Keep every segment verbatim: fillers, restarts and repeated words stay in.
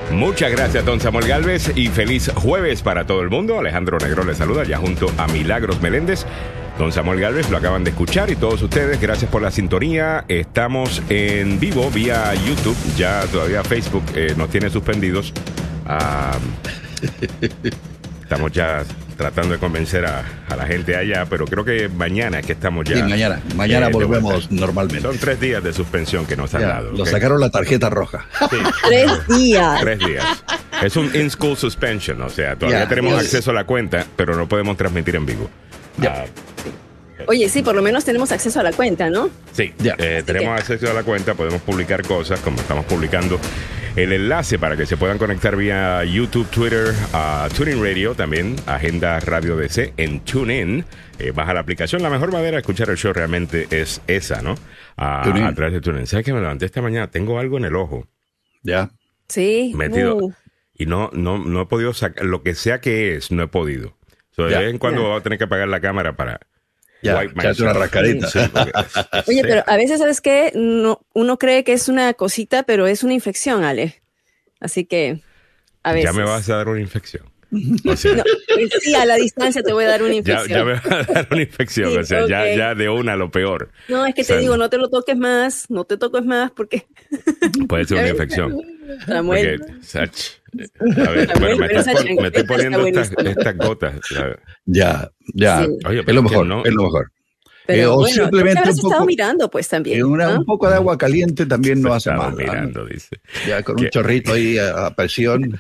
Muchas gracias, don Samuel Gálvez, y feliz jueves para todo el mundo. Alejandro Negro les saluda ya junto a Milagros Meléndez. Don Samuel Gálvez lo acaban de escuchar y todos ustedes, gracias por la sintonía. Estamos en vivo vía YouTube, ya todavía Facebook eh, nos tiene suspendidos. Uh, estamos ya tratando de convencer a, a la gente allá, pero creo que mañana es que estamos ya. Sí, mañana, mañana eh, volvemos normalmente. Son tres días de suspensión que nos han ya, dado. Lo ¿okay? sacaron la tarjeta roja. Sí. Tres días. Tres días. Es un in-school suspension, o sea, todavía ya, tenemos yes. acceso a la cuenta, pero no podemos transmitir en vivo. Ya. Uh, Oye, sí, por lo menos tenemos acceso a la cuenta, ¿no? Sí, ya. Eh, tenemos que... acceso a la cuenta, podemos publicar cosas, como estamos publicando el enlace para que se puedan conectar vía YouTube, Twitter, uh, TuneIn Radio, también Agenda Radio D C en TuneIn. Eh, baja la aplicación. La mejor manera de escuchar el show realmente es esa, ¿no? Uh, a través de TuneIn. ¿Sabes que me levanté esta mañana? Tengo algo en el ojo. Ya. Sí. Metido. Uh. Y no, no, no he podido sacar, lo que sea que es, no he podido. So, de vez en cuando yeah. voy a tener que apagar la cámara para... Ya, echarte una rascarita. Sí, porque, Oye, pero a veces, ¿sabes qué? No, uno cree que es una cosita, pero es una infección, Ale. Así que, a veces... Ya me vas a dar una infección. O sea, no, sí, a la distancia te voy a dar una infección. Ya, ya me vas a dar una infección, sí, o sea, okay. ya, ya de una lo peor. No, es que o sea, te digo, no te lo toques más, no te toques más, porque... Puede ser una infección. Samuel. Porque, Sach, a ver, Samuel, bueno, me, pero estás Sach, pon, me estoy poniendo estas, estas gotas. Ya, ya, sí. Oye, es lo mejor, no, es lo mejor. Pero eh, o bueno, simplemente te un poco, estado mirando, pues también. Una, ¿no? Un poco de agua caliente también no hace mal. mirando, ¿no? dice. Ya con un chorrito ahí a, a presión.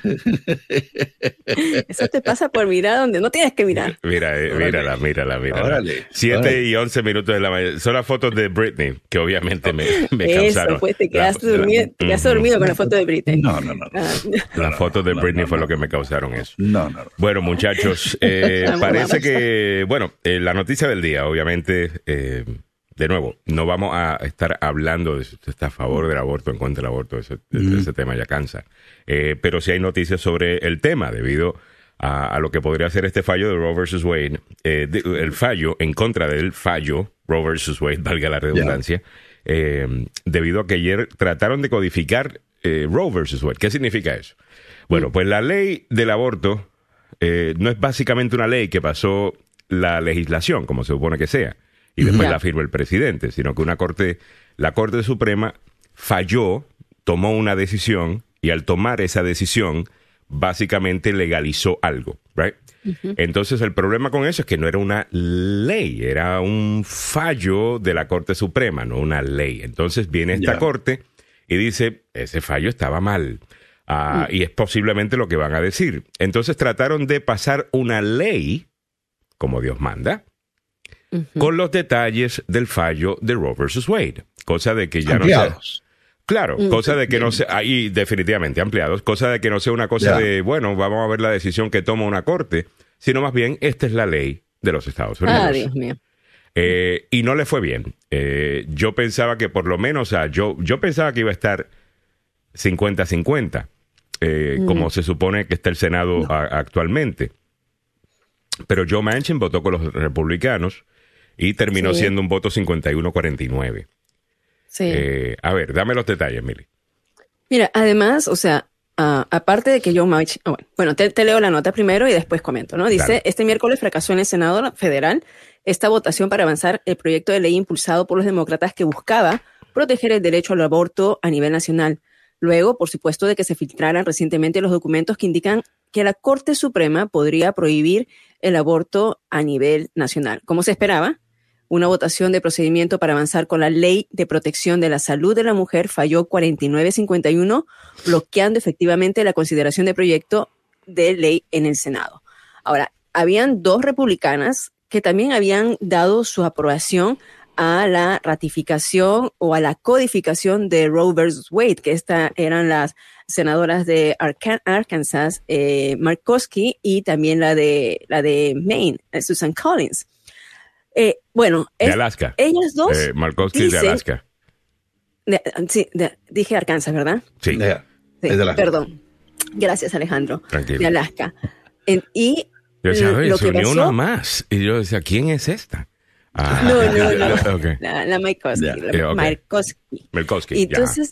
Eso te pasa por mirar donde no tienes que mirar. Mira, eh, mírala, mírala, mírala. Órale, Siete órale. y once minutos de la mañana. Son las fotos de Britney, que obviamente me, me Eso, causaron. pues te quedaste, la, dormido, la, te quedaste uh, dormido con la foto de Britney. No, no, no. no. Ah. Las no, fotos de no, Britney no, fue no. lo que me causaron eso. No, no, no. Bueno, muchachos, eh, parece que, bueno, eh, la noticia del día, obviamente, eh, de nuevo, no vamos a estar hablando de si usted está a favor del aborto, en contra del aborto, ese, mm. ese tema ya cansa. Eh, pero sí hay noticias sobre el tema, debido a, a lo que podría ser este fallo de Roe versus Wade, eh, de, el fallo en contra del fallo Roe versus Wade, valga la redundancia, yeah. eh, debido a que ayer trataron de codificar eh, Roe versus Wade. ¿Qué significa eso? Bueno, pues la ley del aborto eh, no es básicamente una ley que pasó la legislación, como se supone que sea, y después yeah. la firma el presidente, sino que una corte, la Corte Suprema falló, tomó una decisión, y al tomar esa decisión, básicamente legalizó algo, right? Uh-huh. Entonces, el problema con eso es que no era una ley, era un fallo de la Corte Suprema, no una ley. Entonces, viene esta yeah. corte y dice, ese fallo estaba mal. Uh, uh-huh. Y es posiblemente lo que van a decir. Entonces, trataron de pasar una ley, como Dios manda, uh-huh. con los detalles del fallo de Roe versus Wade. Cosa de que ya ampliados. no sea... Claro, uh-huh. cosa de que no sea... Ahí definitivamente ampliados. Cosa de que no sea una cosa yeah. de, bueno, vamos a ver la decisión que toma una corte, sino más bien, esta es la ley de los Estados Unidos. Ah, Dios mío. Eh, y no le fue bien. Eh, yo pensaba que por lo menos... O sea, yo, yo pensaba que iba a estar cincuenta cincuenta, eh, uh-huh. como se supone que está el Senado no. a, actualmente. Pero Joe Manchin votó con los republicanos y terminó sí. siendo un voto cincuenta y uno cuarenta y nueve. Sí. Eh, a ver, dame los detalles, Mili. Mira, además, o sea, uh, aparte de que Joe Manchin... Oh, bueno, te, te leo la nota primero y después comento, ¿no? Dice, Dale. Este miércoles fracasó en el Senado federal esta votación para avanzar el proyecto de ley impulsado por los demócratas que buscaba proteger el derecho al aborto a nivel nacional. Luego, por supuesto, de que se filtraran recientemente los documentos que indican que la Corte Suprema podría prohibir el aborto a nivel nacional. Como se esperaba, una votación de procedimiento para avanzar con la Ley de Protección de la Salud de la Mujer falló cuarenta y nueve a cincuenta y uno, bloqueando efectivamente la consideración de proyecto de ley en el Senado. Ahora, habían dos republicanas que también habían dado su aprobación a la ratificación o a la codificación de Roe versus Wade, que esta eran las senadoras de Arkansas, eh, Murkowski, y también la de, la de Maine, Susan Collins. Eh, bueno, de es, Alaska. Ellas dos. Eh, Murkowski dicen, de Alaska. De, sí, de, dije Arkansas, ¿verdad? Sí. De, sí es de Alaska. Perdón. Gracias, Alejandro. Tranquilo. De Alaska. En, y yo decía, oye, lo se que unió pasó, una más. Y yo decía, ¿quién es esta? Ah, no, no, no. Okay. La, la Murkowski. Yeah. La Yeah, okay. Murkowski. Murkowski, y entonces,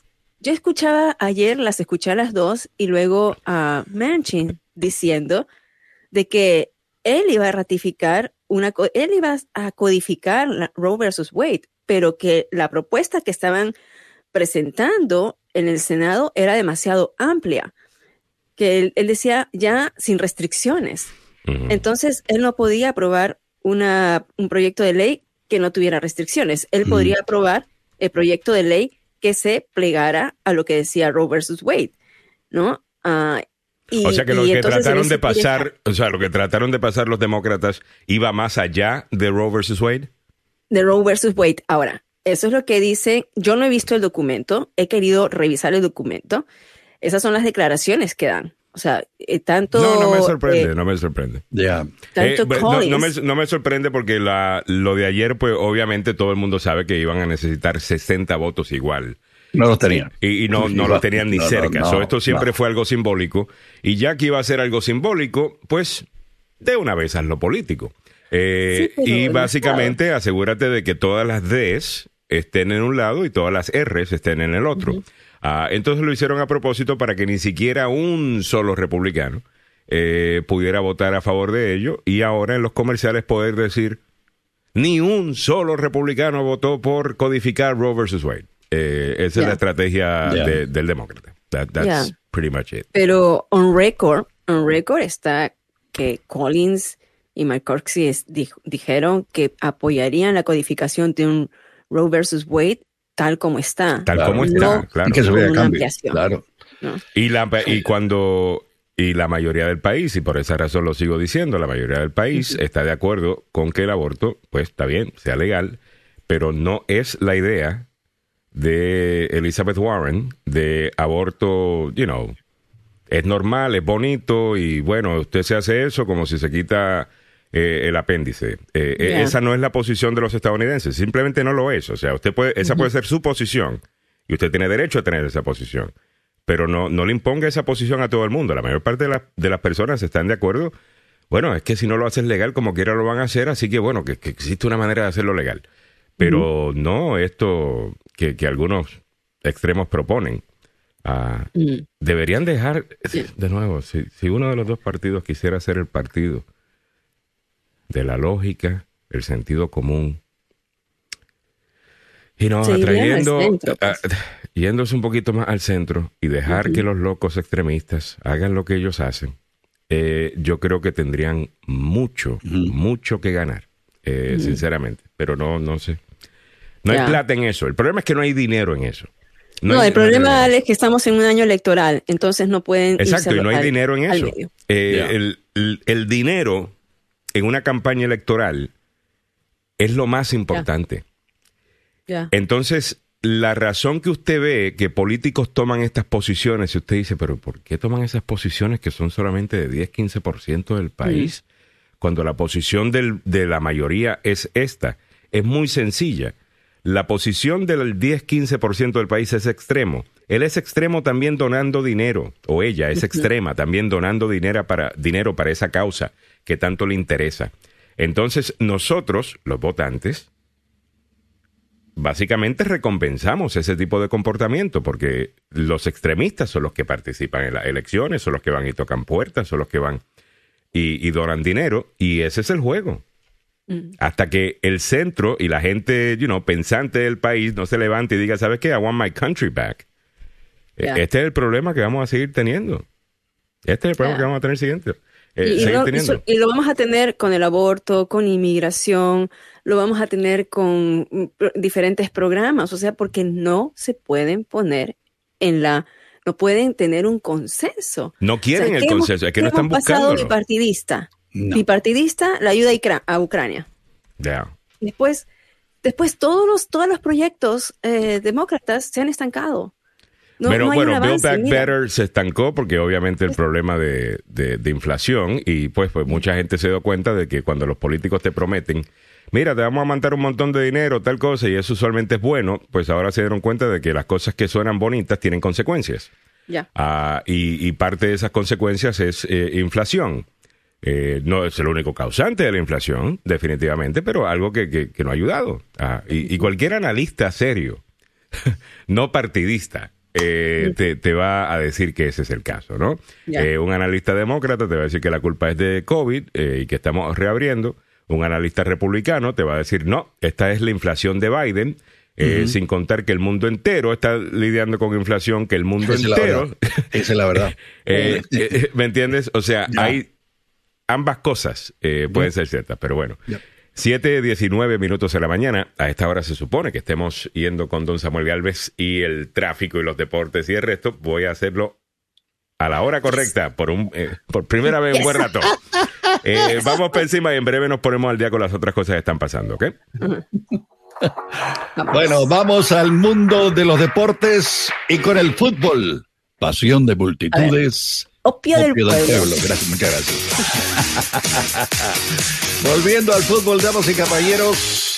yo escuchaba ayer, las escuché a las dos, y luego a Manchin diciendo de que él iba a ratificar una, él iba a codificar la Roe versus Wade, pero que la propuesta que estaban presentando en el Senado era demasiado amplia, que él, él decía ya sin restricciones. Uh-huh. Entonces, él no podía aprobar una, un proyecto de ley que no tuviera restricciones. Él uh-huh. podría aprobar el proyecto de ley que se plegara a lo que decía Roe versus Wade, ¿no? Uh, y, o sea que lo que trataron de pasar, o sea, lo que trataron de pasar los demócratas iba más allá de Roe versus Wade. De Roe versus Wade. Ahora, eso es lo que dice. Yo no he visto el documento, he querido revisar el documento. Esas son las declaraciones que dan. O sea, eh, tanto... No, no me sorprende, eh, no me sorprende. Ya. Yeah. Eh, no, no, me, no me sorprende porque la, lo de ayer, pues obviamente todo el mundo sabe que iban a necesitar sesenta votos igual. No los tenían. Y, y no, no los tenían ni no, cerca. No, no, so, esto siempre no. fue algo simbólico. Y ya que iba a ser algo simbólico, pues de una vez haz lo político. Eh, sí, y básicamente no. asegúrate de que todas las Ds estén en un lado y todas las Rs estén en el otro. Uh-huh. Uh, entonces lo hicieron a propósito para que ni siquiera un solo republicano eh, pudiera votar a favor de ello, y ahora en los comerciales poder decir ni un solo republicano votó por codificar Roe versus Wade. Eh, esa yeah. es la estrategia yeah. de, del demócrata. That, that's yeah. pretty much it. Pero on record, on record está que Collins y McCarthy dijo, dijeron que apoyarían la codificación de un Roe versus Wade tal como está. Tal claro. como está, no, claro. Y que se vea cambio, claro. ¿no? Y, la, y cuando... Y la mayoría del país, y por esa razón lo sigo diciendo, la mayoría del país uh-huh. está de acuerdo con que el aborto, pues está bien, sea legal, pero no es la idea de Elizabeth Warren de aborto, you know, es normal, es bonito, y bueno, usted se hace eso como si se quita... Eh, el apéndice. Eh, yeah. Esa no es la posición de los estadounidenses. Simplemente no lo es. O sea, usted puede, esa uh-huh. puede ser su posición y usted tiene derecho a tener esa posición. Pero no, no le imponga esa posición a todo el mundo. La mayor parte de, la, de las personas están de acuerdo. Bueno, es que si no lo haces legal, como quiera lo van a hacer. Así que bueno, que, que existe una manera de hacerlo legal. Pero uh-huh. no esto que, que algunos extremos proponen. Uh, uh-huh. Deberían dejar, de nuevo, si, si uno de los dos partidos quisiera ser el partido de la lógica, el sentido común, y no, atrayendo, centro, pues. a, yéndose un poquito más al centro y dejar uh-huh. que los locos extremistas hagan lo que ellos hacen, eh, yo creo que tendrían mucho, uh-huh. mucho que ganar, eh, uh-huh. sinceramente, pero no, no sé. No yeah. hay plata en eso. El problema es que no hay dinero en eso. No, no hay, el problema no es que estamos en un año electoral, entonces no pueden Exacto, y no hay dinero en eso. Eh, yeah. el, el, el dinero en una campaña electoral es lo más importante. Yeah. Yeah. Entonces, la razón que usted ve que políticos toman estas posiciones, y usted dice, pero ¿por qué toman esas posiciones que son solamente de diez, quince por ciento del país? Mm. Cuando la posición del, de la mayoría es esta. Es muy sencilla. La posición del diez, quince por ciento del país es extremo. Él es extremo también donando dinero, o ella es extrema también donando dinero para, dinero para esa causa que tanto le interesa. Entonces, nosotros, los votantes, básicamente recompensamos ese tipo de comportamiento, porque los extremistas son los que participan en las elecciones, son los que van y tocan puertas, son los que van y, y donan dinero, y ese es el juego. Mm. Hasta que el centro y la gente, you know, pensante del país no se levante y diga, ¿sabes qué? I want my country back. Yeah. Este es el problema que vamos a seguir teniendo. Este es el problema yeah. que vamos a tener siguiente. Eh, y, y, lo, y, so, y lo vamos a tener con el aborto, con inmigración, lo vamos a tener con pr- diferentes programas, o sea, porque no se pueden poner en la, no pueden tener un consenso. No quieren o sea, el consenso, es que no están buscando. Pasado bipartidista, no. bipartidista, la ayuda a Ucrania. Yeah. Después, después todos los, todos los proyectos eh, demócratas se han estancado. No, Pero no bueno, avance, Build Back mira. Better se estancó porque obviamente el problema de, de, de inflación, y pues, pues mucha gente se dio cuenta de que cuando los políticos te prometen, mira, te vamos a mandar un montón de dinero, tal cosa, y eso usualmente es bueno, pues ahora se dieron cuenta de que las cosas que suenan bonitas tienen consecuencias. Yeah. Uh, y, y parte de esas consecuencias es eh, inflación. Eh, no es el único causante de la inflación, definitivamente, pero algo que, que, que no ha ayudado. Uh, y, y cualquier analista serio, no partidista, eh, te, te va a decir que ese es el caso, ¿no? Eh, un analista demócrata te va a decir que la culpa es de COVID eh, y que estamos reabriendo. Un analista republicano te va a decir, no, esta es la inflación de Biden, eh, uh-huh. sin contar que el mundo entero está lidiando con inflación, que el mundo Esa entero... Esa es la verdad. eh, eh, ¿Me entiendes? O sea, ya. hay ambas cosas eh, pueden ya. ser ciertas, pero bueno. Ya. siete diecinueve minutos de la mañana. A esta hora se supone que estemos yendo con don Samuel Gálvez y el tráfico y los deportes y el resto. Voy a hacerlo a la hora correcta por un eh, por primera vez en buen rato. Eh, vamos por encima y en breve nos ponemos al día con las otras cosas que están pasando, ¿ok? Bueno, vamos al mundo de los deportes y con el fútbol. Pasión de multitudes. Opio, Opio del, del pueblo. pueblo. Gracias, muchas gracias. Volviendo al fútbol, damas y caballeros,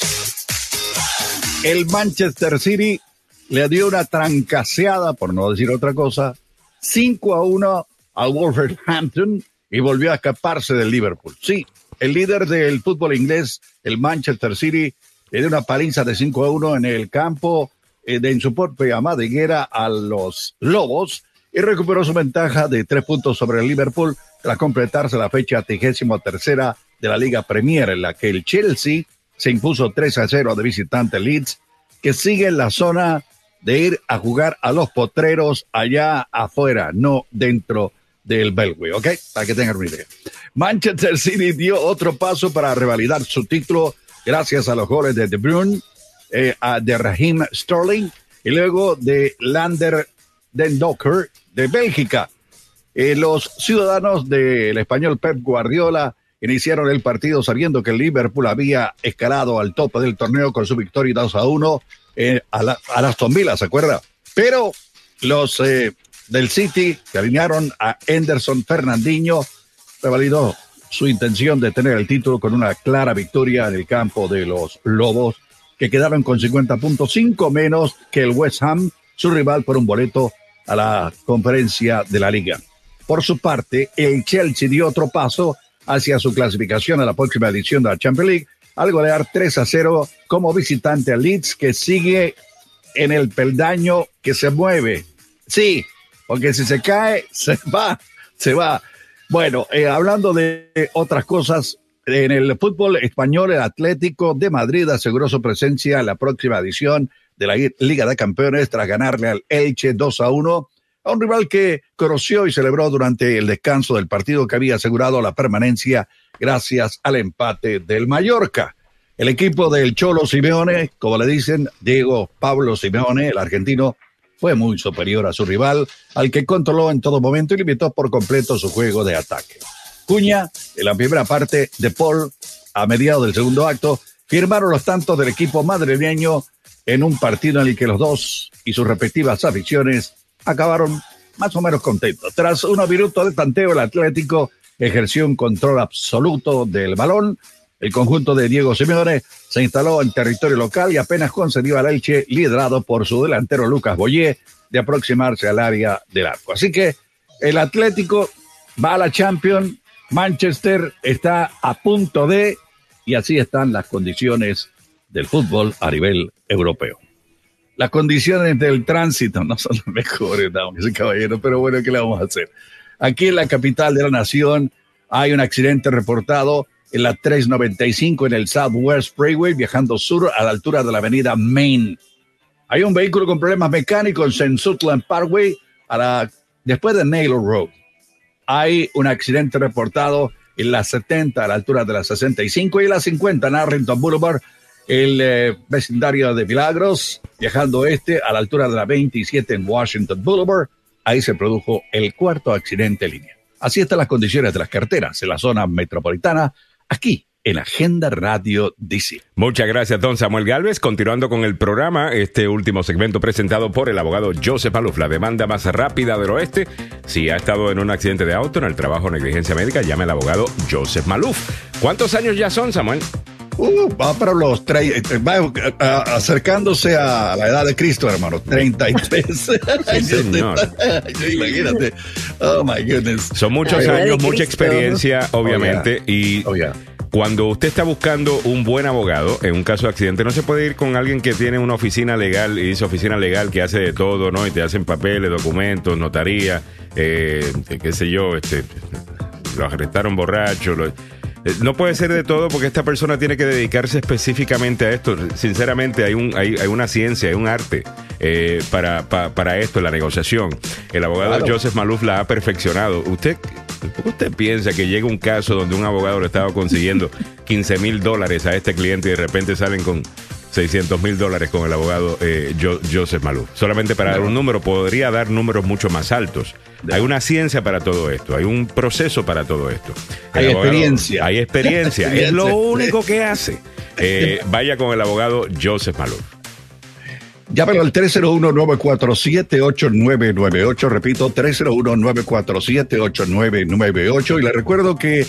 el Manchester City le dio una trancaseada, por no decir otra cosa, cinco a uno al Wolverhampton y volvió a escaparse del Liverpool. Sí, el líder del fútbol inglés, el Manchester City, le dio una paliza de cinco a uno en el campo eh, de en su propia madriguera a los Lobos y recuperó su ventaja de tres puntos sobre el Liverpool tras completarse la fecha trigésima tercera de la Liga Premier, en la que el Chelsea se impuso tres a cero de visitante Leeds, que sigue en la zona de ir a jugar a los potreros allá afuera, no dentro del Belway, ¿ok? Para que tengan una idea. Manchester City dio otro paso para revalidar su título gracias a los goles de De Bruyne, eh, a, de Raheem Sterling y luego de Lander Den Docker de Bélgica. Eh, los ciudadanos del español Pep Guardiola iniciaron el partido sabiendo que el Liverpool había escalado al tope del torneo con su victoria dos a uno eh, a, la, a Aston Villa, ¿se acuerda? Pero los eh, del City, que alinearon a Henderson Fernandinho, revalidó su intención de tener el título con una clara victoria en el campo de los Lobos, que quedaron con cincuenta puntos, cinco menos que el West Ham, su rival por un boleto a la conferencia de la Liga. Por su parte, el Chelsea dio otro paso hacia su clasificación a la próxima edición de la Champions League, al golear tres a cero como visitante a Leeds, que sigue en el peldaño que se mueve. Sí, porque si se cae, se va, se va. Bueno, eh, hablando de otras cosas, en el fútbol español, el Atlético de Madrid aseguró su presencia en la próxima edición de la Liga de Campeones tras ganarle al Elche dos a uno, a un rival que conoció y celebró durante el descanso del partido, que había asegurado la permanencia gracias al empate del Mallorca. El equipo del Cholo Simeone, como le dicen, Diego Pablo Simeone, el argentino, fue muy superior a su rival, al que controló en todo momento y limitó por completo su juego de ataque. Cuña, en la primera parte, de Paul, a mediados del segundo acto, firmaron los tantos del equipo madrileño en un partido en el que los dos y sus respectivas aficiones acabaron más o menos contentos. Tras unos minutos de tanteo, el Atlético ejerció un control absoluto del balón. El conjunto de Diego Simeone se instaló en territorio local y apenas concedió al Elche, liderado por su delantero Lucas Boyé, de aproximarse al área del arco. Así que el Atlético va a la Champions, Manchester está a punto de, y así están las condiciones del fútbol a nivel europeo. Las condiciones del tránsito no son las mejores, damas y caballeros, pero bueno, ¿qué le vamos a hacer? Aquí en la capital de la nación hay un accidente reportado en la trescientos noventa y cinco en el Southwest Freeway, viajando sur a la altura de la avenida Main. Hay un vehículo con problemas mecánicos en Sutherland Parkway, a la, después de Naylor Road. Hay un accidente reportado en la setenta a la altura de la sesenta y cinco y en la cincuenta en Arlington Boulevard, el eh, vecindario de Milagros, viajando este a la altura de la veintisiete en Washington Boulevard. Ahí se produjo el cuarto accidente en línea. Así están las condiciones de las carreteras en la zona metropolitana, aquí en Agenda Radio D C. Muchas gracias, don Samuel Gálvez. Continuando con el programa, este último segmento presentado por el abogado Joseph Maluf, la demanda más rápida del oeste. Si ha estado en un accidente de auto, en el trabajo o negligencia médica, llame al abogado Joseph Maluf. ¿Cuántos años ya son, Samuel? Uh, va para los tre- va uh, acercándose a la edad de Cristo, hermano. treinta y tres. Sí, señor. Imagínate. Oh, my goodness. Son muchos años, mucha experiencia, obviamente. Oh, yeah. Y oh, yeah. Cuando usted está buscando un buen abogado en un caso de accidente, no se puede ir con alguien que tiene una oficina legal y dice oficina legal que hace de todo, ¿no? Y te hacen papeles, documentos, notaría, eh, qué sé yo, este, lo arrestaron borracho. Lo, no puede ser de todo porque esta persona tiene que dedicarse específicamente a esto. Sinceramente, hay un hay, hay una ciencia, hay un arte eh, para, pa, para esto, la negociación. El abogado claro. Joseph Maloof la ha perfeccionado. Usted... ¿Usted piensa que llega un caso donde un abogado le estaba consiguiendo quince mil dólares a este cliente y de repente salen con seiscientos mil dólares con el abogado eh, jo- Joseph Maloof? Solamente para no. dar un número, podría dar números mucho más altos. No. Hay una ciencia para todo esto, hay un proceso para todo esto. El hay abogado, experiencia. Hay experiencia, es lo único que hace. Eh, vaya con el abogado Joseph Maloof. Llámelo al tres cero uno, nueve cuatro siete, ocho nueve nueve ocho. Repito, tres cero uno, nueve cuatro siete, ocho nueve nueve ocho. Y le recuerdo que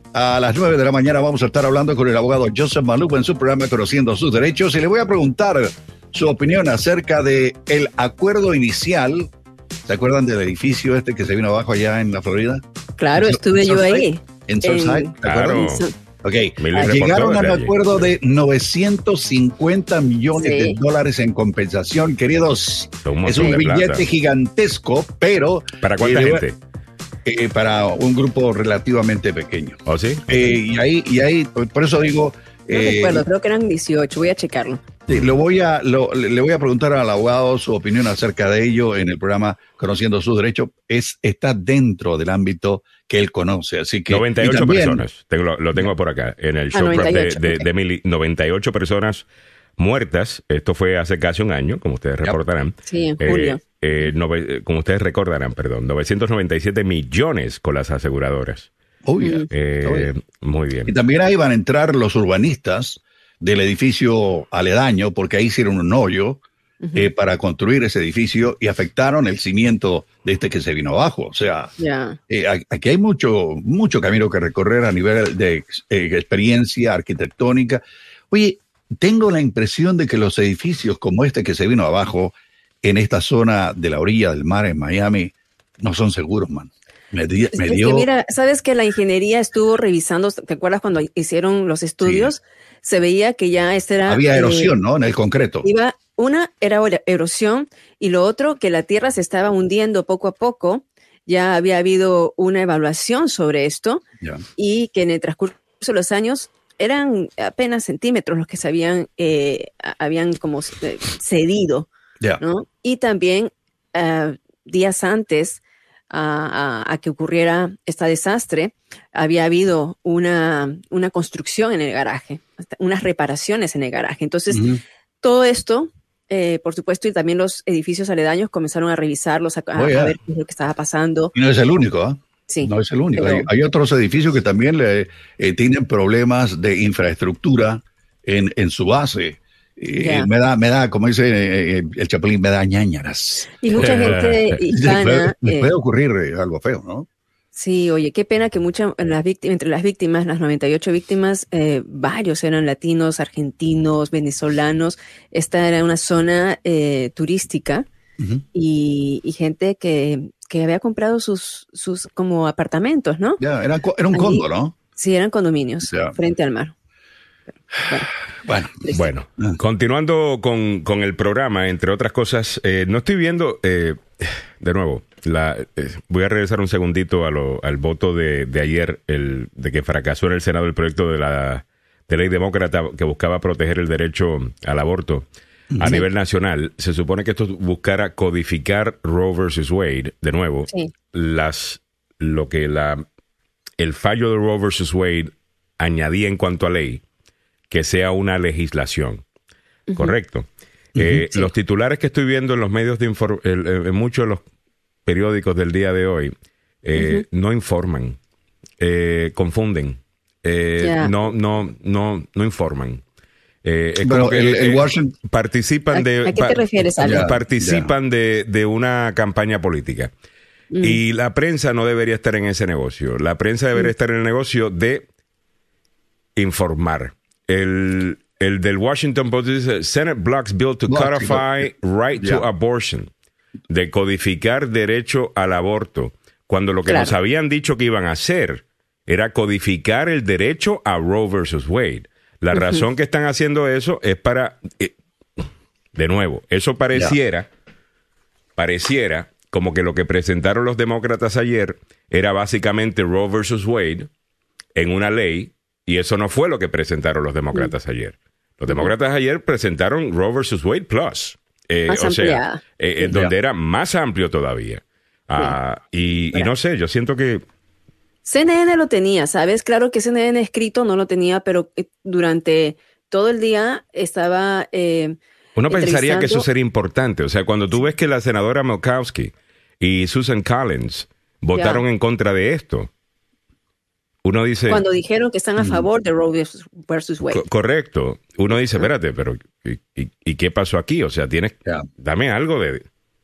a las nueve de la mañana vamos a estar hablando con el abogado Joseph Maloof en su programa Conociendo sus Derechos. Y le voy a preguntar su opinión acerca de el acuerdo inicial. ¿Se acuerdan del edificio este que se vino abajo allá en la Florida? Claro, ¿En estuve yo ahí. ¿En Surfside? ¿Te acuerdas? Claro. Ok, llegaron a un acuerdo de novecientos cincuenta millones sí. de dólares en compensación, queridos. Un es un billete plata. gigantesco, pero... ¿Para cuánta eh, gente? Eh, para un grupo relativamente pequeño. ¿Oh, sí? Eh, y ahí, y ahí, por eso digo... No eh, recuerdo, creo que eran dieciocho, voy a checarlo. Sí, lo voy a, lo, le voy a preguntar al abogado su opinión acerca de ello en el programa Conociendo sus Derechos. Es, está dentro del ámbito que él conoce, así que... noventa y ocho también, personas, tengo, lo, lo tengo por acá, en el show ah, noventa y ocho, de, de, okay. de Emily, noventa y ocho personas muertas, esto fue hace casi un año, como ustedes recordarán. Sí, en julio. Eh, eh, nove, como ustedes recordarán, perdón, novecientos noventa y siete millones con las aseguradoras. Oh, yeah. eh, oh, yeah. Muy bien. Y también ahí van a entrar los urbanistas del edificio aledaño, porque ahí hicieron un hoyo uh-huh. eh, para construir ese edificio y afectaron el cimiento de este que se vino abajo. O sea, yeah. eh, aquí hay mucho, mucho camino que recorrer a nivel de eh, experiencia arquitectónica. Oye, tengo la impresión de que los edificios como este que se vino abajo en esta zona de la orilla del mar en Miami no son seguros, man. Me, di, me es dio... que mira, sabes que la ingeniería estuvo revisando, ¿te acuerdas cuando hicieron los estudios? Sí. Se veía que ya este era... Había erosión, eh, ¿no? En el concreto. Iba, una era erosión y lo otro que la tierra se estaba hundiendo poco a poco. Ya había habido una evaluación sobre esto yeah. y que en el transcurso de los años eran apenas centímetros los que se habían, eh, habían como cedido, yeah. ¿no? Y también uh, días antes... A, a, a que ocurriera este desastre, había habido una, una construcción en el garaje, unas reparaciones en el garaje. Entonces, uh-huh. todo esto, eh, por supuesto, y también los edificios aledaños comenzaron a revisarlos, a, a, oh, yeah. a ver qué es lo que estaba pasando. Y no es el único, ¿eh? Sí. No es el único. Pero, hay, hay otros edificios que también le, eh, tienen problemas de infraestructura en, en su base. Yeah. Me da, me da, como dice eh, el Chapulín, me da ñañaras. Y mucha gente hispana... Me puede, eh, puede ocurrir algo feo, ¿no? Sí, oye, qué pena que muchas, las víctimas, entre las víctimas, las noventa y ocho víctimas, eh, varios eran latinos, argentinos, venezolanos. Esta era una zona eh, turística uh-huh. y, y gente que, que había comprado sus, sus como apartamentos, ¿no? Ya, yeah, era, era un Allí, condo, ¿no? Sí, eran condominios yeah. frente al mar. Bueno, bueno, bueno, continuando con, con el programa, entre otras cosas, eh, no estoy viendo, eh, de nuevo, la, eh, voy a regresar un segundito a lo, al voto de, de ayer, el, de que fracasó en el Senado el proyecto de la de ley demócrata que buscaba proteger el derecho al aborto a sí. nivel nacional. Se supone que esto buscara codificar Roe versus Wade, de nuevo, sí. las lo que la el fallo de Roe versus Wade añadía en cuanto a ley, que sea una legislación, uh-huh. ¿correcto? Uh-huh, eh, sí. Los titulares que estoy viendo en los medios de inform- en, en muchos de los periódicos del día de hoy eh, uh-huh. no informan, eh, confunden, eh, yeah. no, no, no, no informan. Eh, es bueno, como que el, el eh, Washington... participan de, ¿A qué te refieres, Ale? Yeah, participan yeah. de, de una campaña política. Mm. Y la prensa no debería estar en ese negocio. La prensa debería mm. estar en el negocio de informar. El, el del Washington Post dice, Senate blocks bill to Block, codify right yeah. to abortion, de codificar derecho al aborto, cuando lo que claro. nos habían dicho que iban a hacer era codificar el derecho a Roe versus Wade. La uh-huh. razón que están haciendo eso es para, eh, de nuevo, eso pareciera, yeah. pareciera como que lo que presentaron los demócratas ayer era básicamente Roe versus Wade en una ley, y eso no fue lo que presentaron los demócratas uh-huh. ayer. Los demócratas uh-huh. ayer presentaron Roe versus Wade Plus, eh, o sea, eh, eh, donde era más amplio todavía. Uh, y, y no sé, yo siento que C N N lo tenía, ¿sabes? Claro que C N N escrito no lo tenía, pero durante todo el día estaba eh, Uno pensaría que eso sería importante. O sea, cuando tú ves que la senadora Murkowski y Susan Collins votaron yeah. en contra de esto, uno dice... Cuando dijeron que están a favor de Roe versus Wade. Co- correcto. Uno dice, espérate, pero ¿y, y, y qué pasó aquí? O sea, tienes... Yeah. Dame algo de...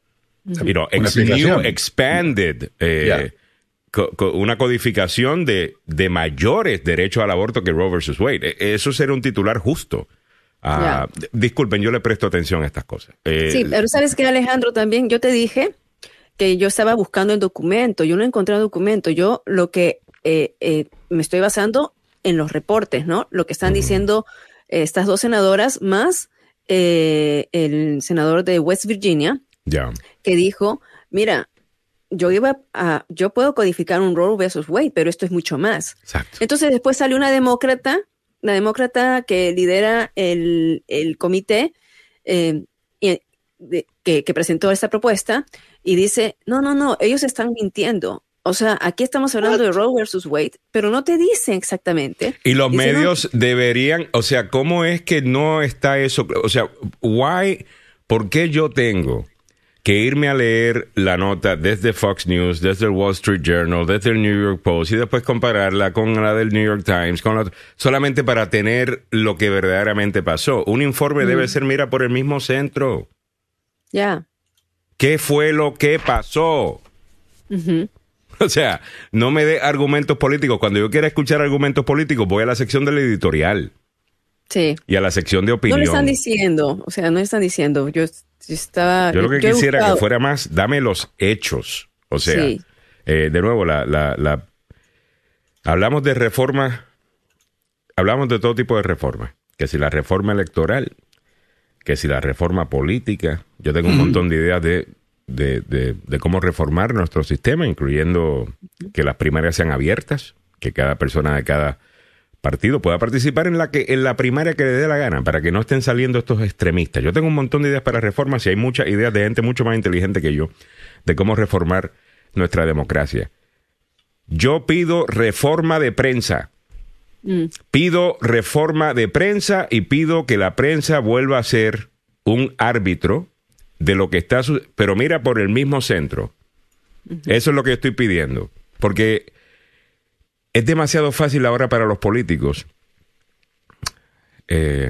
You know, ex new, expanded, eh, yeah. co- co- una codificación de, de mayores derechos al aborto que Roe versus Wade. Eso sería un titular justo. Uh, yeah. Disculpen, yo le presto atención a estas cosas. Eh, sí, pero sabes que, Alejandro, también yo te dije que yo estaba buscando el documento. Yo no encontré el documento. Yo lo que eh, eh, me estoy basando en los reportes, ¿no? Lo que están uh-huh. diciendo eh, estas dos senadoras más eh, el senador de West Virginia. Yeah. Que dijo, mira, yo iba a, yo puedo codificar un Roe versus Wade, pero esto es mucho más. Exacto. Entonces después sale una demócrata, la demócrata que lidera el, el comité eh, y, de, que, que presentó esta propuesta y dice, no, no, no, ellos están mintiendo. O sea, aquí estamos hablando What? de Roe versus Wade, pero no te dicen exactamente. Y los dicen, medios no, deberían, o sea, ¿cómo es que no está eso? O sea, why, ¿por qué yo tengo que irme a leer la nota desde Fox News, desde el Wall Street Journal, desde el New York Post y después compararla con la del New York Times, con la, solamente para tener lo que verdaderamente pasó? Un informe mm. debe ser, mira, por el mismo centro. Ya. Yeah. ¿Qué fue lo que pasó? Uh-huh. O sea, no me dé argumentos políticos. Cuando yo quiera escuchar argumentos políticos, voy a la sección del editorial. Sí. Y a la sección de opinión. No le están diciendo, o sea, no le están diciendo. Yo, yo estaba... Yo lo que yo quisiera buscado. que fuera más, dame los hechos. O sea, sí. eh, de nuevo, la, la, la, hablamos de reformas, hablamos de todo tipo de reformas. Que si la reforma electoral, que si la reforma política. Yo tengo un montón de ideas de, de, de, de cómo reformar nuestro sistema, incluyendo que las primarias sean abiertas, que cada persona de cada partido pueda participar en la que en la primaria que le dé la gana, para que no estén saliendo estos extremistas. Yo tengo un montón de ideas para reformas y hay muchas ideas de gente mucho más inteligente que yo de cómo reformar nuestra democracia. Yo pido reforma de prensa. Mm. Pido reforma de prensa y pido que la prensa vuelva a ser un árbitro de lo que está su- pero mira, por el mismo centro. Uh-huh. Eso es lo que estoy pidiendo, porque es demasiado fácil ahora para los políticos, eh,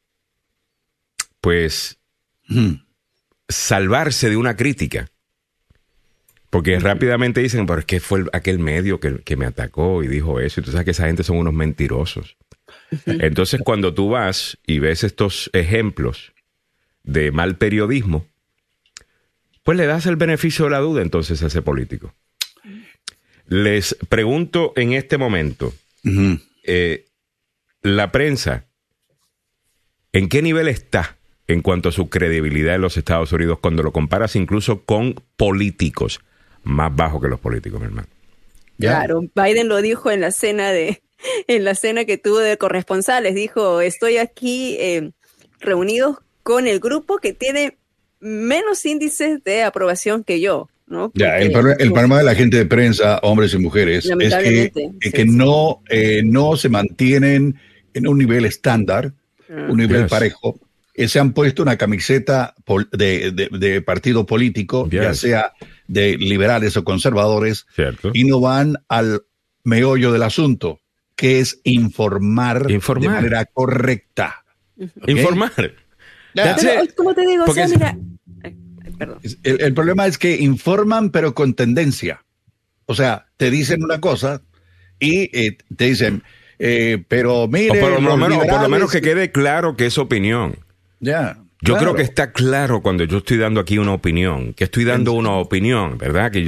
pues, mm. salvarse de una crítica. Porque uh-huh. rápidamente dicen, pero es que fue aquel medio que, que me atacó y dijo eso. Y tú sabes que esa gente son unos mentirosos. Uh-huh. Entonces, cuando tú vas y ves estos ejemplos de mal periodismo, pues le das el beneficio de la duda entonces a ese político. Les pregunto en este momento, uh-huh. eh, la prensa, ¿en qué nivel está en cuanto a su credibilidad en los Estados Unidos cuando lo comparas incluso con políticos? Más bajo que los políticos, mi hermano. Claro, Biden lo dijo en la cena de, en la cena que tuvo de corresponsales. Dijo, estoy aquí eh, reunidos con el grupo que tiene menos índices de aprobación que yo, ¿no? Porque, ya, el, pro- el problema de la gente de prensa, hombres y mujeres, es que, sí, que sí. no, eh, no se mantienen en un nivel estándar, uh, un nivel yes. parejo. Eh, se han puesto una camiseta pol- de, de, de partido político, yes. ya sea de liberales o conservadores, cierto. Y no van al meollo del asunto, que es informar, informar. de manera correcta. ¿Okay? Informar. Pero, ¿cómo te digo? O sea, mira... Ay, perdón. El, el problema es que informan, pero con tendencia. O sea, te dicen una cosa y eh, te dicen, eh, pero mire... O por, lo menos, o por lo menos que quede claro que es opinión. Ya. Yo claro. creo que está claro cuando yo estoy dando aquí una opinión, que estoy dando una opinión, ¿verdad? Que yo no,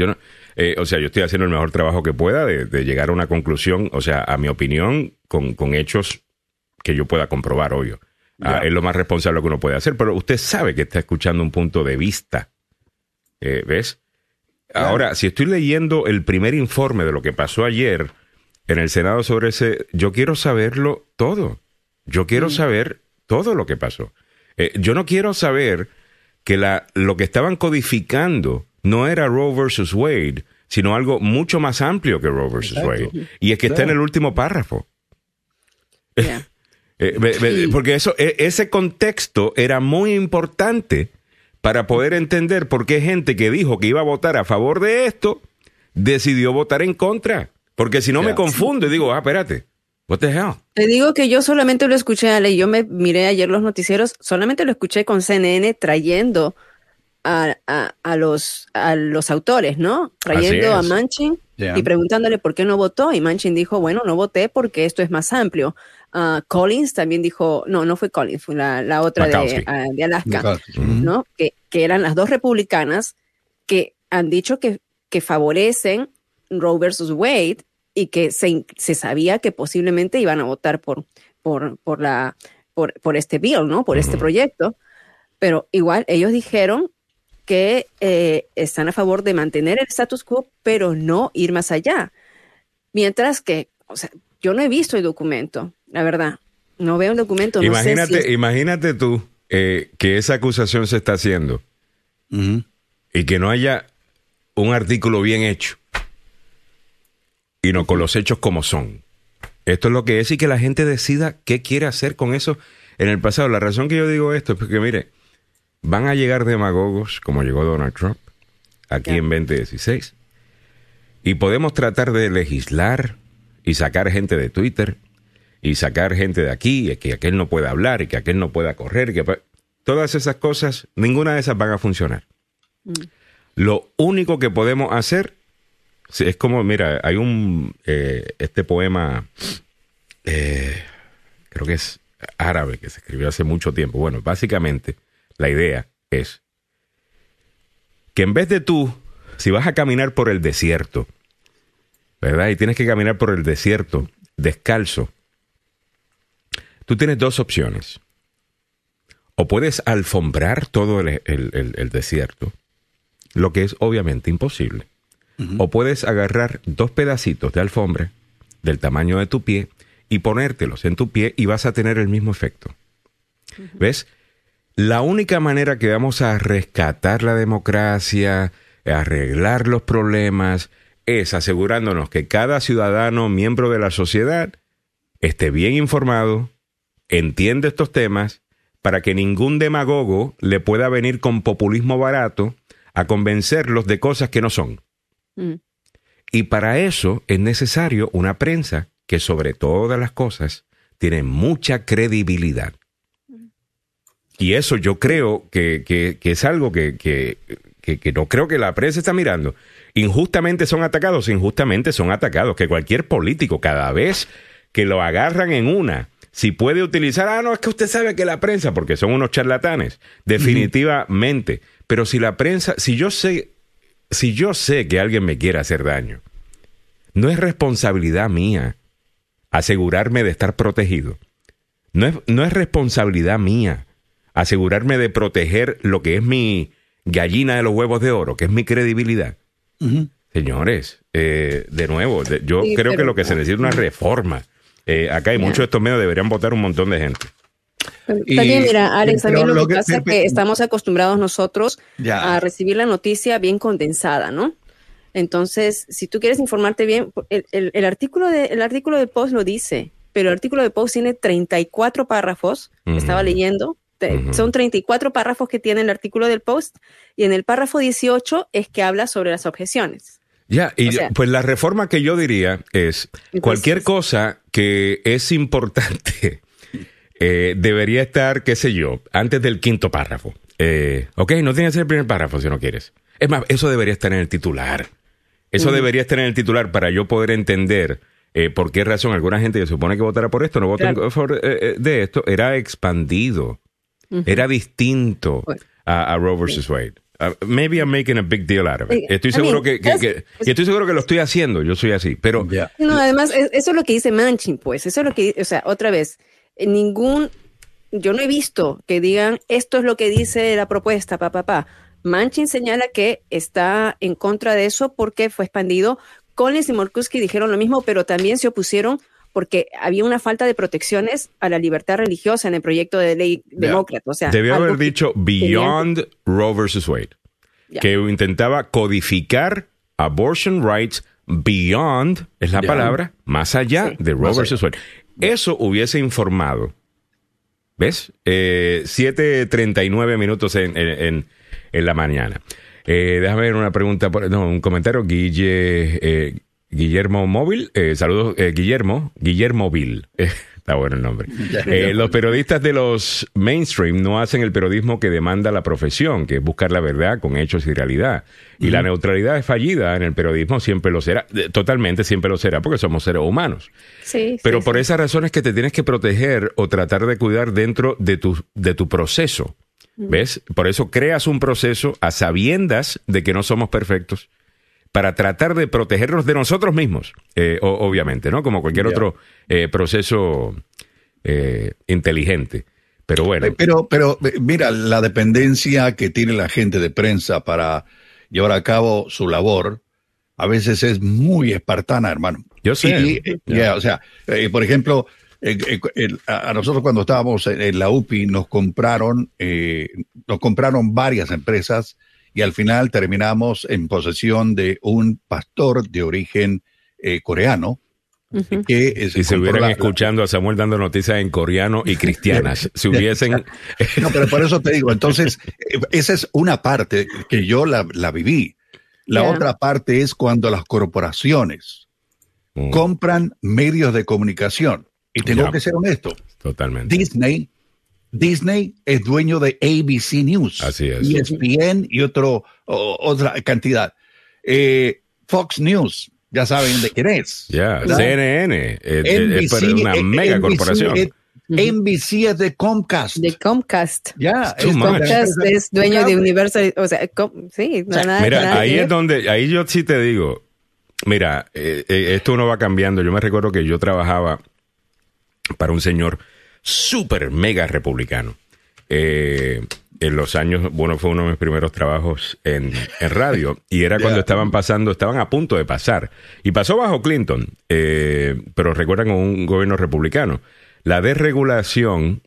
Eh, o sea, yo estoy haciendo el mejor trabajo que pueda de, de llegar a una conclusión, o sea, a mi opinión, con, con hechos que yo pueda comprobar, obvio. Yeah. Ah, es lo más responsable que uno puede hacer, pero usted sabe que está escuchando un punto de vista. Eh, ¿Ves? Yeah. Ahora, si estoy leyendo el primer informe de lo que pasó ayer en el Senado sobre ese, yo quiero saberlo todo. Yo quiero mm. saber todo lo que pasó. Eh, yo no quiero saber que la, lo que estaban codificando no era Roe versus Wade, sino algo mucho más amplio que Roe versus Exacto. Wade. Y es que está yeah. en el último párrafo. Yeah. eh, be, be, porque eso, e, ese contexto era muy importante para poder entender por qué gente que dijo que iba a votar a favor de esto decidió votar en contra. Porque si no yeah. me confundo y digo, ah, espérate. What the hell? Te digo que yo solamente lo escuché, Ale, y yo me miré ayer los noticieros, solamente lo escuché con C N N trayendo a, a, a, los, a los autores, ¿no? Trayendo a Manchin yeah. y preguntándole por qué no votó, y Manchin dijo, bueno, no voté porque esto es más amplio. Uh, Collins también dijo, no, no fue Collins, fue la, la otra de, uh, de Alaska, mm-hmm. ¿no? Que, que eran las dos republicanas que han dicho que, que favorecen Roe versus Wade, y que se, se sabía que posiblemente iban a votar por, por, por, la, por, por este bill, ¿no? Por uh-huh. este proyecto. Pero igual ellos dijeron que eh, están a favor de mantener el status quo, pero no ir más allá. Mientras que, o sea, yo no he visto el documento, la verdad. No veo el documento. No imagínate, sé si es... imagínate tú eh, que esa acusación se está haciendo uh-huh. y que no haya un artículo bien hecho. Y no con los hechos como son. Esto es lo que es y que la gente decida qué quiere hacer con eso en el pasado. La razón que yo digo esto es porque, mire, van a llegar demagogos como llegó Donald Trump aquí yeah. en veinte dieciséis y podemos tratar de legislar y sacar gente de Twitter y sacar gente de aquí y que aquel no pueda hablar y que aquel no pueda correr. Y que todas esas cosas, ninguna de esas van a funcionar. Mm. Lo único que podemos hacer sí, es como, mira, hay un, eh, este poema, eh, creo que es árabe, que se escribió hace mucho tiempo. Bueno, básicamente, la idea es que en vez de tú, si vas a caminar por el desierto, ¿verdad? Y tienes que caminar por el desierto descalzo, tú tienes dos opciones. O puedes alfombrar todo el, el, el, el desierto, lo que es obviamente imposible. Uh-huh. O puedes agarrar dos pedacitos de alfombra del tamaño de tu pie y ponértelos en tu pie y vas a tener el mismo efecto. Uh-huh. ¿Ves? La única manera que vamos a rescatar la democracia, arreglar los problemas, es asegurándonos que cada ciudadano, miembro de la sociedad, esté bien informado, entienda estos temas, para que ningún demagogo le pueda venir con populismo barato a convencerlos de cosas que no son. Mm. Y para eso es necesario una prensa que sobre todas las cosas tiene mucha credibilidad. Mm. Y eso yo creo que, que, que es algo que, que, que, que no creo que la prensa está mirando. Injustamente son atacados, injustamente son atacados. Que cualquier político, cada vez que lo agarran en una, si puede utilizar, ah, no, es que usted sabe que la prensa, porque son unos charlatanes, definitivamente. Mm. Pero si la prensa, si yo sé... Si yo sé que alguien me quiere hacer daño, no es responsabilidad mía asegurarme de estar protegido. No es, no es responsabilidad mía asegurarme de proteger lo que es mi gallina de los huevos de oro, que es mi credibilidad. Uh-huh. Señores, eh, de nuevo, de, yo sí, creo que lo que se necesita es una reforma. Eh, acá hay yeah. muchos de estos medios, deberían votar un montón de gente. Y, también, mira, Alex, también lo, lo que pasa es que estamos acostumbrados nosotros ya. a recibir la noticia bien condensada, ¿no? Entonces, si tú quieres informarte bien, el, el, el, artículo, de, el artículo de Post lo dice, pero el artículo de Post tiene treinta y cuatro párrafos, uh-huh. estaba leyendo, te, uh-huh. son treinta y cuatro párrafos que tiene el artículo del Post, y en el párrafo dieciocho es que habla sobre las objeciones. Ya, y o sea, pues la reforma que yo diría es, entonces, cualquier cosa que es importante... Eh, debería estar, qué sé yo, antes del quinto párrafo. Eh, ok, no tiene que ser el primer párrafo si no quieres. Es más, eso debería estar en el titular. Eso uh-huh. debería estar en el titular para yo poder entender eh, por qué razón alguna gente que se supone que votara por esto no votó claro. en favor eh, de esto. Era expandido. Uh-huh. Era distinto bueno. a, a Roe versus sí. Wade. Uh, maybe I'm making a big deal out of it. Estoy seguro I mean, que, que, que, que estoy seguro que lo estoy haciendo. Yo soy así, pero yeah. no. Además, eso es lo que dice Manchin, pues. Eso es lo que, o sea, otra vez, ningún, yo no he visto que digan esto es lo que dice la propuesta, pa, pa, pa. Manchin señala que está en contra de eso porque fue expandido. Collins y Murkowski dijeron lo mismo, pero también se opusieron porque había una falta de protecciones a la libertad religiosa en el proyecto de ley yeah. demócrata. O sea, debió haber dicho beyond tenían... Roe versus Wade, yeah. que intentaba codificar abortion rights beyond, es la yeah. palabra, más allá sí. de Roe versus Wade. Eso hubiese informado, ¿ves? Eh, siete treinta y nueve minutos en, en, en, en la mañana. Eh, déjame ver una pregunta, por, no, un comentario. Guille, eh, Guillermo Móvil, eh, saludos, eh, Guillermo, Guillermo Vil, eh, está bueno el nombre. Eh, los periodistas de los mainstream no hacen el periodismo que demanda la profesión, que es buscar la verdad con hechos y realidad. Y uh-huh. la neutralidad es fallida en el periodismo, siempre lo será, totalmente siempre lo será, porque somos seres humanos. Sí, Pero sí, por sí. esas razones que te tienes que proteger o tratar de cuidar dentro de tu, de tu proceso. ¿Ves? Por eso creas un proceso a sabiendas de que no somos perfectos para tratar de protegernos de nosotros mismos, eh, o, obviamente, ¿no? Como cualquier yeah. otro eh, proceso eh, inteligente. Pero bueno. Pero, pero mira, la dependencia que tiene la gente de prensa para llevar a cabo su labor a veces es muy espartana, hermano. Yo sé. Y, yeah. Yeah, o sea, eh, por ejemplo... Eh, eh, eh, a nosotros cuando estábamos en, en la U P I nos compraron eh, nos compraron varias empresas y al final terminamos en posesión de un pastor de origen eh, coreano. Uh-huh. que eh, si se hubieran la, escuchando a Samuel dando noticias en coreano y cristianas, si hubiesen... No, pero por eso te digo, entonces esa es una parte que yo la, la viví. La yeah. otra parte es cuando las corporaciones mm. compran medios de comunicación. Y tengo yeah. que ser honesto. Totalmente. Disney, Disney es dueño de A B C News. Así es. E S P N y otro, o, otra cantidad. Eh, Fox News, ya saben de quién es. Ya, yeah. C N N. Eh, N B C, es una mega N B C, corporación. Es, N B C es de Comcast. De Comcast. Ya. Yeah, Comcast es, es dueño de Universal. O sea, com, sí. O sea, nada, mira, nada ahí es donde, ahí yo sí te digo, mira, eh, eh, esto uno va cambiando. Yo me recuerdo que yo trabajaba para un señor súper mega republicano. Eh, en los años, bueno, fue uno de mis primeros trabajos en, en radio, y era cuando yeah. estaban pasando, estaban a punto de pasar, y pasó bajo Clinton, eh, pero recuerdan con un gobierno republicano, la desregulación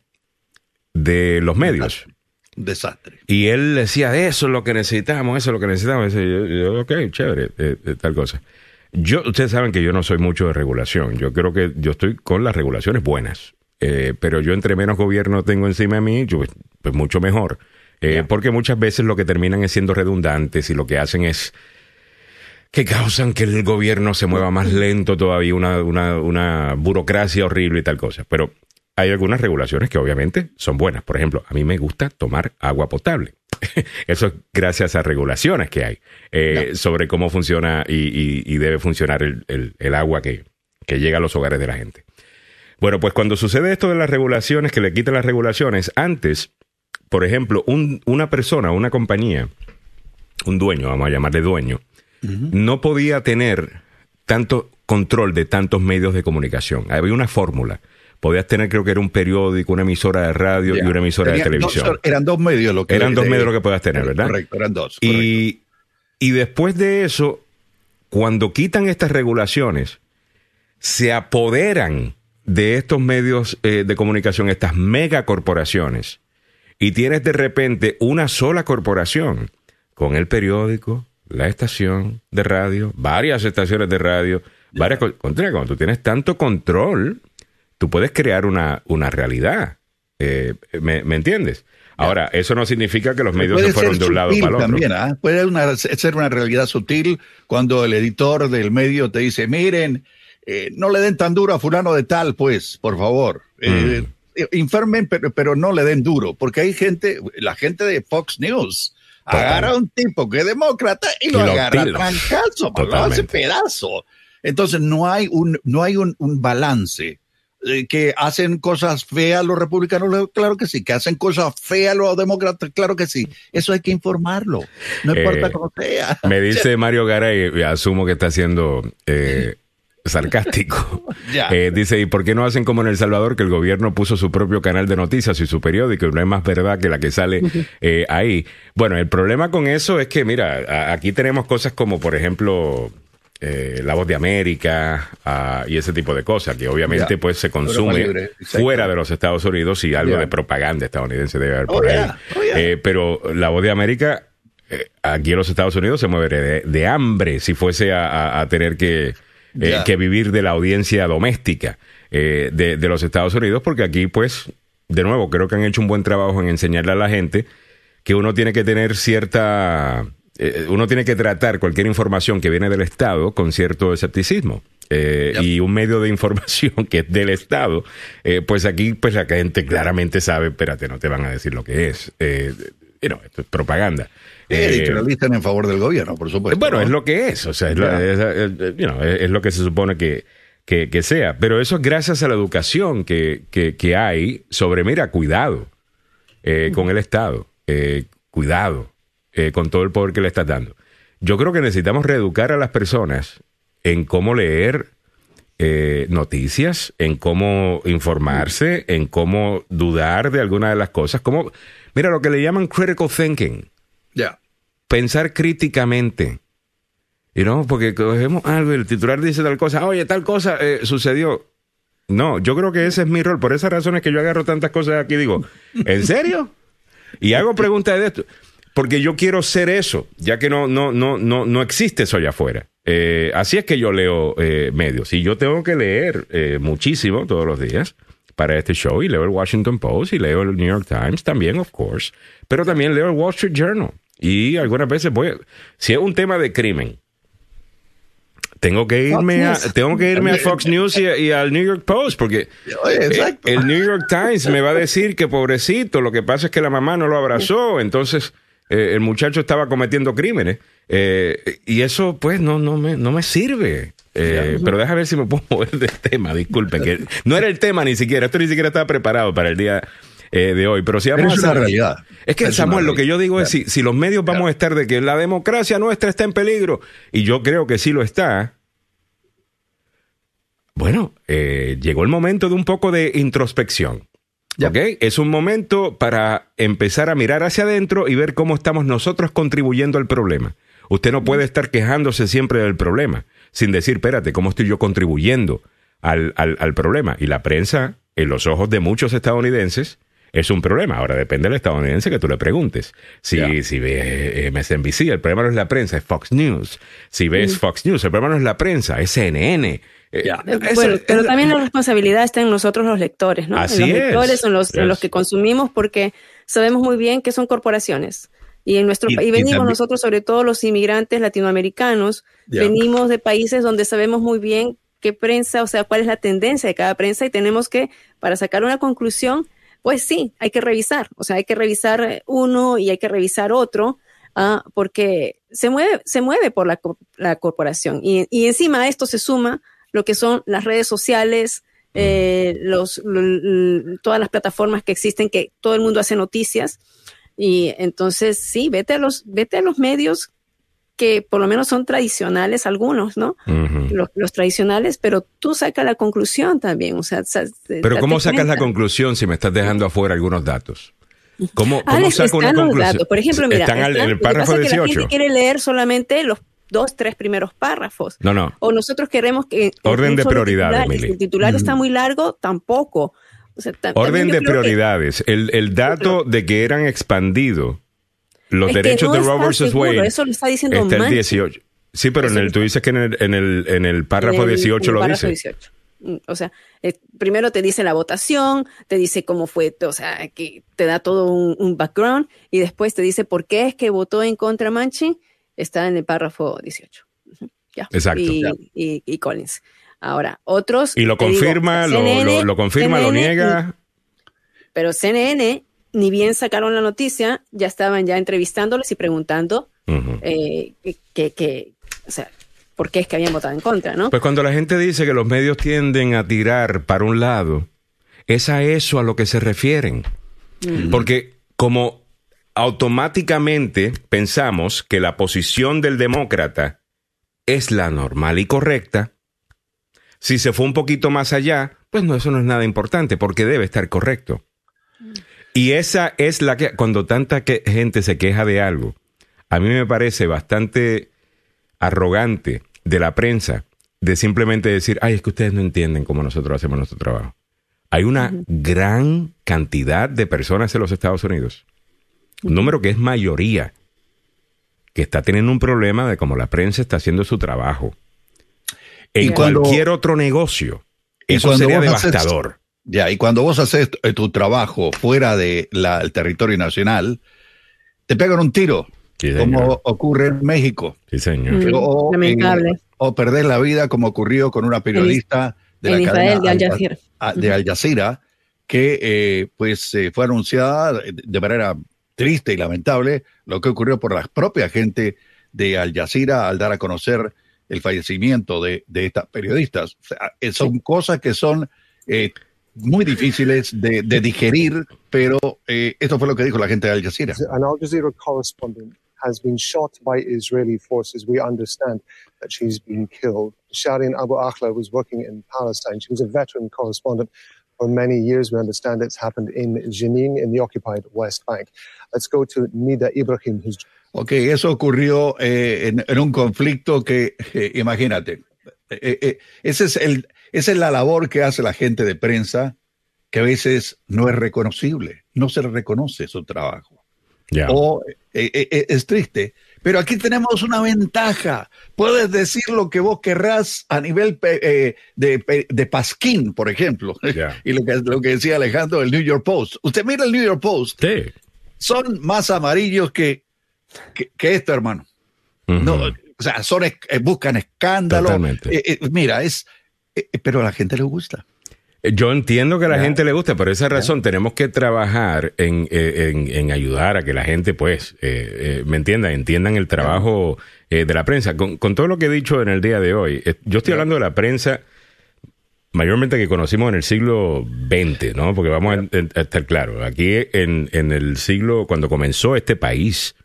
de los medios. Desastre. Y él decía, eso es lo que necesitamos, eso es lo que necesitamos. Y yo, yo, ok, chévere, eh, eh, tal cosa. Yo, ustedes saben que yo no soy mucho de regulación. Yo creo que yo estoy con las regulaciones buenas. Eh, pero yo entre menos gobierno tengo encima de mí, yo, pues, pues mucho mejor. Eh, yeah. Porque muchas veces lo que terminan es siendo redundantes y lo que hacen es que causan que el gobierno se mueva más lento todavía, una, una, una burocracia horrible y tal cosa. Pero hay algunas regulaciones que obviamente son buenas. Por ejemplo, a mí me gusta tomar agua potable. Eso es gracias a regulaciones que hay eh, no. sobre cómo funciona y, y, y debe funcionar el, el, el agua que, que llega a los hogares de la gente. Bueno, pues cuando sucede esto de las regulaciones, que le quitan las regulaciones, antes, por ejemplo, un, una persona, una compañía, un dueño, vamos a llamarle dueño, uh-huh. no podía tener tanto control de tantos medios de comunicación. Había una fórmula. Podías tener, creo que era un periódico, una emisora de radio yeah. y una emisora Tenía de televisión. Dos, eran dos medios lo que Eran de, dos medios lo que podías tener, ¿verdad? Correcto, eran dos. Y, y después de eso, cuando quitan estas regulaciones, se apoderan de estos medios eh, de comunicación, estas megacorporaciones, y tienes de repente una sola corporación con el periódico, la estación de radio, varias estaciones de radio, yeah. varias co- contra, cuando tú tienes tanto control, tú puedes crear una, una realidad. Eh, ¿me, ¿Me entiendes? Ahora, eso no significa que los medios se fueron de un lado para el otro. También, ¿eh? Puede una, ser una realidad sutil cuando el editor del medio te dice, miren, eh, no le den tan duro a fulano de tal, pues, por favor. Eh, mm. Informen, pero, pero no le den duro, porque hay gente, la gente de Fox News Total. agarra a un tipo que es demócrata y lo, y lo agarra a trancazo, lo hace pedazo. Entonces no hay un, no hay un, un balance. eh, que hacen cosas feas los republicanos, claro que sí, que hacen cosas feas los demócratas, claro que sí. Eso hay que informarlo, no importa eh, cómo sea. Me dice Mario Garay, asumo que está siendo eh, sarcástico. eh, dice, ¿y por qué no hacen como en El Salvador, que el gobierno puso su propio canal de noticias y su periódico y no hay más verdad que la que sale eh, ahí? Bueno, el problema con eso es que, mira, a, aquí tenemos cosas como, por ejemplo... Eh, La Voz de América uh, y ese tipo de cosas que obviamente yeah. pues se consume fuera de los Estados Unidos y algo yeah. de propaganda estadounidense debe haber por oh, ahí yeah. Oh, yeah. Eh, pero La Voz de América eh, aquí en los Estados Unidos se mueve de, de hambre si fuese a, a, a tener que, eh, yeah. que vivir de la audiencia doméstica eh, de, de los Estados Unidos, porque aquí pues de nuevo creo que han hecho un buen trabajo en enseñarle a la gente que uno tiene que tener cierta... Eh, uno tiene que tratar cualquier información que viene del Estado con cierto escepticismo. Eh, yep. Y un medio de información que es del Estado, eh, pues aquí pues la gente claramente sabe, espérate, no te van a decir lo que es. Eh, you know, esto es propaganda. Eh, y que lo listan en favor del gobierno, por supuesto. Bueno, ¿no? es lo que es, o sea, es, yeah. lo, es, es, you know, es, es lo que se supone que, que, que sea. Pero eso es gracias a la educación que, que, que hay sobre, mira, cuidado eh, con el Estado, eh, cuidado. Eh, con todo el poder que le estás dando. Yo creo que necesitamos reeducar a las personas en cómo leer eh, noticias, en cómo informarse, en cómo dudar de alguna de las cosas. Como, mira, lo que le llaman critical thinking. Ya. Yeah. Pensar críticamente. You know, porque cogemos algo y el titular dice tal cosa. Oye, tal cosa eh, sucedió. No, yo creo que ese es mi rol. Por esas razones que yo agarro tantas cosas aquí, digo, ¿en serio? Y hago preguntas de esto. Porque yo quiero ser eso, ya que no, no, no, no, no existe eso allá afuera. Eh, así es que yo leo eh, medios. Y yo tengo que leer eh, muchísimo todos los días para este show. Y leo el Washington Post y leo el New York Times también, of course. Pero también leo el Wall Street Journal. Y algunas veces voy... A, si es un tema de crimen, tengo que irme a, tengo que irme a Fox News y, y al New York Post, porque eh, el New York Times me va a decir que pobrecito, lo que pasa es que la mamá no lo abrazó, entonces... Eh, el muchacho estaba cometiendo crímenes eh, y eso pues no, no, me, no me sirve eh, pero déjame ver si me puedo mover del tema, disculpen que no era el tema ni siquiera, esto ni siquiera estaba preparado para el día eh, de hoy, pero si vamos pero es a una realidad. Es que es Samuel, lo que yo digo claro. es si, si los medios vamos claro. a estar de que la democracia nuestra está en peligro, y yo creo que sí lo está, bueno, eh, llegó el momento de un poco de introspección. Yep. ¿Okay? Es un momento para empezar a mirar hacia adentro y ver cómo estamos nosotros contribuyendo al problema. Usted no puede estar quejándose siempre del problema sin decir, espérate, ¿cómo estoy yo contribuyendo al, al, al problema? Y la prensa, en los ojos de muchos estadounidenses, es un problema. Ahora depende del estadounidense que tú le preguntes. Si, yeah. si ves M S N B C, el problema no es la prensa, es Fox News. Si ves mm. Fox News, el problema no es la prensa, es C N N. Yeah. Eso, bueno, pero es, también la responsabilidad está en nosotros los lectores, ¿no? Así en los es. lectores son los, yes. en los que consumimos, porque sabemos muy bien que son corporaciones. Y en nuestro y, y venimos y también, nosotros, sobre todo los inmigrantes latinoamericanos, yeah. venimos de países donde sabemos muy bien qué prensa, o sea, cuál es la tendencia de cada prensa, y tenemos que, para sacar una conclusión, pues sí, hay que revisar. O sea, hay que revisar uno y hay que revisar otro, uh, porque se mueve, se mueve por la, la corporación. Y, y encima a esto se suma lo que son las redes sociales, eh, los, lo, lo, todas las plataformas que existen, que todo el mundo hace noticias. Y entonces, sí, vete a los, vete a los medios que por lo menos son tradicionales, algunos, ¿no? Uh-huh. Los, los tradicionales, pero tú sacas la conclusión también. O sea, pero ¿cómo sacas cuenta? La conclusión si me estás dejando afuera algunos datos? ¿Cómo, cómo saco una conclusión? Por ejemplo, mira, están están, en el párrafo dieciocho. La gente quiere leer solamente los dos, tres primeros párrafos. No, no. O nosotros queremos que... Orden de prioridades, Mili. Si el titular mm. está muy largo, tampoco. O sea, t- Orden de prioridades. Que, el, el dato de que eran expandidos los es derechos no de Roe versus Wade. Eso lo está diciendo está Manchin. el dieciocho. Sí, pero en el, tú dices que en el, en el, en el párrafo en el, dieciocho en el lo párrafo dice. dieciocho. O sea, eh, primero te dice la votación, te dice cómo fue, o sea, que te da todo un, un background, y después te dice por qué es que votó en contra Manchin. Está en el párrafo dieciocho. Uh-huh. Ya. Exacto. Y, ya. y, y Collins. Ahora, otros... Y lo confirma, digo, lo, C N N, lo, lo confirma, C N N, lo niega. Pero C N N, ni bien sacaron la noticia, ya estaban ya entrevistándoles y preguntando uh-huh. eh, que, que, que, o sea, por qué es que habían votado en contra, ¿no? Pues cuando la gente dice que los medios tienden a tirar para un lado, es a eso a lo que se refieren. Mm. Porque como automáticamente pensamos que la posición del demócrata es la normal y correcta, si se fue un poquito más allá, pues no, eso no es nada importante, porque debe estar correcto. Mm. Y esa es la que, cuando tanta que, gente se queja de algo, a mí me parece bastante arrogante de la prensa de simplemente decir, ay, es que ustedes no entienden cómo nosotros hacemos nuestro trabajo. Hay una uh-huh. gran cantidad de personas en los Estados Unidos, un uh-huh. número que es mayoría, que está teniendo un problema de cómo la prensa está haciendo su trabajo. En cuando, cualquier otro negocio, eso sería devastador. Haces, ya, y cuando vos haces tu trabajo fuera del de territorio nacional, te pegan un tiro. Sí, como ocurre en México. Sí, señor. Mm, o, lamentable. Eh, o perder la vida como ocurrió con una periodista en, de en la Israel, cadena de Al Jazeera, Al, de Al Jazeera que eh, pues eh, fue anunciada de manera triste y lamentable lo que ocurrió por la propia gente de Al Jazeera al dar a conocer el fallecimiento de, de estas periodistas. O sea, son sí. cosas que son eh, muy difíciles de, de digerir, pero eh, esto fue lo que dijo la gente de Al Jazeera. An Al Jazeera correspondent has been shot by Israeli forces. We understand that she's been killed. Shireen Abu Akleh was working in Palestine. She was a veteran correspondent for many years. We understand it's happened in Jenin in the occupied West Bank. Let's go to Nida Ibrahim. Who's... Ok, eso ocurrió eh, en, en un conflicto que, eh, imagínate, eh, eh, ese es el, esa es la labor que hace la gente de prensa, que a veces no es reconocible, no se le reconoce su trabajo. Yeah. O eh, eh, es triste, pero aquí tenemos una ventaja. Puedes decir lo que vos querrás a nivel eh, de, de pasquín, por ejemplo. Yeah. Y lo que, lo que decía Alejandro del New York Post. Usted mira el New York Post. Sí. Son más amarillos que, que, que esto, hermano. Uh-huh. No, o sea, son, eh, buscan escándalo. Eh, eh, mira, es, eh, pero a la gente le gusta. Yo entiendo que a la yeah. gente le gusta, por esa razón yeah. tenemos que trabajar en, en, en ayudar a que la gente, pues, eh, eh, me entienda, entiendan el trabajo eh, de la prensa. Con, con todo lo que he dicho en el día de hoy, eh, yo estoy yeah. hablando de la prensa mayormente que conocimos en el siglo veinte, ¿no? Porque vamos yeah. a, a estar claros, aquí en, en el siglo, cuando comenzó este país,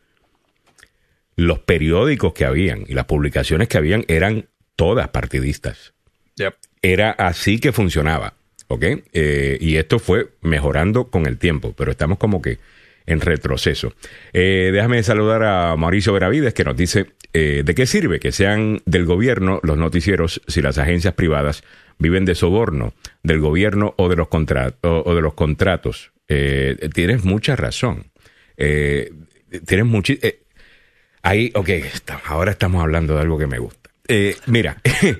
los periódicos que habían y las publicaciones que habían eran todas partidistas. Yep. Era así que funcionaba. ¿Ok? Eh, y esto fue mejorando con el tiempo, pero estamos como que en retroceso. Eh, déjame saludar a Mauricio Benavides, que nos dice, eh, ¿de qué sirve que sean del gobierno los noticieros si las agencias privadas viven de soborno del gobierno o de los, contra- o, o de los contratos? Eh, tienes mucha razón. Eh, tienes mucho... Eh, ahí, ok, está, ahora estamos hablando de algo que me gusta. Eh, mira,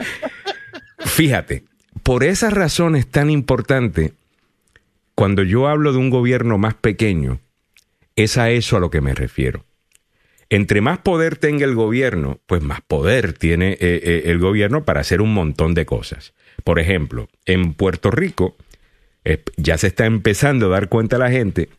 fíjate. Por esas razones tan importantes, cuando yo hablo de un gobierno más pequeño, es a eso a lo que me refiero. Entre más poder tenga el gobierno, pues más poder tiene eh, eh, el gobierno para hacer un montón de cosas. Por ejemplo, en Puerto Rico eh, ya se está empezando a dar cuenta la gente,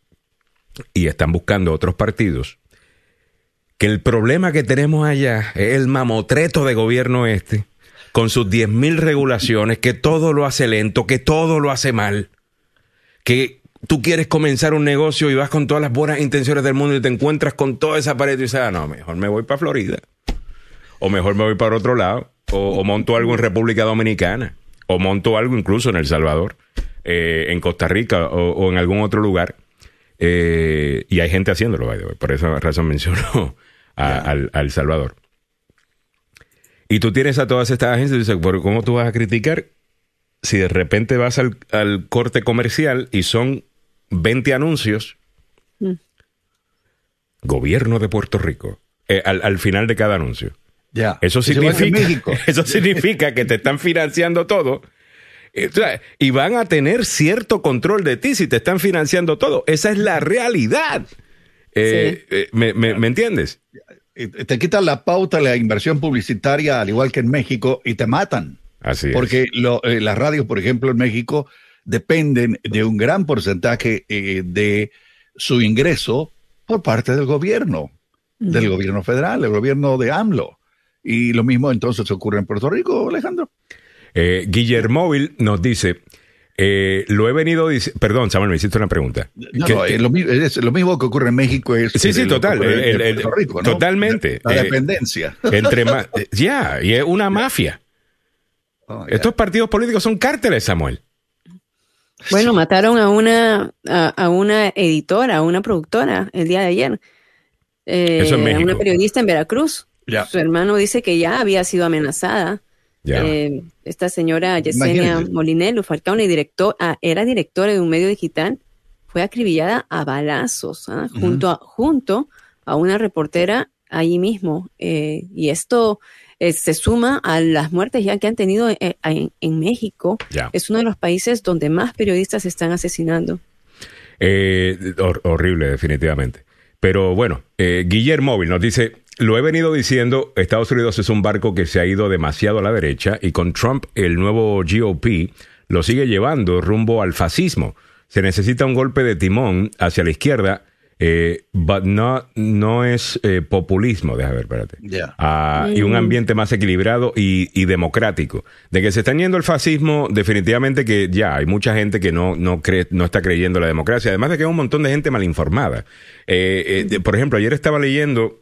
y están buscando otros partidos, que el problema que tenemos allá es el mamotreto de gobierno este, con sus diez mil regulaciones, que todo lo hace lento, que todo lo hace mal, que tú quieres comenzar un negocio y vas con todas las buenas intenciones del mundo y te encuentras con toda esa pared y dices, ah, no, mejor me voy para Florida, o mejor me voy para otro lado, o, o monto algo en República Dominicana, o monto algo incluso en El Salvador, eh, en Costa Rica o, o en algún otro lugar. Eh, y hay gente haciéndolo, by the way. Por esa razón menciono a, yeah. al, a El Salvador. Y tú tienes a todas estas agencias y dices, ¿pero cómo tú vas a criticar si de repente vas al, al corte comercial y son veinte anuncios? Mm. Gobierno de Puerto Rico. Eh, al, al final de cada anuncio. Yeah. Eso significa, eso significa que te están financiando todo. Eh, y van a tener cierto control de ti si te están financiando todo. Esa es la realidad. Eh, sí. eh, ¿me, me, ¿Me entiendes? Te quitan la pauta, la inversión publicitaria, al igual que en México, y te matan. Así es. Porque lo, eh, las radios, por ejemplo, en México, dependen de un gran porcentaje eh, de su ingreso por parte del gobierno, mm. del gobierno federal, del gobierno de AMLO. Y lo mismo entonces ocurre en Puerto Rico, Alejandro. Eh, Guillermóvil nos dice, eh, lo he venido diciendo, perdón, Samuel, me hiciste una pregunta. No, ¿Qué, no, qué? Es, lo, es lo mismo que ocurre en México. Es, Sí, sí, es total. el, El, el, Puerto Rico, ¿no? Totalmente. La eh, dependencia. Entre más, ya, yeah, y es una mafia. Oh, yeah. Estos partidos políticos son cárteles, Samuel. Bueno, mataron a una, a, a una editora, a una productora el día de ayer. Eh, Eso en México. Una periodista en Veracruz. Yeah. Su hermano dice que ya había sido amenazada. Yeah. Eh, esta señora Yesenia Imagínate. Molinello Falcón, director, ah, era directora de un medio digital, fue acribillada a balazos, ¿ah? Uh-huh. junto, a, junto a una reportera allí mismo. Eh, y esto eh, se suma a las muertes ya que han tenido eh, en, en México. Yeah. Es uno de los países donde más periodistas se están asesinando. Eh, hor- horrible, definitivamente. Pero bueno, eh, Guillermóvil nos dice, lo he venido diciendo, Estados Unidos es un barco que se ha ido demasiado a la derecha y con Trump el nuevo G O P lo sigue llevando rumbo al fascismo. Se necesita un golpe de timón hacia la izquierda, eh, but no, no es eh, populismo, déjame ver, espérate. Yeah. Ah, Mm. Y un ambiente más equilibrado y, y democrático. De que se están yendo el fascismo, definitivamente que ya hay mucha gente que no, no, cree, no está creyendo en la democracia, además de que hay un montón de gente malinformada. Eh, eh, de- por ejemplo, ayer estaba leyendo,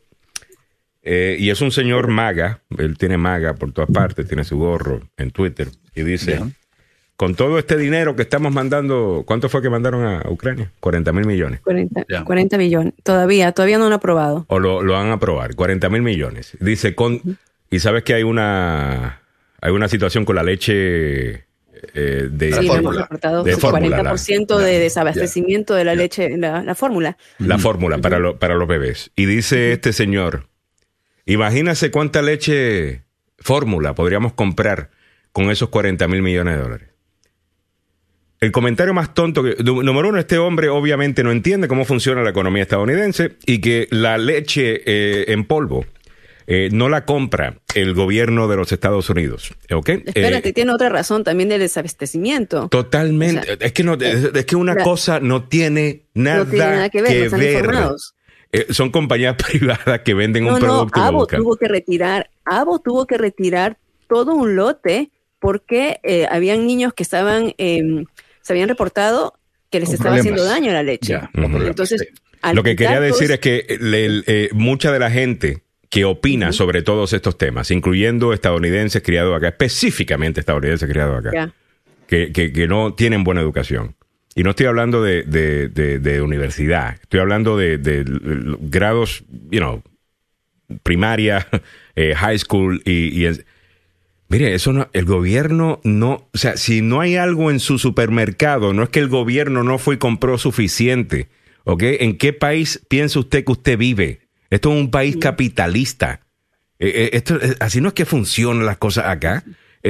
eh, y es un señor maga, él tiene maga por todas partes, tiene su gorro en Twitter, y dice... Yeah. Con todo este dinero que estamos mandando, ¿cuánto fue que mandaron a Ucrania? cuarenta mil millones. cuarenta, Ya. cuarenta millones. Todavía, todavía no lo han aprobado. O lo, lo van a aprobar, cuarenta mil millones. Dice, con y sabes que hay una hay una situación con la leche eh, de, La Sí, lo hemos fórmula. reportado. De Su fórmula, cuarenta por ciento la- de ya. desabastecimiento de la leche, la, la fórmula. la fórmula para, lo- para los bebés. Y dice este señor, imagínase cuánta leche fórmula podríamos comprar con esos cuarenta mil millones de dólares. El comentario más tonto que... Número uno, este hombre obviamente no entiende cómo funciona la economía estadounidense y que la leche eh, en polvo eh, no la compra el gobierno de los Estados Unidos. ¿Ok? Espérate, Eh, tiene otra razón también del desabastecimiento. totalmente. O sea, es que no, es, es que una la- cosa no tiene nada, no tiene nada que ver, no están informados. Eh, son compañías privadas que venden No, un no, producto y lo Abo buscan. tuvo que retirar, Abo tuvo que retirar todo un lote porque eh, habían niños que estaban, eh, se habían reportado que les Con estaba problemas. haciendo daño la leche. Ya, con problemas, Entonces, sí. al Lo que quería quitar decir todos- es que el- el, eh, mucha de la gente que opina Ujú. sobre todos estos temas, incluyendo estadounidenses criados acá, específicamente estadounidenses criados acá, Ya. que, que, que no tienen buena educación. Y no estoy hablando de, de, de, de universidad, estoy hablando de, de grados, you know, primaria, eh, high school y... y es- mire, eso no, el gobierno no, o sea, si no hay algo en su supermercado, no es que el gobierno no fue y compró suficiente, ¿ok? ¿En qué país piensa usted que usted vive? Esto es un país capitalista. Eh, eh, esto, eh, así no es que funcionan las cosas acá.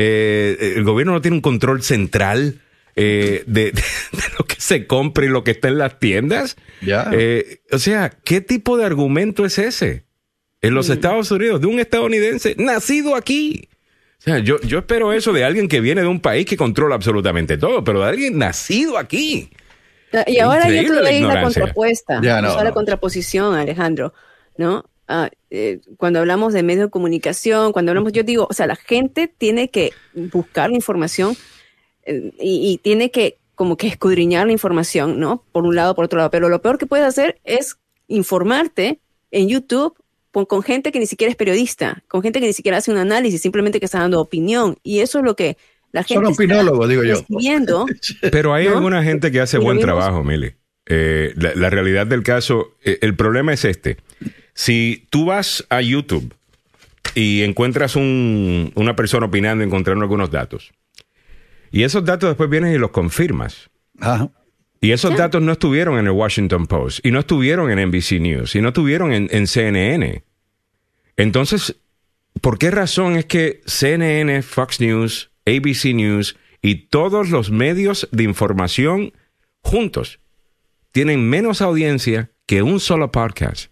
Eh, el gobierno no tiene un control central eh, de, de- de lo que se compra y lo que está en las tiendas. Ya. Eh, o sea, ¿qué tipo de argumento es ese? En los Estados Unidos, de un estadounidense nacido aquí. O sea, yo, yo espero eso de alguien que viene de un país que controla absolutamente todo, pero de alguien nacido aquí. Y ahora yo Increíble te la doy la ignorancia. contrapuesta, Ya, no, o sea, la no. contraposición, Alejandro, ¿no? Ah, eh, cuando hablamos de medios de comunicación, cuando hablamos, yo digo, o sea, la gente tiene que buscar la información eh, y, y tiene que como que escudriñar la información, ¿no? Por un lado, por otro lado, pero lo peor que puedes hacer es informarte en YouTube con, con gente que ni siquiera es periodista, con gente que ni siquiera hace un análisis, simplemente que está dando opinión, y eso es lo que la gente Son está opinólogos, digo yo. recibiendo. Pero hay ¿No? alguna gente que hace Y lo buen vimos. trabajo, Mili. Eh, la, la realidad del caso, eh, el problema es este. Si tú vas a YouTube y encuentras un, una persona opinando, encontrando algunos datos, y esos datos después vienes y los confirmas, Ajá. y esos Ya. datos no estuvieron en el Washington Post, y no estuvieron en N B C News, y no estuvieron en, en C N N. Entonces, ¿por qué razón es que C N N, Fox News, A B C News y todos los medios de información juntos tienen menos audiencia que un solo podcast?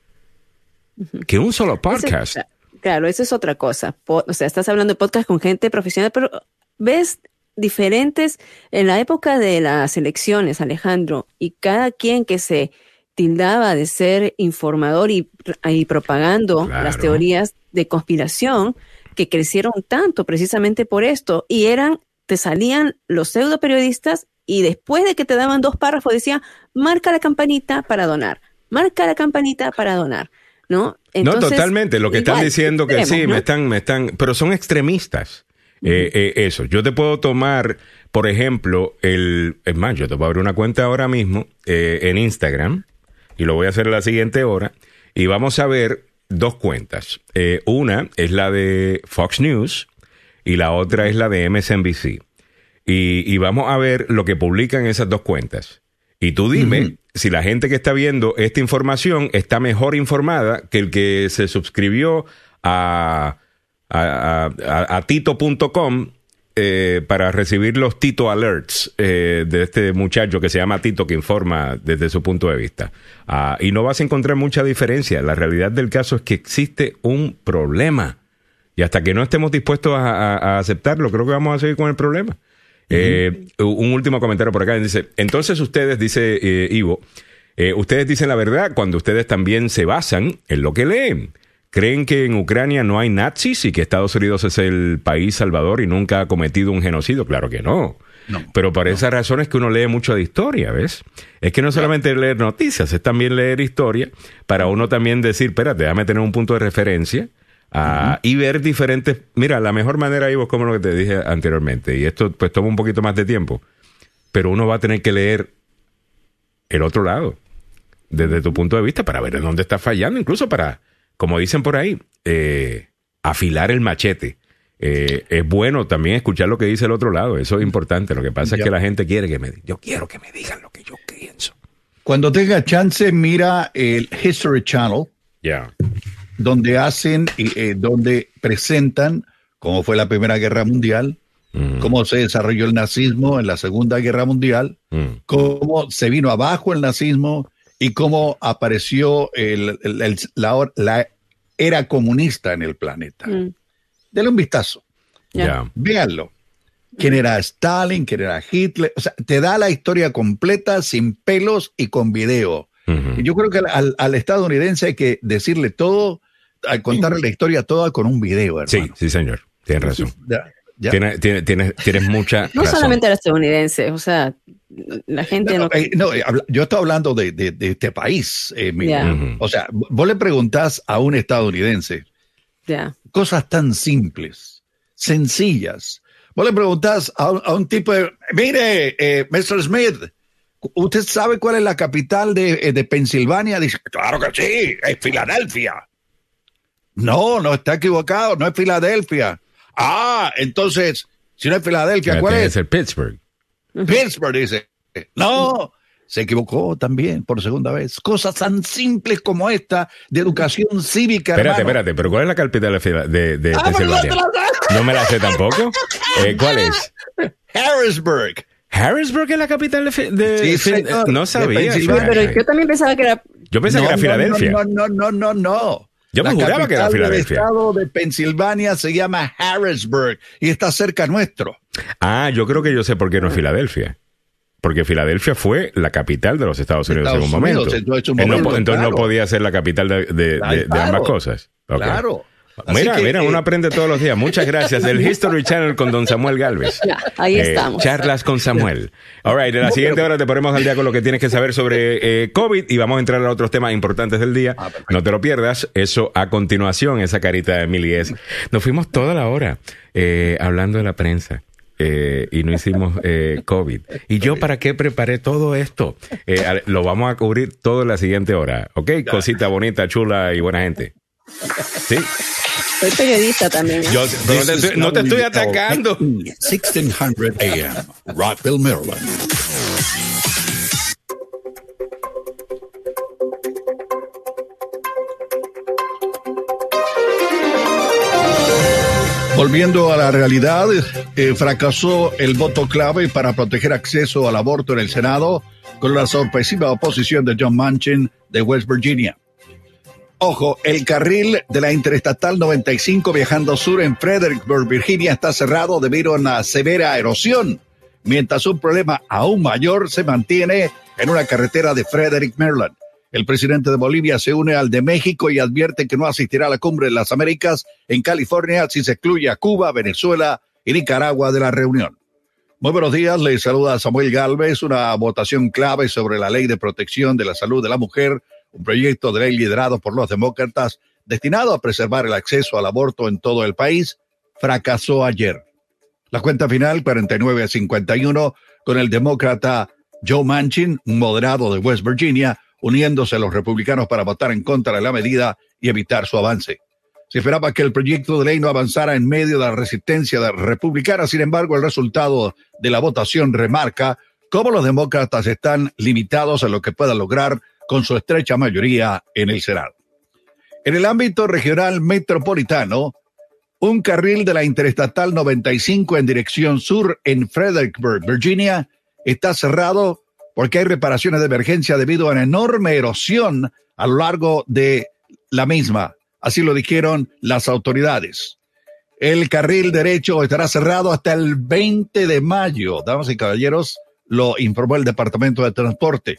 Que un solo podcast. Ese- claro, esa es otra cosa. Po- o sea, estás hablando de podcast con gente profesional, pero ves diferentes en la época de las elecciones, Alejandro, y cada quien que se tildaba de ser informador y, y propagando Claro. las teorías de conspiración que crecieron tanto precisamente por esto, y eran, te salían los pseudo periodistas y después de que te daban dos párrafos decían, marca la campanita para donar, marca la campanita para donar, ¿no? Entonces, no, totalmente, lo que igual, están diciendo que sí, ¿no? me están, me están, pero son extremistas. Uh-huh. eh, eh, eso, yo te puedo tomar, por ejemplo, el, es más, yo te puedo abrir una cuenta ahora mismo eh, en Instagram, y lo voy a hacer a la siguiente hora, y vamos a ver dos cuentas. Eh, una es la de Fox News y la otra es la de M S N B C. Y, y vamos a ver lo que publican esas dos cuentas. Y tú dime uh-huh. si la gente que está viendo esta información está mejor informada que el que se suscribió a, a, a, a, a tito punto com eh, para recibir los Tito Alerts eh, de este muchacho que se llama Tito, que informa desde su punto de vista. Uh, y no vas a encontrar mucha diferencia. La realidad del caso es que existe un problema. Y hasta que no estemos dispuestos a, a, a aceptarlo, creo que vamos a seguir con el problema. Uh-huh. Eh, un último comentario por acá. Dice, entonces ustedes, dice eh, Ivo, eh, ustedes dicen la verdad cuando ustedes también se basan en lo que leen. ¿Creen que en Ucrania no hay nazis y que Estados Unidos es el país salvador y nunca ha cometido un genocidio? Claro que no. no Pero por no. esa razón es que uno lee mucho de historia, ¿ves? Es que no solamente leer noticias, es también leer historia para uno también decir, espérate, déjame tener un punto de referencia uh, uh-huh. y ver diferentes... Mira, la mejor manera, Ivo, es como lo que te dije anteriormente, y esto pues toma un poquito más de tiempo, pero uno va a tener que leer el otro lado, desde tu punto de vista, para ver en dónde está fallando, incluso para... Como dicen por ahí, eh, afilar el machete. Eh, es bueno también escuchar lo que dice el otro lado. Eso es importante. Lo que pasa ya. es que la gente quiere que me... Yo quiero que me digan lo que yo pienso. Cuando tenga chance, mira el History Channel. Ya. Yeah. Donde hacen, eh, donde presentan cómo fue la Primera Guerra Mundial, mm. cómo se desarrolló el nazismo en la Segunda Guerra Mundial, mm. cómo se vino abajo el nazismo, y cómo apareció el, el, el, la, la era comunista en el planeta. Mm. Denle un vistazo. Yeah. Véanlo. ¿Quién era Stalin? ¿Quién era Hitler? O sea, te da la historia completa, sin pelos y con video. Uh-huh. Y yo creo que al, al estadounidense hay que decirle todo, al contarle la historia toda con un video, hermano. Sí, sí, señor. Tienes razón. Ya. Ya. Tienes, tienes, tienes, tienes mucha No razón. solamente a los estadounidenses, o sea, la gente no... no, eh, no eh, yo estoy hablando de, de, de este país. Eh, yeah. uh-huh. O sea, vos le preguntás a un estadounidense yeah. cosas tan simples, sencillas. Vos le preguntás a, a un tipo de... Mire, eh, mister Smith, ¿usted sabe cuál es la capital de, de Pensilvania? Dice, claro que sí, es Filadelfia. No, no está equivocado, no es Filadelfia. Ah, entonces, si no es Filadelfia, ¿cuál es? Es el Pittsburgh. Pittsburgh, dice. No, se equivocó también por segunda vez. Cosas tan simples como esta de educación cívica. Espérate, hermano. espérate, pero ¿cuál es la capital de, de, de ah, Pensilvania? No, no me la sé tampoco. Eh, ¿Cuál es? Harrisburg. ¿Harrisburg es la capital de, de sí, fin, no sabía? Sí, pero yo también pensaba que era... Yo pensaba no, que era Filadelfia. No, no, no, no, no, no. Yo me juraba que era Filadelfia. El estado de Pensilvania se llama Harrisburg y está cerca nuestro. Ah, yo creo que yo sé por qué no es Filadelfia. Porque Filadelfia fue la capital de los Estados Unidos Estados en un momento. Unidos, entonces, un momento momento entonces claro. no podía ser la capital de, de, claro, de, de ambas cosas. Okay. Claro. Mira, que, mira, eh, uno aprende todos los días. Muchas gracias. El History Channel con don Samuel Galvez. Ya, ahí eh, estamos. Charlas con Samuel. All right, en la siguiente hora te ponemos al día con lo que tienes que saber sobre eh, COVID y vamos a entrar a otros temas importantes del día. Ah, no te lo pierdas. Eso a continuación, esa carita de Emily es. Nos fuimos toda la hora eh, hablando de la prensa. Eh, y no hicimos eh, COVID. ¿Y yo para qué preparé todo esto? Eh, lo vamos a cubrir todo en la siguiente hora. ¿Ok? Cosita bonita, chula y buena gente. ¿Sí? Soy periodista también. ¿eh? Yo, no, te estoy, no te estoy atacando. sixteen hundred A M, Rockville, Maryland. Volviendo a la realidad, eh, fracasó el voto clave para proteger acceso al aborto en el Senado con la sorpresiva oposición de John Manchin de West Virginia. Ojo, el carril de la Interestatal noventa y cinco viajando sur en Fredericksburg, Virginia, está cerrado debido a una severa erosión, mientras un problema aún mayor se mantiene en una carretera de Frederick, Maryland. El presidente de Bolivia se une al de México y advierte que no asistirá a la cumbre de las Américas en California si se excluye a Cuba, Venezuela y Nicaragua de la reunión. Muy buenos días, les saluda Samuel Gálvez. Una votación clave sobre la Ley de Protección de la Salud de la Mujer, un proyecto de ley liderado por los demócratas destinado a preservar el acceso al aborto en todo el país, fracasó ayer. La cuenta final, cuarenta y nueve a cincuenta y uno, con el demócrata Joe Manchin, un moderado de West Virginia, uniéndose a los republicanos para votar en contra de la medida y evitar su avance. Se esperaba que el proyecto de ley no avanzara en medio de la resistencia de republicana. Sin embargo, el resultado de la votación remarca cómo los demócratas están limitados a lo que puedan lograr con su estrecha mayoría en el Senado. En el ámbito regional metropolitano, un carril de la Interestatal noventa y cinco en dirección sur en Fredericksburg, Virginia, está cerrado porque hay reparaciones de emergencia debido a una enorme erosión a lo largo de la misma. Así lo dijeron las autoridades. El carril derecho estará cerrado hasta el veinte de mayo. Damas y caballeros, lo informó el Departamento de Transporte.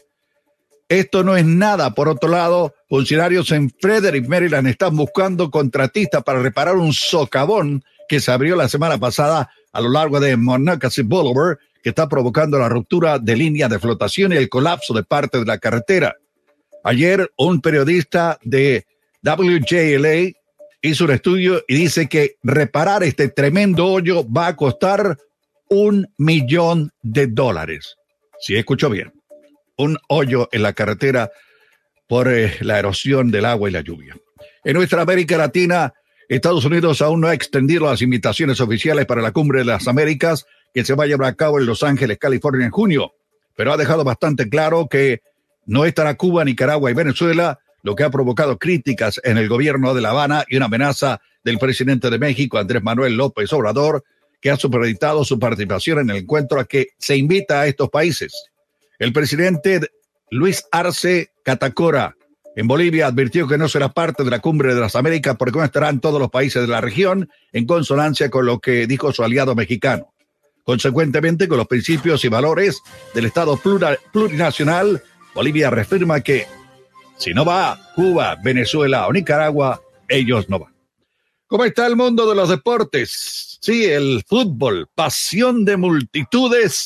Esto no es nada. Por otro lado, funcionarios en Frederick, Maryland, están buscando contratistas para reparar un socavón que se abrió la semana pasada a lo largo de Monocacy Boulevard, que está provocando la ruptura de líneas de flotación y el colapso de parte de la carretera. Ayer, un periodista de W J L A hizo un estudio y dice que reparar este tremendo hoyo va a costar un millón de dólares. Si escuchó bien, un hoyo en la carretera por eh, la erosión del agua y la lluvia. En nuestra América Latina, Estados Unidos aún no ha extendido las invitaciones oficiales para la Cumbre de las Américas que se va a llevar a cabo en Los Ángeles, California, en junio, pero ha dejado bastante claro que no estará Cuba, Nicaragua y Venezuela, lo que ha provocado críticas en el gobierno de La Habana y una amenaza del presidente de México, Andrés Manuel López Obrador, que ha supeditado su participación en el encuentro a que se invita a estos países. El presidente Luis Arce Catacora en Bolivia advirtió que no será parte de la Cumbre de las Américas porque no estarán todos los países de la región, en consonancia con lo que dijo su aliado mexicano. Consecuentemente, con los principios y valores del Estado plural, plurinacional, Bolivia reafirma que si no va Cuba, Venezuela o Nicaragua, ellos no van. ¿Cómo está el mundo de los deportes? Sí, el fútbol, pasión de multitudes.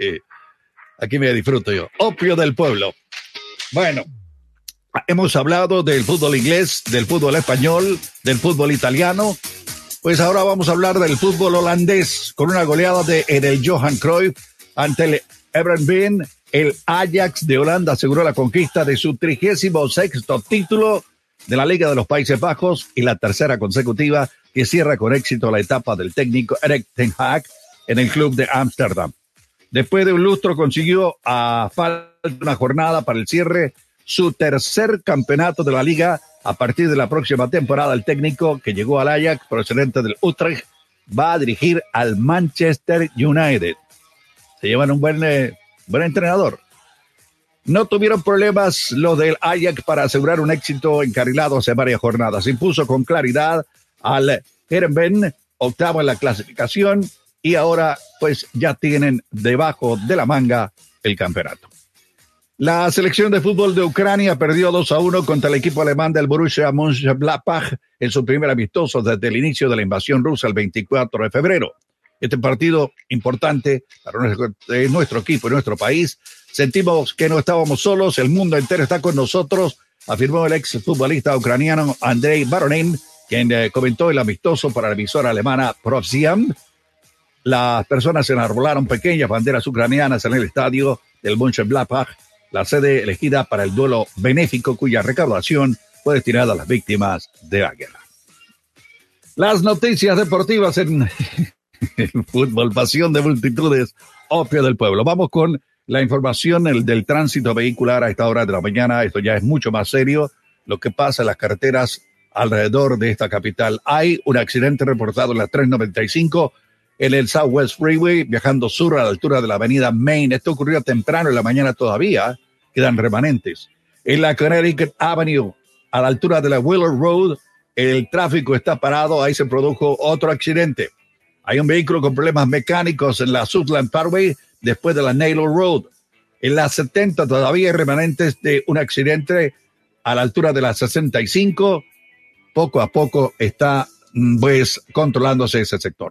Aquí me disfruto yo. Opio del pueblo. Bueno, hemos hablado del fútbol inglés, del fútbol español, del fútbol italiano. Pues ahora vamos a hablar del fútbol holandés con una goleada de, en el Johan Cruyff ante el Heerenveen. El Ajax de Holanda aseguró la conquista de su trigésimo sexto título de la Liga de los Países Bajos y la tercera consecutiva que cierra con éxito la etapa del técnico Erik ten Hag en el club de Ámsterdam. Después de un lustro consiguió a falta de una jornada para el cierre su tercer campeonato de la liga. A partir de la próxima temporada, el técnico que llegó al Ajax procedente del Utrecht va a dirigir al Manchester United. Se llevan un buen, eh, buen entrenador. No tuvieron problemas los del Ajax para asegurar un éxito encarrilado hace varias jornadas. Impuso con claridad al Heerenveen, octavo en la clasificación, y ahora pues ya tienen debajo de la manga el campeonato. La selección de fútbol de Ucrania perdió dos a uno contra el equipo alemán del Borussia Mönchengladbach en su primer amistoso desde el inicio de la invasión rusa el veinticuatro de febrero. Este partido importante para nuestro, eh, nuestro equipo y nuestro país. Sentimos que no estábamos solos, el mundo entero está con nosotros, afirmó el ex futbolista ucraniano Andrei Baronin, quien eh, comentó el amistoso para la emisora alemana Profsiam. Las personas enarbolaron pequeñas banderas ucranianas en el estadio del Mönchengladbach, la sede elegida para el duelo benéfico cuya recaudación fue destinada a las víctimas de la guerra. Las noticias deportivas en el fútbol, pasión de multitudes, opio del pueblo. Vamos con la información el del tránsito vehicular a esta hora de la mañana. Esto ya es mucho más serio. Lo que pasa en las carreteras alrededor de esta capital. Hay un accidente reportado en la tres noventa y cinco en el Southwest Freeway, viajando sur a la altura de la avenida Main. Esto ocurrió temprano en la mañana todavía. Quedan remanentes. En la Connecticut Avenue, a la altura de la Wheeler Road, el tráfico está parado. Ahí se produjo otro accidente. Hay un vehículo con problemas mecánicos en la Southland Parkway después de la Naylor Road. En la setenta todavía hay remanentes de un accidente a la altura de la sesenta y cinco. Poco a poco está pues controlándose ese sector.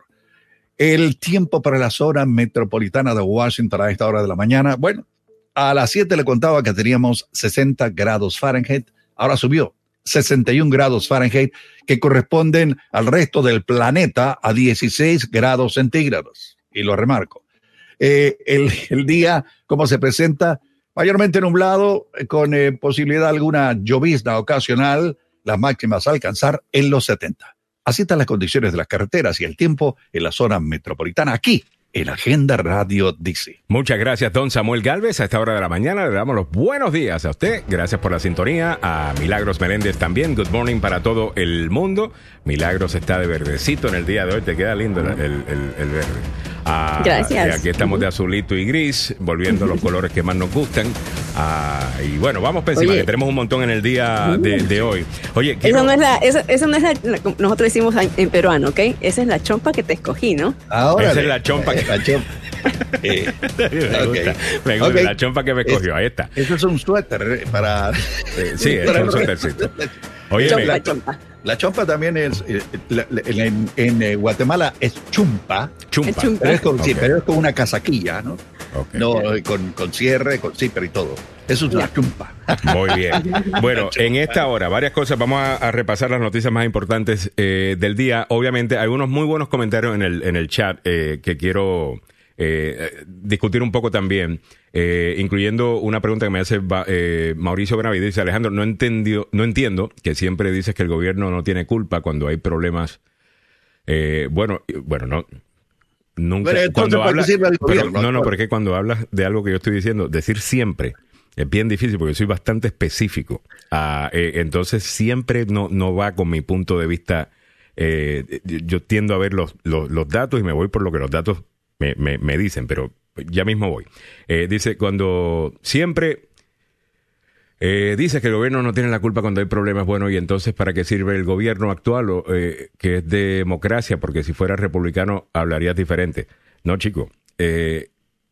El tiempo para la zona metropolitana de Washington a esta hora de la mañana. Bueno, a las siete le contaba que teníamos sesenta grados Fahrenheit. Ahora subió sesenta y un grados Fahrenheit, que corresponden al resto del planeta a dieciséis grados centígrados. Y lo remarco. Eh, el, el día, ¿cómo se presenta? Mayormente nublado, con eh, posibilidad de alguna llovizna ocasional, las máximas a alcanzar en los setenta. Así están las condiciones de las carreteras y el tiempo en la zona metropolitana, aquí en Agenda Radio D C. Muchas gracias, don Samuel Gálvez. A esta hora de la mañana le damos los buenos días a usted. Gracias por la sintonía. A Milagros Meléndez también. Good morning para todo el mundo. Milagros está de verdecito en el día de hoy. Te queda lindo el, el, el, el verde. Ah, gracias. Y aquí estamos de azulito y gris, volviendo a los colores que más nos gustan. Ah, y bueno, vamos por encima, Oye. que tenemos un montón en el día de, de hoy. Oye, quiero... Eso no es la, eso, eso no es la, la- nosotros decimos en peruano, ¿ok? Esa es la chompa que te escogí, ¿no? Ahora Esa es la chompa que- La chompa. Eh, me ok. gusta, me gusta Ok. la chompa que me escogió. Ahí está. Eso es un suéter eh, para... Eh, sí, es un suétercito. Oye, Chompa, me- chompa. La chompa también es, eh, la- la- en, en, eh, Guatemala es chumpa, chumpa. Es chumpa. pero es con, sí, Ok. pero es con una casaquilla, ¿no? Ok. No, eh, con, con cierre, con zipper y todo. Eso es la chumpa. Muy bien. Bueno, en esta hora, varias cosas. Vamos a, a repasar las noticias más importantes eh, del día. Obviamente, hay unos muy buenos comentarios en el, en el chat eh, que quiero eh, discutir un poco también, eh, incluyendo una pregunta que me hace eh, Mauricio Benavides. Dice: Alejandro, no, entendió, no entiendo que siempre dices que el gobierno no tiene culpa cuando hay problemas. Eh, bueno, bueno, no... Nunca, Bueno, entonces, cuando ¿para qué hablas, sirve el pero- gobierno? no, no, porque cuando hablas de algo que yo estoy diciendo, decir siempre es bien difícil porque soy bastante específico. Ah, eh, entonces siempre no, no va con mi punto de vista. Eh, yo tiendo a ver los, los, los datos y me voy por lo que los datos me, me, me dicen, pero ya mismo voy. Eh, dice, cuando siempre eh, dice que el gobierno no tiene la culpa cuando hay problemas, bueno, y entonces ¿para qué sirve el gobierno actual, o, eh, que es democracia? Porque si fuera republicano hablarías diferente. No, chico. Eh,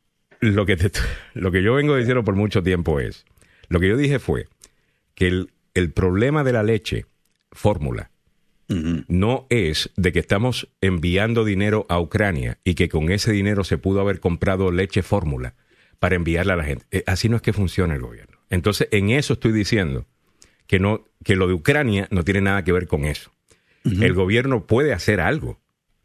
lo que te, lo que yo vengo diciendo por mucho tiempo es, lo que yo dije fue que el, el problema de la leche fórmula Ujú. no es de que estamos enviando dinero a Ucrania y que con ese dinero se pudo haber comprado leche fórmula para enviarla a la gente. Eh, así no es que funciona el gobierno. Entonces, en eso estoy diciendo que no, que lo de Ucrania no tiene nada que ver con eso. Uh-huh. El gobierno puede hacer algo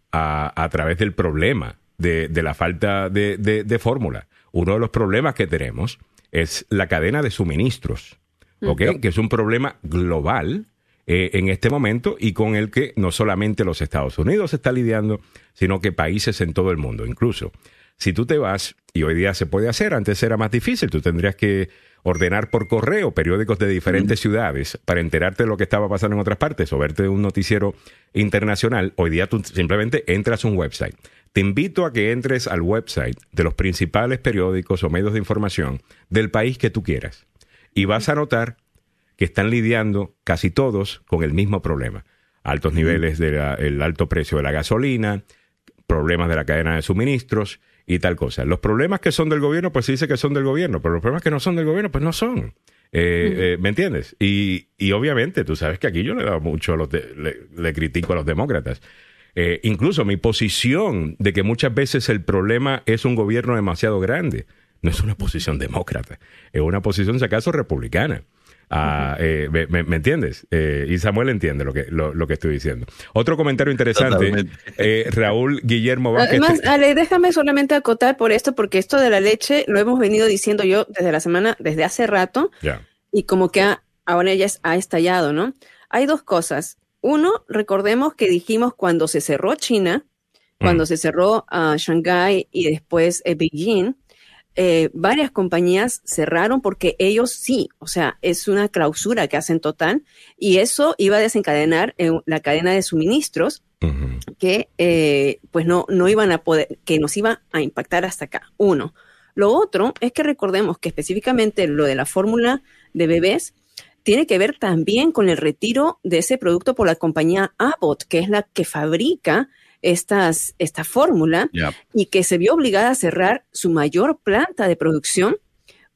a, a través del problema de, de la falta de, de, de fórmula. Uno de los problemas que tenemos es la cadena de suministros, ¿ok? Uh-huh. Que es un problema global eh, en este momento y con el que no solamente los Estados Unidos está lidiando, sino que países en todo el mundo. Incluso, si tú te vas, y hoy día se puede hacer, antes era más difícil, tú tendrías que ordenar por correo periódicos de diferentes mm. ciudades para enterarte de lo que estaba pasando en otras partes o verte un noticiero internacional. Hoy día tú simplemente entras a un website. Te invito a que entres al website de los principales periódicos o medios de información del país que tú quieras y vas a notar que están lidiando casi todos con el mismo problema. Altos mm. niveles del alto precio de la gasolina, problemas de la cadena de suministros y tal cosa. Los problemas que son del gobierno, pues se dice que son del gobierno, pero los problemas que no son del gobierno, pues no son. Eh, uh-huh. eh, ¿Me entiendes? Y, y obviamente, tú sabes que aquí yo le he dado mucho a los de, le, le critico a los demócratas. Eh, incluso mi posición de que muchas veces el problema es un gobierno demasiado grande, no es una posición demócrata, es una posición, si acaso, republicana. Ah, eh, me, me, ¿Me entiendes? Eh, y Samuel entiende lo que, lo, lo que estoy diciendo. Otro comentario interesante, eh, Raúl Guillermo Vázquez. Además, Ale, déjame solamente acotar por esto, porque esto de la leche lo hemos venido diciendo yo desde la semana, desde hace rato, yeah. y como que ha, ahora ya ha estallado, ¿no? Hay dos cosas. Uno, recordemos que dijimos cuando se cerró China, cuando mm. se cerró uh, Shanghái y después eh, Beijing, Eh, varias compañías cerraron porque ellos sí, o sea, es una clausura que hacen total y eso iba a desencadenar en la cadena de suministros uh-huh. que eh, pues no, no iban a poder, que nos iba a impactar hasta acá. Uno. Lo otro es que recordemos que específicamente lo de la fórmula de bebés tiene que ver también con el retiro de ese producto por la compañía Abbott, que es la que fabrica Estas, esta fórmula, yep. y que se vio obligada a cerrar su mayor planta de producción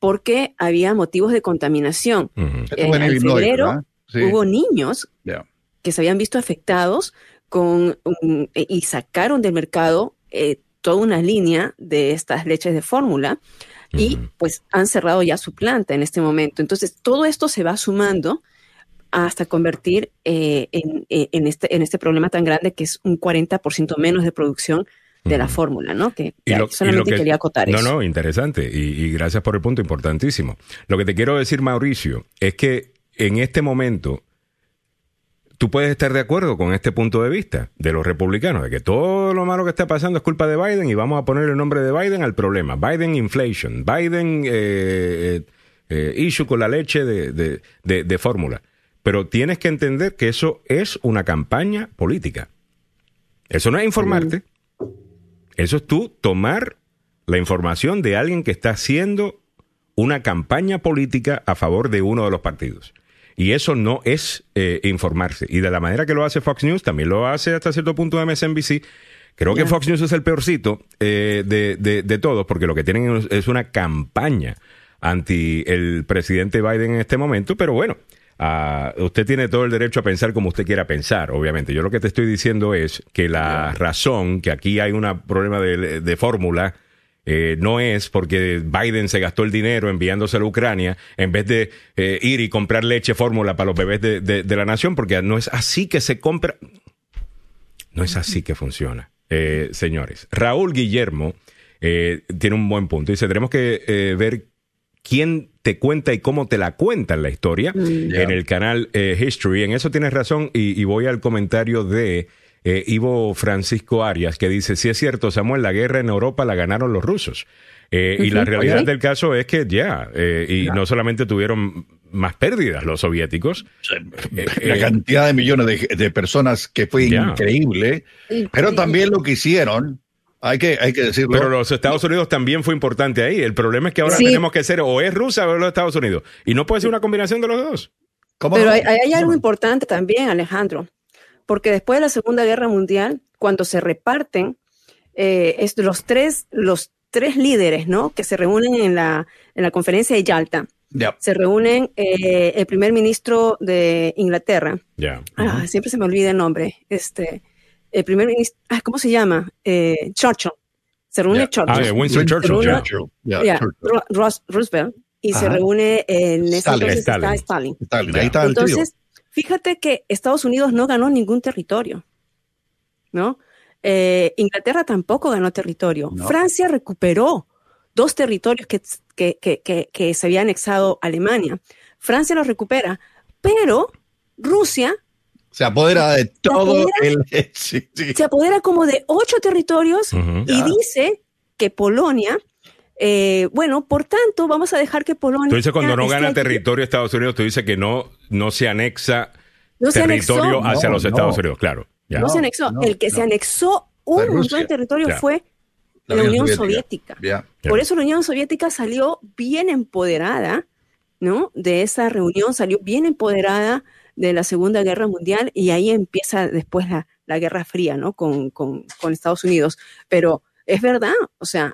porque había motivos de contaminación. Uh-huh. En, en febrero sí. hubo niños yeah. que se habían visto afectados con um, y sacaron del mercado eh, toda una línea de estas leches de fórmula uh-huh. y pues han cerrado ya su planta en este momento. Entonces todo esto se va sumando hasta convertir eh, en, en, este, en este problema tan grande que es un cuarenta por ciento menos de producción de la fórmula, ¿no? Que y lo, solamente y lo que, quería acotar no, eso. No, no, interesante. Y, y gracias por el punto importantísimo. Lo que te quiero decir, Mauricio, es que en este momento tú puedes estar de acuerdo con este punto de vista de los republicanos, de que todo lo malo que está pasando es culpa de Biden y vamos a poner el nombre de Biden al problema. Biden inflation, Biden eh, eh, issue con la leche de, de, de, de fórmula. Pero tienes que entender que eso es una campaña política. Eso no es informarte. Mm. Eso es tú tomar la información de alguien que está haciendo una campaña política a favor de uno de los partidos. Y eso no es eh, informarse. Y de la manera que lo hace Fox News, también lo hace hasta cierto punto M S N B C. Creo yeah. que Fox News es el peorcito eh, de, de, de todos, porque lo que tienen es una campaña anti el presidente Biden en este momento. Pero bueno, uh, usted tiene todo el derecho a pensar como usted quiera pensar, obviamente. Yo lo que te estoy diciendo es que la yeah. razón, que aquí hay un problema de, de fórmula, Eh, no es porque Biden se gastó el dinero enviándoselo a Ucrania en vez de eh, ir y comprar leche fórmula para los bebés de, de, de la nación, porque no es así que se compra. No es así que funciona, eh, señores. Raúl Guillermo eh, tiene un buen punto. Dice, tenemos que eh, ver quién te cuenta y cómo te la cuentan la historia mm. yeah. en el canal eh, History. En eso tienes razón y, y voy al comentario de Eh, Ivo Francisco Arias, que dice, sí es cierto, Samuel, la guerra en Europa la ganaron los rusos. Eh, uh-huh. Y la realidad okay. del caso es que ya, eh, y yeah. no solamente tuvieron más pérdidas los soviéticos. Eh, la eh, cantidad de millones de, de personas que fue yeah. increíble, pero también lo que hicieron, hay que, hay que decirlo. Pero los Estados Unidos también fue importante ahí. El problema es que ahora sí. tenemos que ser o es Rusia o es los Estados Unidos. Y no puede ser una combinación de los dos. ¿Cómo pero no? hay, hay algo importante también, Alejandro. Porque después de la Segunda Guerra Mundial, cuando se reparten eh, es los tres los tres líderes, ¿no? Que se reúnen en la en la conferencia de Yalta, yep. se reúnen eh, el primer ministro de Inglaterra, yeah. ah, uh-huh. siempre se me olvida el nombre, este el primer ministro, ah, ¿cómo se llama? Eh, Churchill, se reúne yeah. Churchill, ah, Winston Churchill, reúne, Churchill. Yeah, yeah, Churchill. Ros- Roosevelt y uh-huh. se reúne en ese Stalin. entonces Stalin. está Stalin. Stalin. Ahí está el Entonces fíjate que Estados Unidos no ganó ningún territorio, ¿no? Eh, Inglaterra tampoco ganó territorio. No. Francia recuperó dos territorios que, que, que, que, que se había anexado a Alemania. Francia los recupera, pero Rusia se apodera de todo se apodera, el... Sí, sí. Se apodera como de ocho territorios uh-huh. y ya. dice que Polonia... Eh, bueno, por tanto, vamos a dejar que Polonia... Tú dices cuando no gana aquí. territorio Estados Unidos, tú dices que no, no se anexa no se territorio anexó. hacia no, los Estados no. Unidos, claro. Ya. No, no se anexó. No, El que no. se anexó un montón de territorio ya. fue la, la Unión Soviética. Soviética. Ya. Por eso la Unión Soviética salió bien empoderada, ¿no? De esa reunión salió bien empoderada de la Segunda Guerra Mundial y ahí empieza después la, la Guerra Fría, ¿no? Con, con, con Estados Unidos. Pero es verdad, o sea...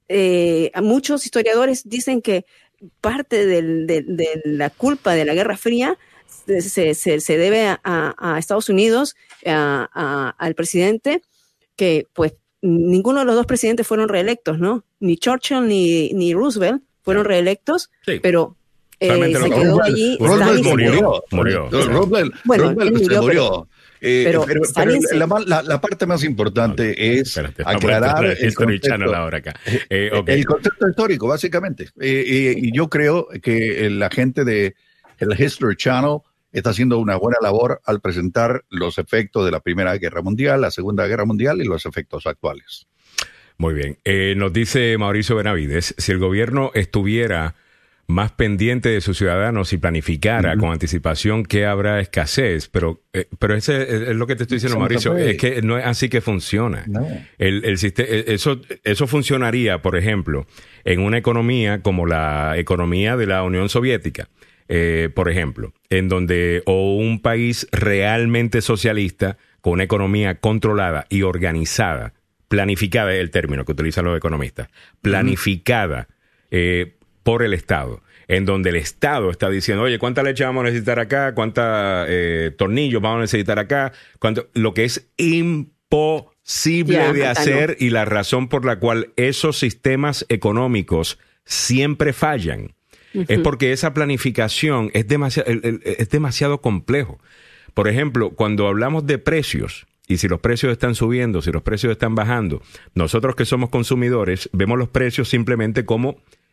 Eh, muchos historiadores dicen que parte del, de, de la culpa de la Guerra Fría se, se, se debe a, a Estados Unidos, a, a, al presidente, que pues ninguno de los dos presidentes fueron reelectos, ¿no? Ni Churchill ni, ni Roosevelt fueron reelectos, sí. pero eh, se quedó Roosevelt, allí. Roosevelt murió. murió. Roosevelt, bueno, Roosevelt murió, se murió. Eh, pero, pero, pero la, la, la parte más importante okay. es Espérate, aclarar el concepto, ahora acá. Eh, okay. el concepto histórico, básicamente. Eh, eh, y yo creo que la gente de el History Channel está haciendo una buena labor al presentar los efectos de la Primera Guerra Mundial, la Segunda Guerra Mundial y los efectos actuales. Muy bien. Eh, nos dice Mauricio Benavides, si el gobierno estuviera más pendiente de sus ciudadanos y planificara uh-huh. con anticipación que habrá escasez, pero eh, pero ese es lo que te estoy diciendo, eso Mauricio, no es que no es así que funciona. No. El, el sistema, eso, eso funcionaría, por ejemplo, en una economía como la economía de la Unión Soviética, eh, por ejemplo, en donde o un país realmente socialista con una economía controlada y organizada, planificada es el término que utilizan los economistas, planificada, uh-huh. eh, por el Estado, en donde el Estado está diciendo, oye, ¿cuánta leche vamos a necesitar acá? ¿Cuántos eh, tornillos vamos a necesitar acá? ¿Cuánto? Lo que es imposible yeah, de hacer no. y la razón por la cual esos sistemas económicos siempre fallan uh-huh. es porque esa planificación es demasiado, es demasiado complejo. Por ejemplo, cuando hablamos de precios, y si los precios están subiendo, si los precios están bajando, nosotros que somos consumidores vemos los precios simplemente como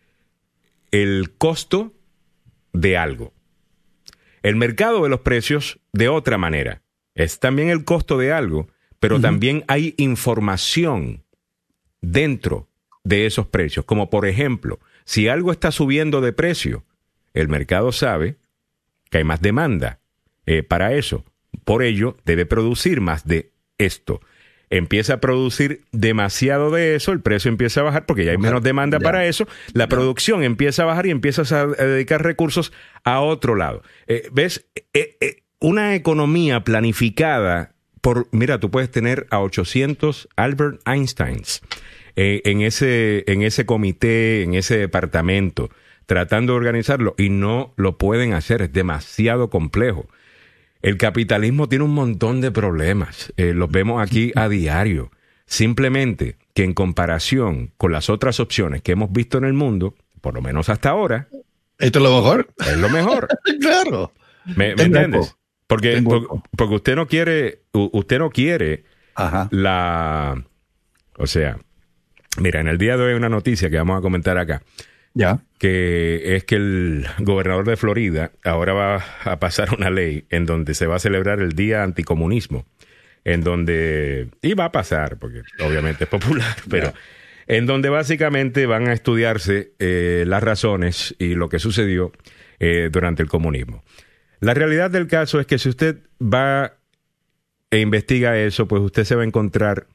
el costo de algo. El mercado ve los precios de otra manera. Es también el costo de algo, pero uh-huh. también hay información dentro de esos precios. Como por ejemplo, si algo está subiendo de precio, el mercado sabe que hay más demanda eh, para eso. Por ello, debe producir más de esto. Empieza a producir demasiado de eso, el precio empieza a bajar porque ya hay menos demanda ya. para eso, la ya. producción empieza a bajar y empiezas a, a dedicar recursos a otro lado. Eh, ¿Ves? Eh, eh, una economía planificada por, mira, tú puedes tener a ochocientos Albert Einsteins eh, en ese, en ese comité, en ese departamento, tratando de organizarlo y no lo pueden hacer, es demasiado complejo. El capitalismo tiene un montón de problemas, eh, los vemos aquí a diario. Simplemente que en comparación con las otras opciones que hemos visto en el mundo, por lo menos hasta ahora... ¿Esto es lo mejor? Es lo mejor. Claro. ¿Me, ¿me entiendes? Porque, porque, porque usted no quiere, usted no quiere Ajá. la... O sea, mira, en el día de hoy hay una noticia que vamos a comentar acá. Ya. Que es que el gobernador de Florida ahora va a pasar una ley en donde se va a celebrar el Día Anticomunismo, en donde, y va a pasar, porque obviamente es popular, pero yeah. en donde básicamente van a estudiarse eh, las razones y lo que sucedió eh, durante el comunismo. La realidad del caso es que si usted va e investiga eso, pues usted se va a encontrar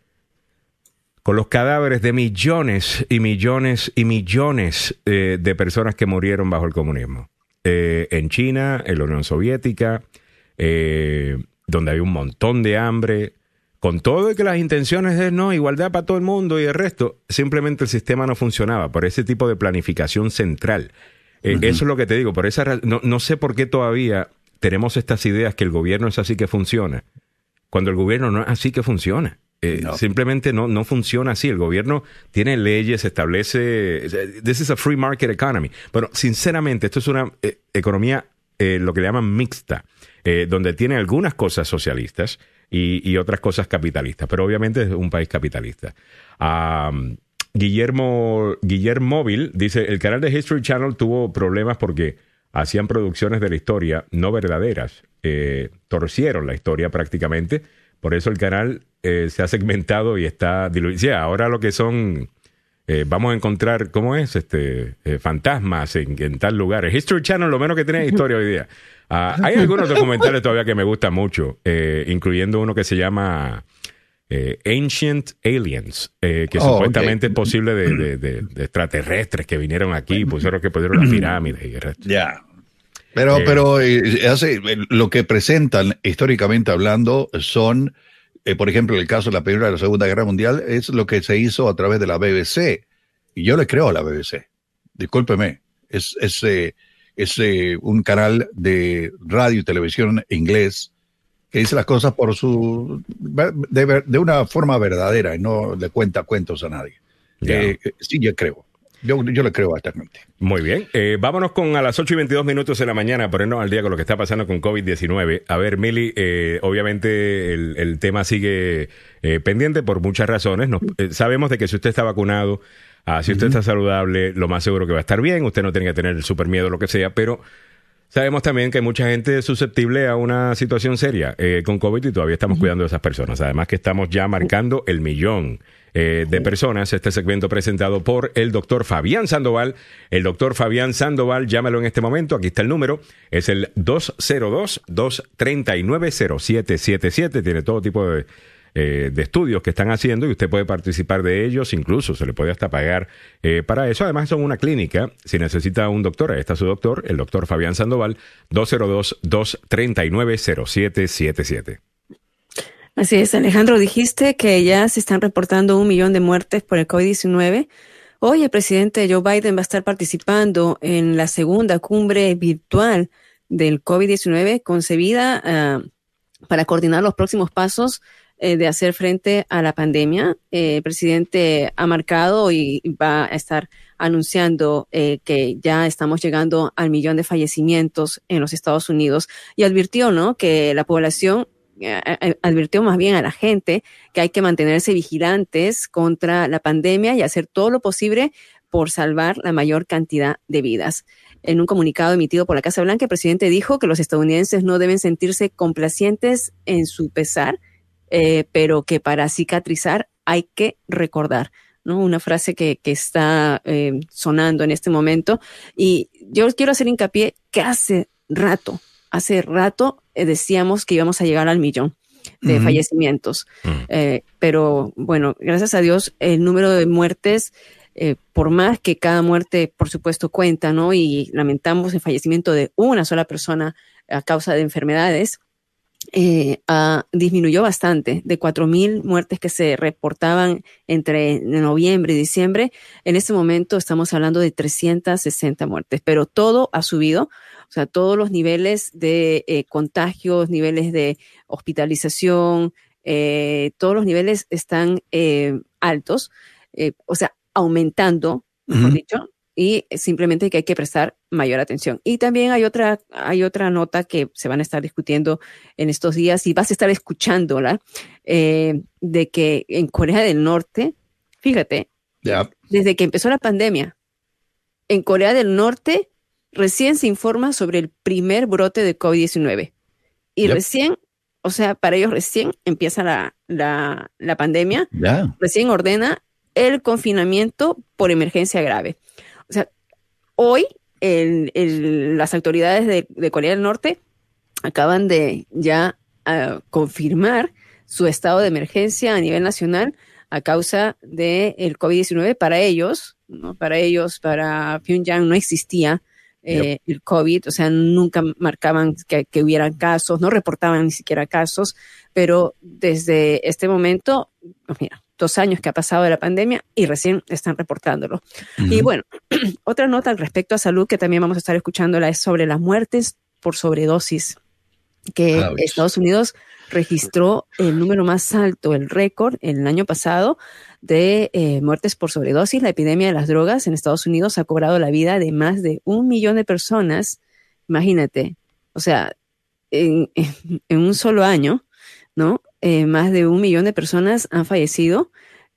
con los cadáveres de millones y millones y millones eh, de personas que murieron bajo el comunismo. Eh, en China, en la Unión Soviética, eh, donde había un montón de hambre, con todo y que las intenciones es no, igualdad para todo el mundo y el resto, simplemente el sistema no funcionaba por ese tipo de planificación central. Eh, uh-huh. Eso es lo que te digo, por esa no, no sé por qué todavía tenemos estas ideas que el gobierno es así que funciona, cuando el gobierno no es así que funciona. Eh, no. Simplemente no, no funciona así. El gobierno tiene leyes, establece... This is a free market economy. Pero sinceramente, esto es una eh, economía, eh, lo que le llaman mixta, eh, donde tiene algunas cosas socialistas y, y otras cosas capitalistas. Pero obviamente es un país capitalista. Um, Guillermo, Guillermo Móvil dice, el canal de History Channel tuvo problemas porque hacían producciones de la historia no verdaderas. Eh, torcieron la historia prácticamente. Por eso el canal eh, se ha segmentado y está diluido. Sí, ahora lo que son, eh, vamos a encontrar, ¿cómo es? este eh, Fantasmas en, en tal lugar. El History Channel lo menos que tiene historia hoy día. Uh, hay algunos documentales todavía que me gustan mucho, eh, incluyendo uno que se llama eh, Ancient Aliens, eh, que oh, supuestamente okay. es posible de, de, de, de extraterrestres que vinieron aquí, pusieron que pusieron las pirámides y el resto. Ya. Yeah. Pero, eh, pero eh, hace, lo que presentan históricamente hablando son, eh, por ejemplo, el caso de la Primera y la Segunda Guerra Mundial, es lo que se hizo a través de la B B C. Y yo le creo a la B B C. Discúlpeme. Es, es, eh, es eh, un canal de radio y televisión inglés que dice las cosas por su de, de una forma verdadera y no le cuenta cuentos a nadie. Yeah. Eh, sí, yo creo. Yo, yo le creo a esta gente. Muy bien. Eh, vámonos con a las ocho y veintidós minutos de la mañana a ponernos al día con lo que está pasando con COVID diecinueve. A ver, Mili, eh, obviamente el, el tema sigue eh, pendiente por muchas razones. Nos, eh, sabemos de que si usted está vacunado, ah, si usted uh-huh. está saludable, lo más seguro que va a estar bien. Usted no tiene que tener el super miedo o lo que sea, pero sabemos también que hay mucha gente susceptible a una situación seria eh, con COVID y todavía estamos uh-huh. cuidando de esas personas. Además que estamos ya marcando el millón Eh, de personas. Este segmento presentado por el doctor Fabián Sandoval. El doctor Fabián Sandoval, llámalo en este momento. Aquí está el número. Es el dos cero dos, dos tres nueve, cero siete siete siete. Tiene todo tipo de, eh, de estudios que están haciendo y usted puede participar de ellos. Incluso se le puede hasta pagar eh, para eso. Además son una clínica. Si necesita un doctor, ahí está su doctor, el doctor Fabián Sandoval. dos cero dos, dos tres nueve, cero siete siete siete. Así es, Alejandro, dijiste que ya se están reportando un millón de muertes por el COVID diecinueve. Hoy el presidente Joe Biden va a estar participando en la segunda cumbre virtual del COVID diecinueve concebida uh, para coordinar los próximos pasos eh, de hacer frente a la pandemia. Eh, el presidente ha marcado y va a estar anunciando eh, que ya estamos llegando al millón de fallecimientos en los Estados Unidos y advirtió, ¿no?, que la población eh, advirtió más bien a la gente que hay que mantenerse vigilantes contra la pandemia y hacer todo lo posible por salvar la mayor cantidad de vidas. En un comunicado emitido por la Casa Blanca, el presidente dijo que los estadounidenses no deben sentirse complacientes en su pesar, eh, pero que para cicatrizar hay que recordar, ¿no? Una frase que, que está eh, sonando en este momento. Y yo quiero hacer hincapié que hace rato, hace rato eh, decíamos que íbamos a llegar al millón de uh-huh. fallecimientos. Uh-huh. Eh, pero bueno, gracias a Dios, el número de muertes, eh, por más que cada muerte, por supuesto, cuenta, ¿no? Y lamentamos el fallecimiento de una sola persona a causa de enfermedades, Eh, uh, disminuyó bastante. De cuatro mil muertes que se reportaban entre noviembre y diciembre, en este momento estamos hablando de trescientas sesenta muertes, pero todo ha subido, o sea, todos los niveles de eh, contagios, niveles de hospitalización, eh, todos los niveles están eh, altos, eh, o sea, aumentando, mejor uh-huh. dicho, y simplemente que hay que prestar mayor atención. Y también hay otra, hay otra nota que se van a estar discutiendo en estos días y vas a estar escuchándola, eh, de que en Corea del Norte, fíjate, yep. desde que empezó la pandemia, en Corea del Norte recién se informa sobre el primer brote de COVID diecinueve. Y yep. recién, o sea, para ellos recién empieza la, la, la pandemia, yeah. recién ordena el confinamiento por emergencia grave. O sea, hoy el, el, las autoridades de, de Corea del Norte acaban de ya uh, confirmar su estado de emergencia a nivel nacional a causa del COVID diecinueve. Para ellos, ¿no? Para ellos, para Pyongyang no existía eh, yep. el COVID, o sea, nunca marcaban que, que hubieran casos, no reportaban ni siquiera casos, pero desde este momento, pues mira, dos años que ha pasado de la pandemia y recién están reportándolo. Uh-huh. Y bueno, otra nota al respecto a salud que también vamos a estar escuchándola es sobre las muertes por sobredosis, que ah, Estados Unidos registró el número más alto, el récord, el año pasado de eh, muertes por sobredosis. La epidemia de las drogas en Estados Unidos ha cobrado la vida de más de un millón de personas. Imagínate, o sea, en, en, en un solo año, ¿no? Eh, más de un millón de personas han fallecido.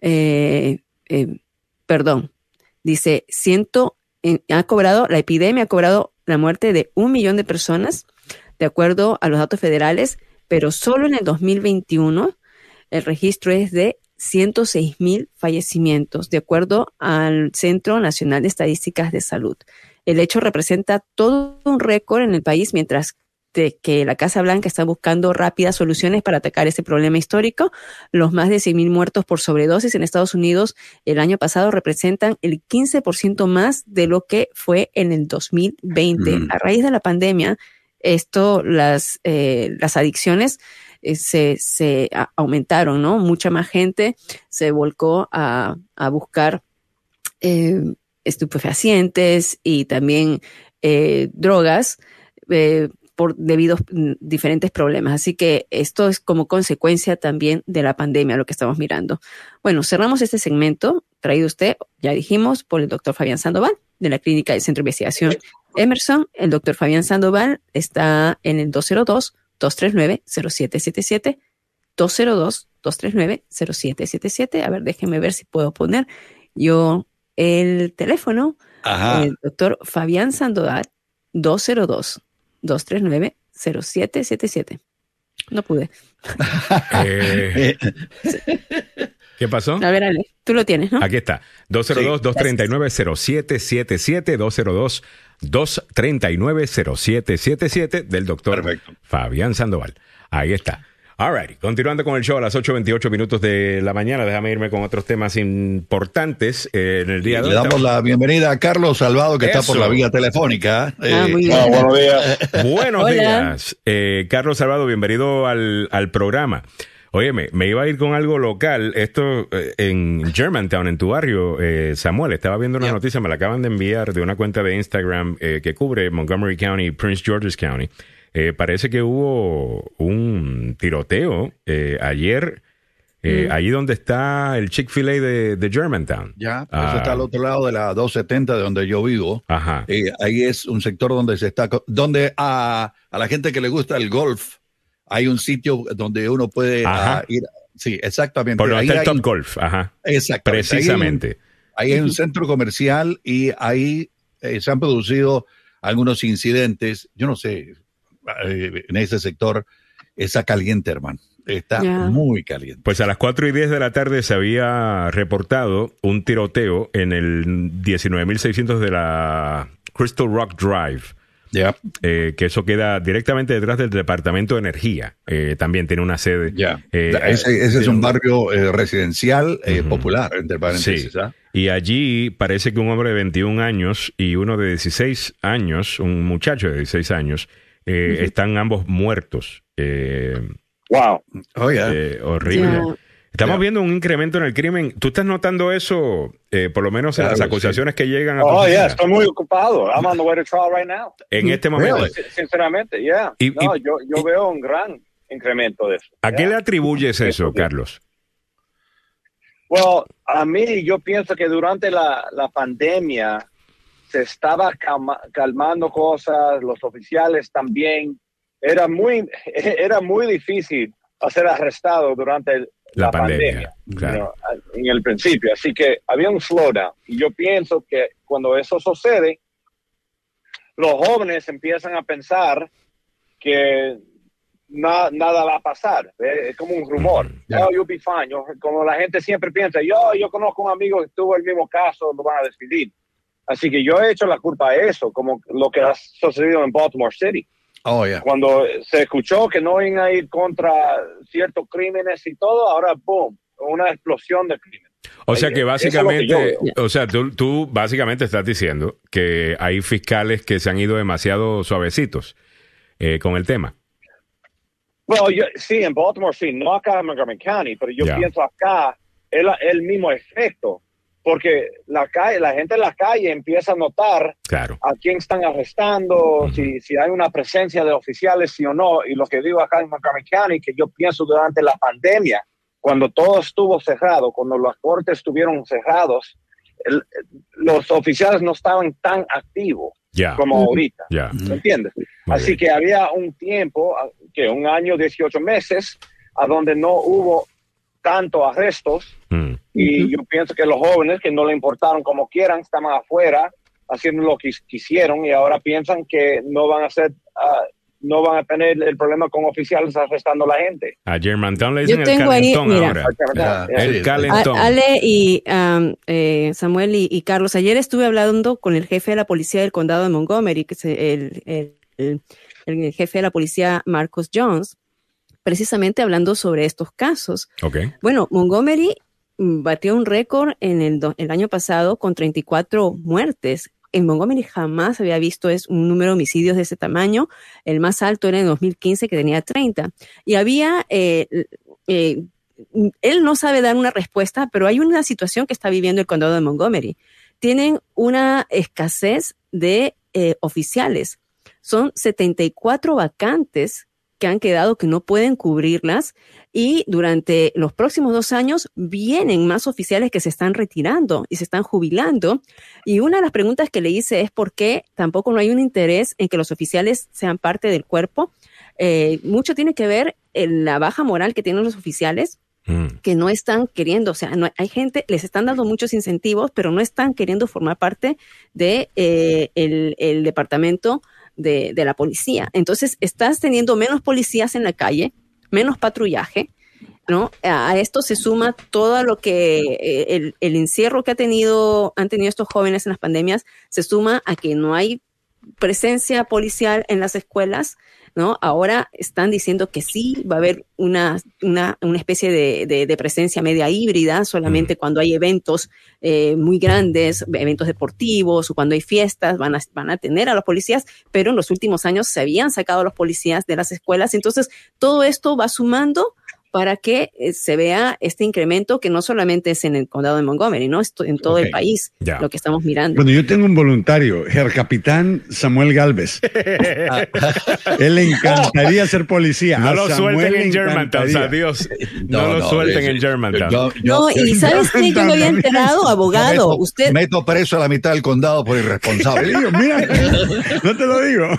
Eh, eh, perdón, dice, ciento, eh, ha cobrado, la epidemia ha cobrado la muerte de un millón de personas, de acuerdo a los datos federales, pero solo en el dos mil veintiuno el registro es de ciento seis mil fallecimientos, de acuerdo al Centro Nacional de Estadísticas de Salud. El hecho representa todo un récord en el país, mientras de que la Casa Blanca está buscando rápidas soluciones para atacar ese problema histórico. Los más de cien mil muertos por sobredosis en Estados Unidos el año pasado representan el quince por ciento más de lo que fue en el dos mil veinte. Mm. A raíz de la pandemia, esto, las, eh, las adicciones eh, se, se a, aumentaron, ¿no? Mucha más gente se volcó a, a buscar eh, estupefacientes y también eh, drogas, eh, por debido a diferentes problemas. Así que esto es como consecuencia también de la pandemia, lo que estamos mirando. Bueno, cerramos este segmento traído usted, ya dijimos, por el doctor Fabián Sandoval, de la Clínica del Centro de Investigación Emerson. El doctor Fabián Sandoval está en el dos cero dos, dos tres nueve, cero siete siete siete, dos cero dos, dos tres nueve, cero siete siete siete. A ver, déjenme ver si puedo poner yo el teléfono. Ajá. El doctor Fabián Sandoval, dos cero dos, dos tres nueve, cero siete siete siete. No pude. Eh, sí. ¿Qué pasó? A ver, Ale, tú lo tienes, ¿no? Aquí está. dos cero dos, dos tres nueve, cero siete siete siete, dos cero dos, dos tres nueve, cero siete siete siete del doctor Perfecto. Fabián Sandoval. Ahí está. All right. Continuando con el show a las ocho veintiocho minutos de la mañana, déjame irme con otros temas importantes eh, en el día de hoy. Le damos la bienvenida a Carlos Salvado, que Eso. está por la vía telefónica. Ah, eh, muy bien. Ah, buenos días. Buenos días. Eh, Carlos Salvado, bienvenido al, al programa. Oye, me, me iba a ir con algo local. Esto eh, en Germantown, en tu barrio, eh, Samuel, estaba viendo una yeah. noticia, me la acaban de enviar de una cuenta de Instagram eh, que cubre Montgomery County y Prince George's County. Eh, parece que hubo un tiroteo eh, ayer, eh, mm. ahí donde está el Chick-fil-A de, de Germantown. Ya, eso ah. está al otro lado de la doscientos setenta de donde yo vivo. Ajá. Eh, ahí es un sector donde se está, donde a, a la gente que le gusta el golf, hay un sitio donde uno puede uh, ir. Sí, exactamente. Por donde está el hay, Top Golf. Ajá. Exactamente. Precisamente. Ahí hay, ahí hay un centro comercial y ahí eh, se han producido algunos incidentes. Yo no sé, eh, en ese sector está caliente, hermano. Está yeah. muy caliente. Pues a las cuatro y diez de la tarde se había reportado un tiroteo en el diecinueve mil seiscientos de la Crystal Rock Drive. Yeah. Eh, que eso queda directamente detrás del Departamento de Energía. Eh, también tiene una sede. Yeah. Eh, ese, ese es un barrio eh, residencial eh, uh-huh. popular, entre paréntesis. Sí. ¿eh? Y allí parece que un hombre de veintiún años y uno de dieciséis años, un muchacho de dieciséis años, eh, uh-huh. están ambos muertos. Eh, wow. Oh, yeah. eh, horrible. Yeah. Estamos yeah. viendo un incremento en el crimen. ¿Tú estás notando eso, eh, por lo menos en claro, las acusaciones sí. que llegan a tu Oh, yeah, estoy muy ocupado. I'm on the way to trial right now. En este momento. Really? Sinceramente, yeah. Y, no, y, yo, yo y, veo un gran incremento de eso. ¿A yeah. qué le atribuyes eso, Carlos? Well, a mí yo pienso que durante la, la pandemia se estaba calma, calmando cosas, los oficiales también. Era muy, era muy difícil ser arrestado durante el La, la pandemia, pandemia claro. you know, en el principio. Así que había un slowdown. Y yo pienso que cuando eso sucede, los jóvenes empiezan a pensar que na, nada va a pasar. ¿eh? Es como un rumor. Mm-hmm. Yeah. Oh, you'll be fine. Yo, como la gente siempre piensa, yo, yo conozco un amigo que tuvo el mismo caso, lo van a despedir. Así que yo he hecho la culpa a eso, como lo que ha sucedido en Baltimore City. Oh, yeah. Cuando se escuchó que no iban a ir contra ciertos crímenes y todo, ahora, boom, una explosión de crímenes. O sea que básicamente, que o sea, tú, tú básicamente estás diciendo que hay fiscales que se han ido demasiado suavecitos eh, con el tema. Bueno, yo, sí, en Baltimore sí, no acá en Montgomery County, pero yo yeah. pienso acá es el mismo efecto. Porque la calle, la gente en la calle empieza a notar claro. a quién están arrestando, uh-huh. si, si hay una presencia de oficiales, sí o no. Y lo que digo acá en Montgomery County, que yo pienso durante la pandemia, cuando todo estuvo cerrado, cuando las cortes estuvieron cerrados, el, los oficiales no estaban tan activos yeah. como uh-huh. ahorita. Yeah. ¿Me entiendes? Muy Así bien. que había un tiempo, que un año, dieciocho meses, a donde no hubo tanto arrestos mm. y uh-huh. yo pienso que los jóvenes que no le importaron como quieran, estaban afuera haciendo lo que quisieron y ahora piensan que no van a hacer, uh, no van a tener el problema con oficiales arrestando a la gente. A Germantown le dicen yo tengo el calentón ahí, mira, ahora. Yeah. Yeah. El calentón. A, Ale y um, eh, Samuel y, y Carlos, ayer estuve hablando con el jefe de la policía del condado de Montgomery, que es el, el, el, el jefe de la policía Marcus Jones, precisamente hablando sobre estos casos. Okay. Bueno, Montgomery batió un récord en el, do, el año pasado con treinta y cuatro muertes. En Montgomery jamás había visto es un número de homicidios de ese tamaño. El más alto era en dos mil quince, que tenía treinta. Y había, eh, eh, él no sabe dar una respuesta, pero hay una situación que está viviendo el condado de Montgomery. Tienen una escasez de eh, oficiales. Son setenta y cuatro vacantes que han quedado que no pueden cubrirlas y durante los próximos dos años vienen más oficiales que se están retirando y se están jubilando. Y una de las preguntas que le hice es por qué tampoco no hay un interés en que los oficiales sean parte del cuerpo. Eh, mucho tiene que ver en la baja moral que tienen los oficiales, mm. que no están queriendo, o sea, no, hay gente, les están dando muchos incentivos, pero no están queriendo formar parte de eh, el, el departamento De, de la policía. Entonces, estás teniendo menos policías en la calle, menos patrullaje, ¿no? A esto se suma todo lo que eh, el, el encierro que ha tenido, han tenido estos jóvenes en las pandemias, se suma a que no hay presencia policial en las escuelas, ¿no? Ahora están diciendo que sí, va a haber una, una, una especie de, de, de presencia media híbrida, solamente mm. cuando hay eventos eh, muy grandes, eventos deportivos o cuando hay fiestas, van a, van a tener a los policías, pero en los últimos años se habían sacado a los policías de las escuelas. Entonces, todo esto va sumando para que eh, se vea este incremento que no solamente es en el condado de Montgomery, ¿no? Esto, en todo okay. el país, ya. lo que estamos mirando. Bueno, yo tengo un voluntario, el capitán Samuel Galvez. Él le encantaría ser policía. No lo suelten en Germantown, o sea, Dios. No, no lo no, suelten en Germantown. Yo, yo, no, y ¿sabes qué? Yo me había enterado, abogado. Meto, usted meto preso a la mitad del condado por irresponsable. Mira, no te lo digo.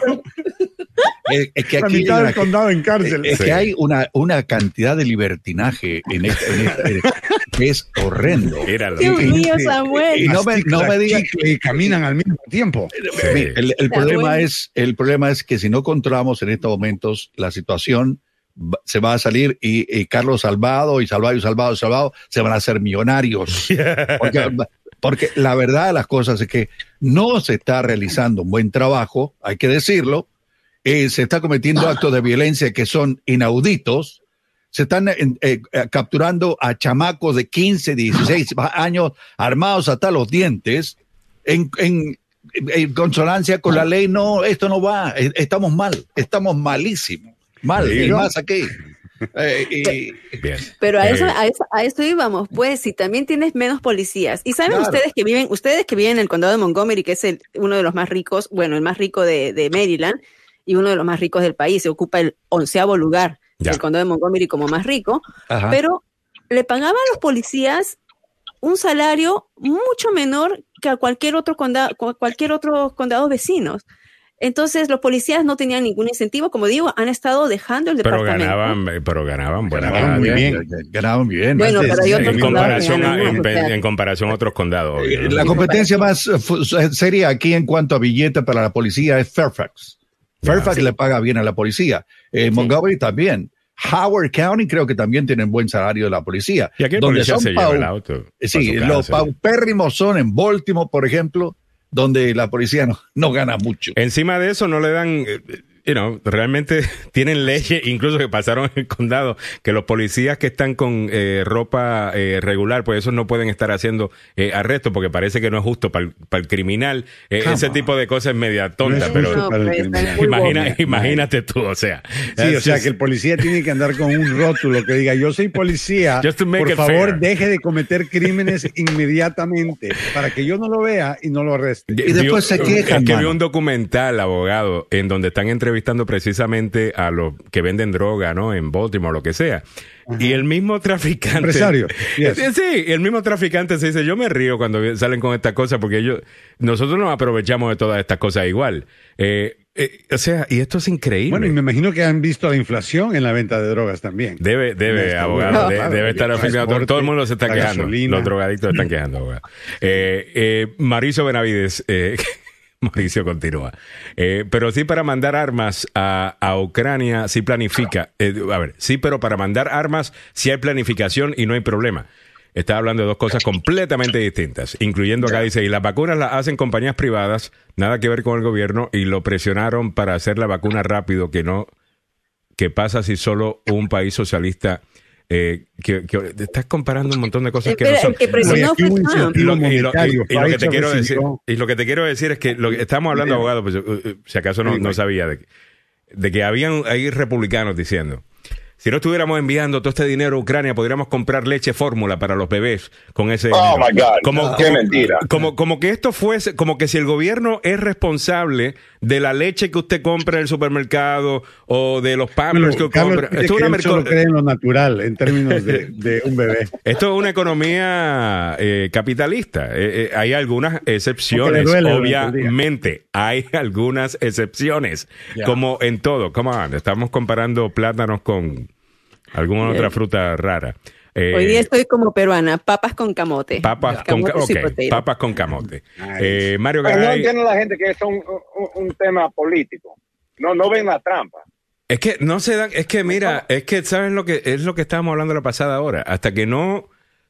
Es, es que aquí la mitad del condado en cárcel. Es sí. que hay una, una cantidad de libertinaje en este, en este, que es horrendo. Dios mío, Samuel. Y no me, no me digan que caminan al mismo tiempo. Sí. El, el, problema es, el problema es que si no controlamos en estos momentos la situación, se va a salir y, y Carlos Salvado y Salvado y Salvado y Salvado se van a hacer millonarios. Porque, porque la verdad de las cosas es que no se está realizando un buen trabajo, hay que decirlo. Eh, se está cometiendo actos de violencia que son inauditos, se están eh, eh, capturando a chamacos de quince, dieciséis años armados hasta los dientes, en, en, en consonancia con la ley. No, esto no va, estamos mal, estamos malísimos, mal, y más aquí. Eh, y, Bien. Pero a eso, a eso, a eso íbamos, pues, si también tienes menos policías. Y saben claro. ustedes que viven, ustedes que viven en el condado de Montgomery, que es el, uno de los más ricos, bueno, el más rico de, de Maryland, y uno de los más ricos del país, se ocupa el onceavo lugar ya. del condado de Montgomery como más rico, Ajá. pero le pagaban a los policías un salario mucho menor que a cualquier otro condado, cualquier otro condado vecinos. Entonces los policías no tenían ningún incentivo, como digo, han estado dejando el pero departamento. Ganaban, pero ganaban buena ganaban muy bien, ganaban bien. Bueno, pero hay otros en comparación a, en, en comparación a otros condados. Obvio, ¿no? La competencia más seria aquí en cuanto a billete para la policía es Fairfax. Fairfax sí. le paga bien a la policía. Eh, sí. Montgomery también. Howard County creo que también tienen buen salario de la policía. Y aquí el policía se lleva el auto. Sí, los paupérrimos son en Baltimore, por ejemplo, donde la policía no, no gana mucho. Encima de eso no le dan... You know, realmente tienen leyes, incluso que pasaron en el condado, que los policías que están con eh, ropa eh, regular, pues esos no pueden estar haciendo eh, arrestos porque parece que no es justo para el criminal. Eh, ese tipo de cosas es media tonta, no pero no, pues, imagina, imagínate tú, o sea. Sí, o sea, que el policía tiene que andar con un rótulo que diga, yo soy policía, por favor, fair. deje de cometer crímenes inmediatamente para que yo no lo vea y no lo arreste. Y después se quejan. Es que vi un documental, abogado, en donde están entrevistando entrevistando precisamente a los que venden droga, ¿no? En Baltimore, lo que sea. Uh-huh. Y el mismo traficante... Empresario. Yes. Sí, el mismo traficante se dice, yo me río cuando salen con estas cosas porque ellos, nosotros nos aprovechamos de todas estas cosas igual. Eh, eh, o sea, y esto es increíble. Bueno, y me imagino que han visto la inflación en la venta de drogas también. Debe, debe, abogado, de, debe estar afectado. Todo, todo el mundo se está quejando. Gasolina. Los drogadictos están quejando, abogado. Eh, eh, Mauricio Benavides... Eh, Mauricio continúa. Eh, pero sí para mandar armas a, a Ucrania, sí planifica. Eh, a ver, sí, pero para mandar armas sí hay planificación y no hay problema. Está hablando de dos cosas completamente distintas, incluyendo acá, dice, y las vacunas las hacen compañías privadas, nada que ver con el gobierno, y lo presionaron para hacer la vacuna rápido, que no, que pasa si solo un país socialista... Eh, que, que estás comparando un montón de cosas que Pero no son. El que presionó fue Trump. Y lo, y, lo, y, y lo que te quiero decir, y lo que te quiero decir es que lo que estamos hablando, abogado, pues, uh, si acaso no, no sabía de, de que habían ahí republicanos diciendo, si no estuviéramos enviando todo este dinero a Ucrania, podríamos comprar leche fórmula para los bebés con ese Oh dinero. my God, como, no, qué como, mentira. Como, como que esto fuese, como que si el gobierno es responsable de la leche que usted compra en el supermercado o de los pampers bueno, que Carlos, compra. Esto es una merc- solo cree en lo natural en términos de, de un bebé. Esto es una economía eh, capitalista. Eh, eh, hay algunas excepciones, duele, obviamente. Hay algunas excepciones, yeah. como en todo. Come on, estamos comparando plátanos con alguna yeah. otra fruta rara. Eh, Hoy día estoy como peruana, papas con camote. Papas con camote. Okay, papas con camote. Nice. Eh, Mario Garay. Pero no entiendo la gente que es un, un, un tema político. No, no ven la trampa. Es que no se dan, es que mira, es que sabes lo que es lo que estábamos hablando la pasada hora. Hasta que no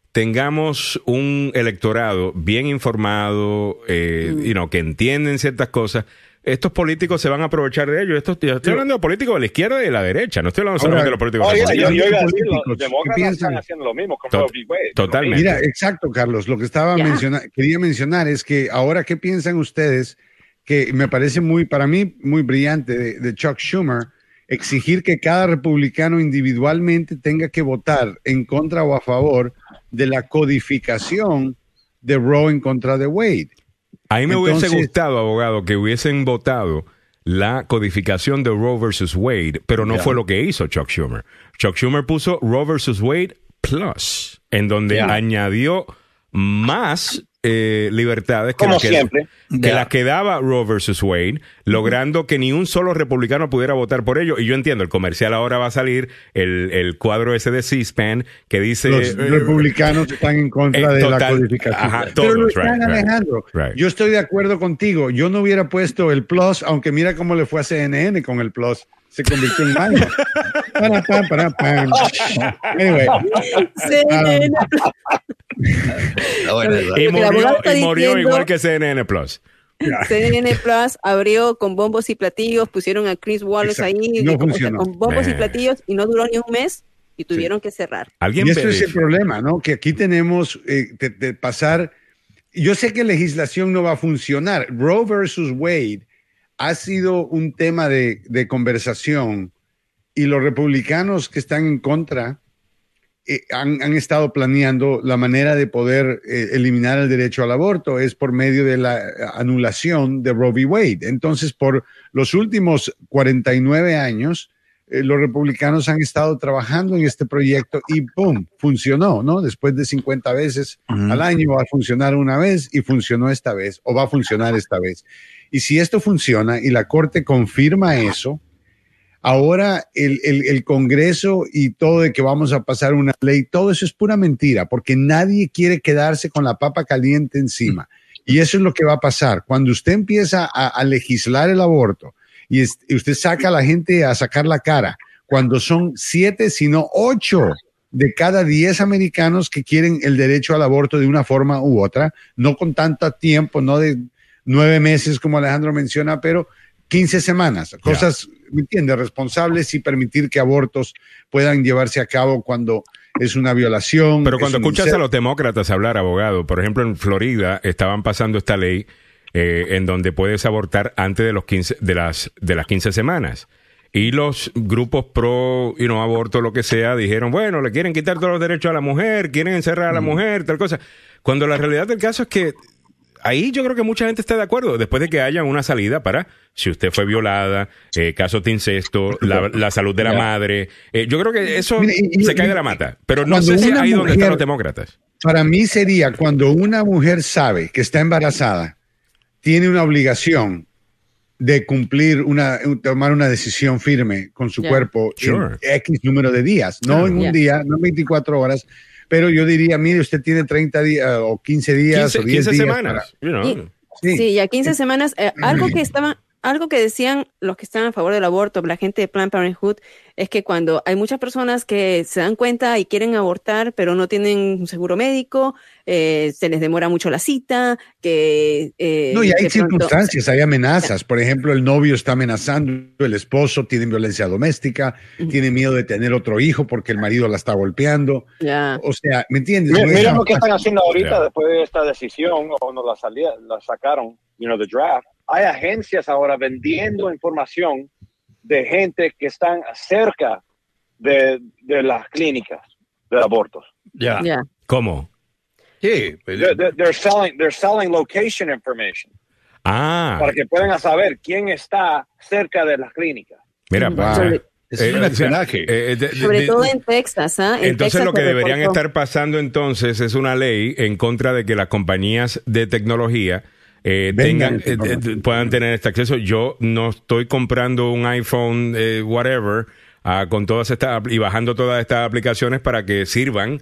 tengamos un electorado bien informado, eh, mm. you know, que entienden ciertas cosas, estos políticos se van a aprovechar de ello. Esto, yo estoy hablando de políticos de la izquierda y de la derecha. No estoy hablando solamente de los políticos oh, de la derecha. Yo, yo iba a decir, los demócratas están haciendo lo mismo. Con Tot- totalmente. Mira, exacto, Carlos. Lo que estaba yeah. mencionando, quería mencionar es que ahora, ¿qué piensan ustedes? Que me parece muy, para mí, muy brillante de, de Chuck Schumer, exigir que cada republicano individualmente tenga que votar en contra o a favor de la codificación de Roe en contra de Wade. A mí me Entonces, hubiese gustado, abogado, que hubiesen votado la codificación de Roe versus Wade, pero no yeah. fue lo que hizo Chuck Schumer. Chuck Schumer puso Roe versus Wade Plus, en donde yeah. añadió más eh, libertades que, Como las que, siempre. que Yeah. las que daba Roe versus Wade, logrando que ni un solo republicano pudiera votar por ello. Y yo entiendo, el comercial ahora va a salir, el, el cuadro ese de C-SPAN que dice... Los eh, republicanos están en contra eh, de total, la codificación. ajá, Pero todos, lo están, right, Alejandro. right, right. Yo estoy de acuerdo contigo. Yo no hubiera puesto el Plus, aunque mira cómo le fue a C N N con el Plus. Se convirtió en malo. Para, para, para, para. Anyway. C N N Y Lo que el abogado murió, está y murió diciendo- igual que C N N Plus. C N N Plus abrió con bombos y platillos, pusieron a Chris Wallace Exacto. ahí No y con, o sea, funcionó. con bombos y Man. platillos y no duró ni un mes y tuvieron que cerrar. Alguien Y eso ve- es el problema, ¿no? Que aquí tenemos eh, de, de pasar. Yo sé que legislación no va a funcionar. Roe versus Wade ha sido un tema de, de conversación y los republicanos que están en contra eh, han, han estado planeando la manera de poder eh, eliminar el derecho al aborto es por medio de la anulación de Roe v. Wade. Entonces, por los últimos cuarenta y nueve años, eh, los republicanos han estado trabajando en este proyecto y ¡pum! Funcionó, ¿no? Después de cincuenta veces uh-huh. al año va a funcionar una vez y funcionó esta vez o va a funcionar esta vez. Y si esto funciona y la Corte confirma eso, ahora el, el, el Congreso y todo de que vamos a pasar una ley, todo eso es pura mentira, porque nadie quiere quedarse con la papa caliente encima. Y eso es lo que va a pasar. Cuando usted empieza a, a legislar el aborto y, es, y usted saca a la gente a sacar la cara, cuando son siete, sino ocho de cada diez americanos que quieren el derecho al aborto de una forma u otra, no con tanto tiempo, no de nueve meses como Alejandro menciona, pero quince semanas, cosas, yeah. ¿me entiendes?, responsables y permitir que abortos puedan llevarse a cabo cuando es una violación. Pero cuando escuchas incesto. a los demócratas hablar, abogado, por ejemplo, en Florida estaban pasando esta ley eh, en donde puedes abortar antes de los quince, de las, de las quince semanas. Y los grupos pro, you know, aborto, lo que sea, dijeron, bueno, le quieren quitar todos los derechos a la mujer, quieren encerrar a la mm. mujer, tal cosa. Cuando la realidad del caso es que ahí yo creo que mucha gente está de acuerdo, después de que haya una salida para, si usted fue violada, eh, casos de incesto, la, la salud de la yeah. madre. Eh, yo creo que eso Mire, y, se y, cae de la mata. Pero no sé si ahí mujer, donde están los demócratas. Para mí sería cuando una mujer sabe que está embarazada, tiene una obligación de cumplir una, tomar una decisión firme con su yeah. cuerpo sure. en X número de días, no en un yeah. día, no en veinticuatro horas. Pero yo diría, mire, usted tiene treinta días o quince días quince, o diez quince días semanas. Para... You know. y, sí. sí, ya quince semanas. Eh, algo que estaban, algo que decían los que están a favor del aborto, la gente de Planned Parenthood, es que cuando hay muchas personas que se dan cuenta y quieren abortar, pero no tienen un seguro médico, eh, se les demora mucho la cita, que... Eh, no, y hay de circunstancias, pronto... hay amenazas. Por ejemplo, el novio está amenazando, el esposo tiene violencia doméstica, uh-huh. tiene miedo de tener otro hijo porque el marido la está golpeando. Yeah. O sea, ¿me entiendes? Mira, no mira lo que están haciendo ahorita yeah. después de esta decisión, o no la salía, la sacaron, you know, the draft. Hay agencias ahora vendiendo información de gente que están cerca de, de las clínicas de abortos. Ya. Yeah. Yeah. ¿Cómo? Sí. They're, they're, they're selling, they're selling location information. Ah. Para que puedan saber quién está cerca de las clínicas. Mira, wow. Sobre, es eh, un espionaje. Eh, de, de, Sobre de, todo en Texas. ¿eh? En entonces Texas lo que deberían reportó. estar pasando entonces es una ley en contra de que las compañías de tecnología Eh, tengan, eh, eh, puedan tener este acceso. Yo no estoy comprando un iPhone, eh, whatever, uh, con todas estas y bajando todas estas aplicaciones para que sirvan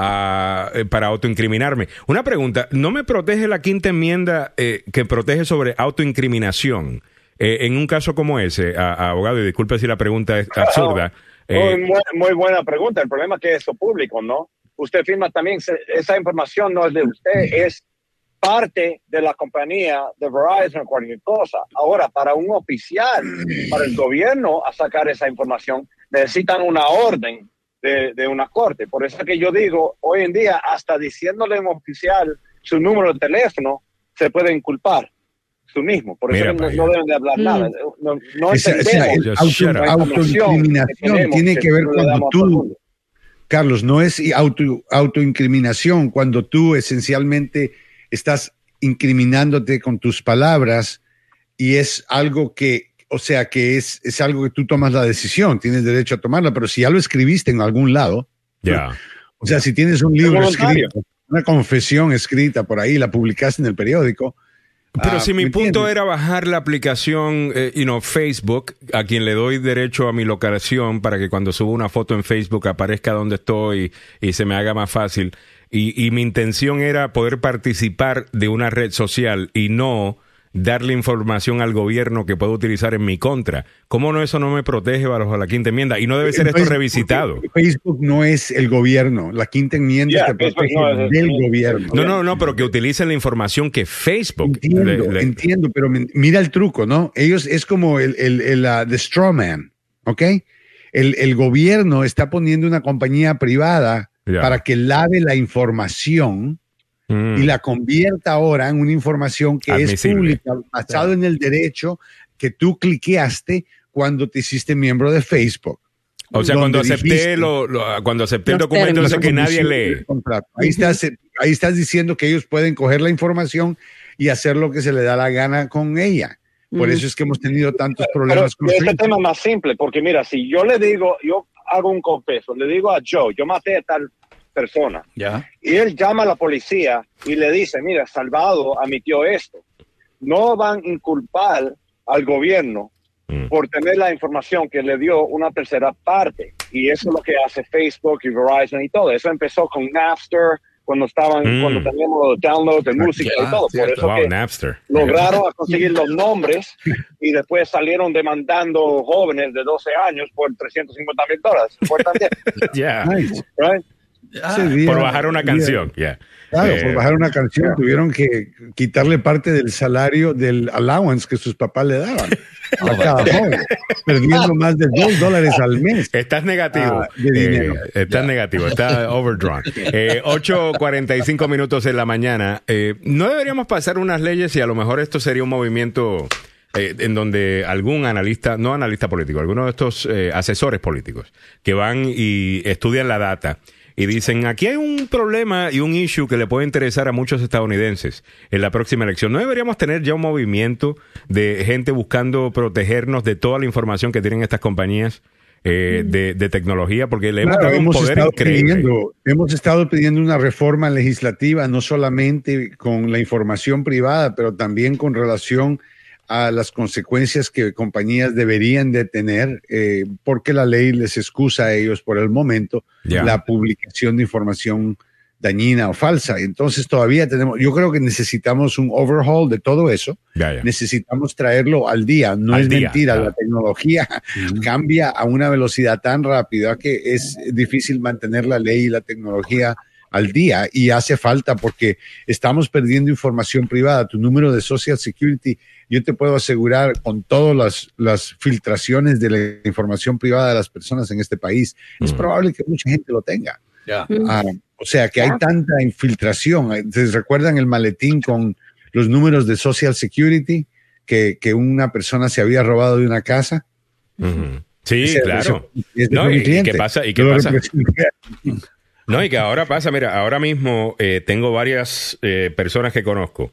uh, eh, para autoincriminarme. Una pregunta, ¿no me protege la quinta enmienda eh, que protege sobre autoincriminación eh, en un caso como ese, a, a abogado? Y disculpe si la pregunta es absurda. Eh, muy, muy buena pregunta. El problema es que es público, ¿no? Usted firma también, esa información no es de usted, es parte de la compañía de Verizon o cualquier cosa. Ahora, para un oficial, para el gobierno a sacar esa información, necesitan una orden de, de una corte. Por eso es que yo digo, hoy en día, hasta diciéndole a un oficial su número de teléfono, se puede inculpar. tú mismo. Por eso Mira, no, vaya. no deben de hablar Mm. nada. No, no Esa- esa- entendemos el Just auto- shut up. la información autoincriminación tenemos tiene que ver no le cuando damos a todo el tú, mundo. Carlos, no es auto, autoincriminación cuando tú esencialmente estás incriminándote con tus palabras y es algo que, o sea, que es, es algo que tú tomas la decisión, tienes derecho a tomarla, pero si ya lo escribiste en algún lado, Ya. o sea, si tienes un libro voluntario. escrito, una confesión escrita por ahí, la publicaste en el periódico. Pero ah, si mi ¿me punto entiendes? era bajar la aplicación, eh, you know, Facebook, a quien le doy derecho a mi locación para que cuando suba una foto en Facebook aparezca donde estoy y se me haga más fácil. Y, y mi intención era poder participar de una red social y no darle información al gobierno que puedo utilizar en mi contra. ¿Cómo no eso no me protege bajo la quinta enmienda? Y no debe ser esto Entonces, revisitado. porque Facebook no es el gobierno. La quinta enmienda Yeah, te Facebook protege no es- del no- gobierno. No, no, no, pero que utilicen la información que Facebook Entiendo, le- le- entiendo, pero me- mira el truco, ¿no? Ellos es como el, el, el uh, the straw man, ¿ok? El, el gobierno está poniendo una compañía privada Ya. para que lave la información Mm. y la convierta ahora en una información que es Admisible. pública, basado en el derecho que tú cliqueaste cuando te hiciste miembro de Facebook. O sea, cuando donde acepté dijiste- lo, lo- cuando acepté el Los documento ese términos. que nadie condiciones lee. del contrato. Ahí, estás, ahí estás diciendo que ellos pueden coger la información y hacer lo que se le da la gana con ella. Por Mm. eso es que hemos tenido tantos Pero problemas con ese Facebook. tema es más simple, porque mira, si yo le digo, yo hago un confeso, le digo a Joe, yo maté a tal persona, Ya. y él llama a la policía y le dice, mira, Salvador admitió esto. No van a inculpar al gobierno Mm. por tener la información que le dio una tercera parte. Y eso es lo que hace Facebook y Verizon y todo. Eso empezó con Napster, cuando estaban, Mm. cuando teníamos los downloads de música Ya, y todo. Por cierto. eso Wow, que Napster. lograron a conseguir los nombres y después salieron demandando jóvenes de doce años por trescientos cincuenta mil dólares. Fue también, Yeah. Nice. right? Ese día- Por bajar una día- canción. Yeah. Claro, Eh, por bajar una canción tuvieron que quitarle parte del salario del allowance que sus papás le daban a cada joven, perdiendo más de dos dólares al mes. Estás negativo. Ah, de dinero. Eh, estás negativo, está overdrawn. Eh, ocho cuarenta y cinco minutos en la mañana. Eh, no deberíamos pasar unas leyes y a lo mejor esto sería un movimiento eh, en donde algún analista, no analista político, alguno de estos eh, asesores políticos que van y estudian la data y dicen, aquí hay un problema y un issue que le puede interesar a muchos estadounidenses en la próxima elección. ¿No deberíamos tener ya un movimiento de gente buscando protegernos de toda la información que tienen estas compañías eh, de, de tecnología? Porque le hemos Claro, dado un hemos poder estado increíble. pidiendo, hemos estado pidiendo una reforma legislativa, no solamente con la información privada, pero también con relación a las consecuencias que compañías deberían de tener, eh, porque la ley les excusa a ellos por el momento Ya. la publicación de información dañina o falsa. Entonces todavía tenemos, yo creo que necesitamos un overhaul de todo eso. Ya, ya. Necesitamos traerlo al día. No Al es día, mentira, claro. la tecnología cambia a una velocidad tan rápida que es difícil mantener la ley y la tecnología al día, y hace falta porque estamos perdiendo información privada. Tu número de Social Security, yo te puedo asegurar con todas las, las filtraciones de la información privada de las personas en este país, es Mm. probable que mucha gente lo tenga. Ya. Ah, o sea, que hay tanta infiltración. ¿Se recuerdan el maletín con los números de Social Security que, que una persona se había robado de una casa? Ujú. Sí, Ese- claro. ese- ese No, fue mi y- y cliente. qué pasa- y qué Yo lo pasa. representé. No, y que ahora pasa, mira, ahora mismo eh, tengo varias eh, personas que conozco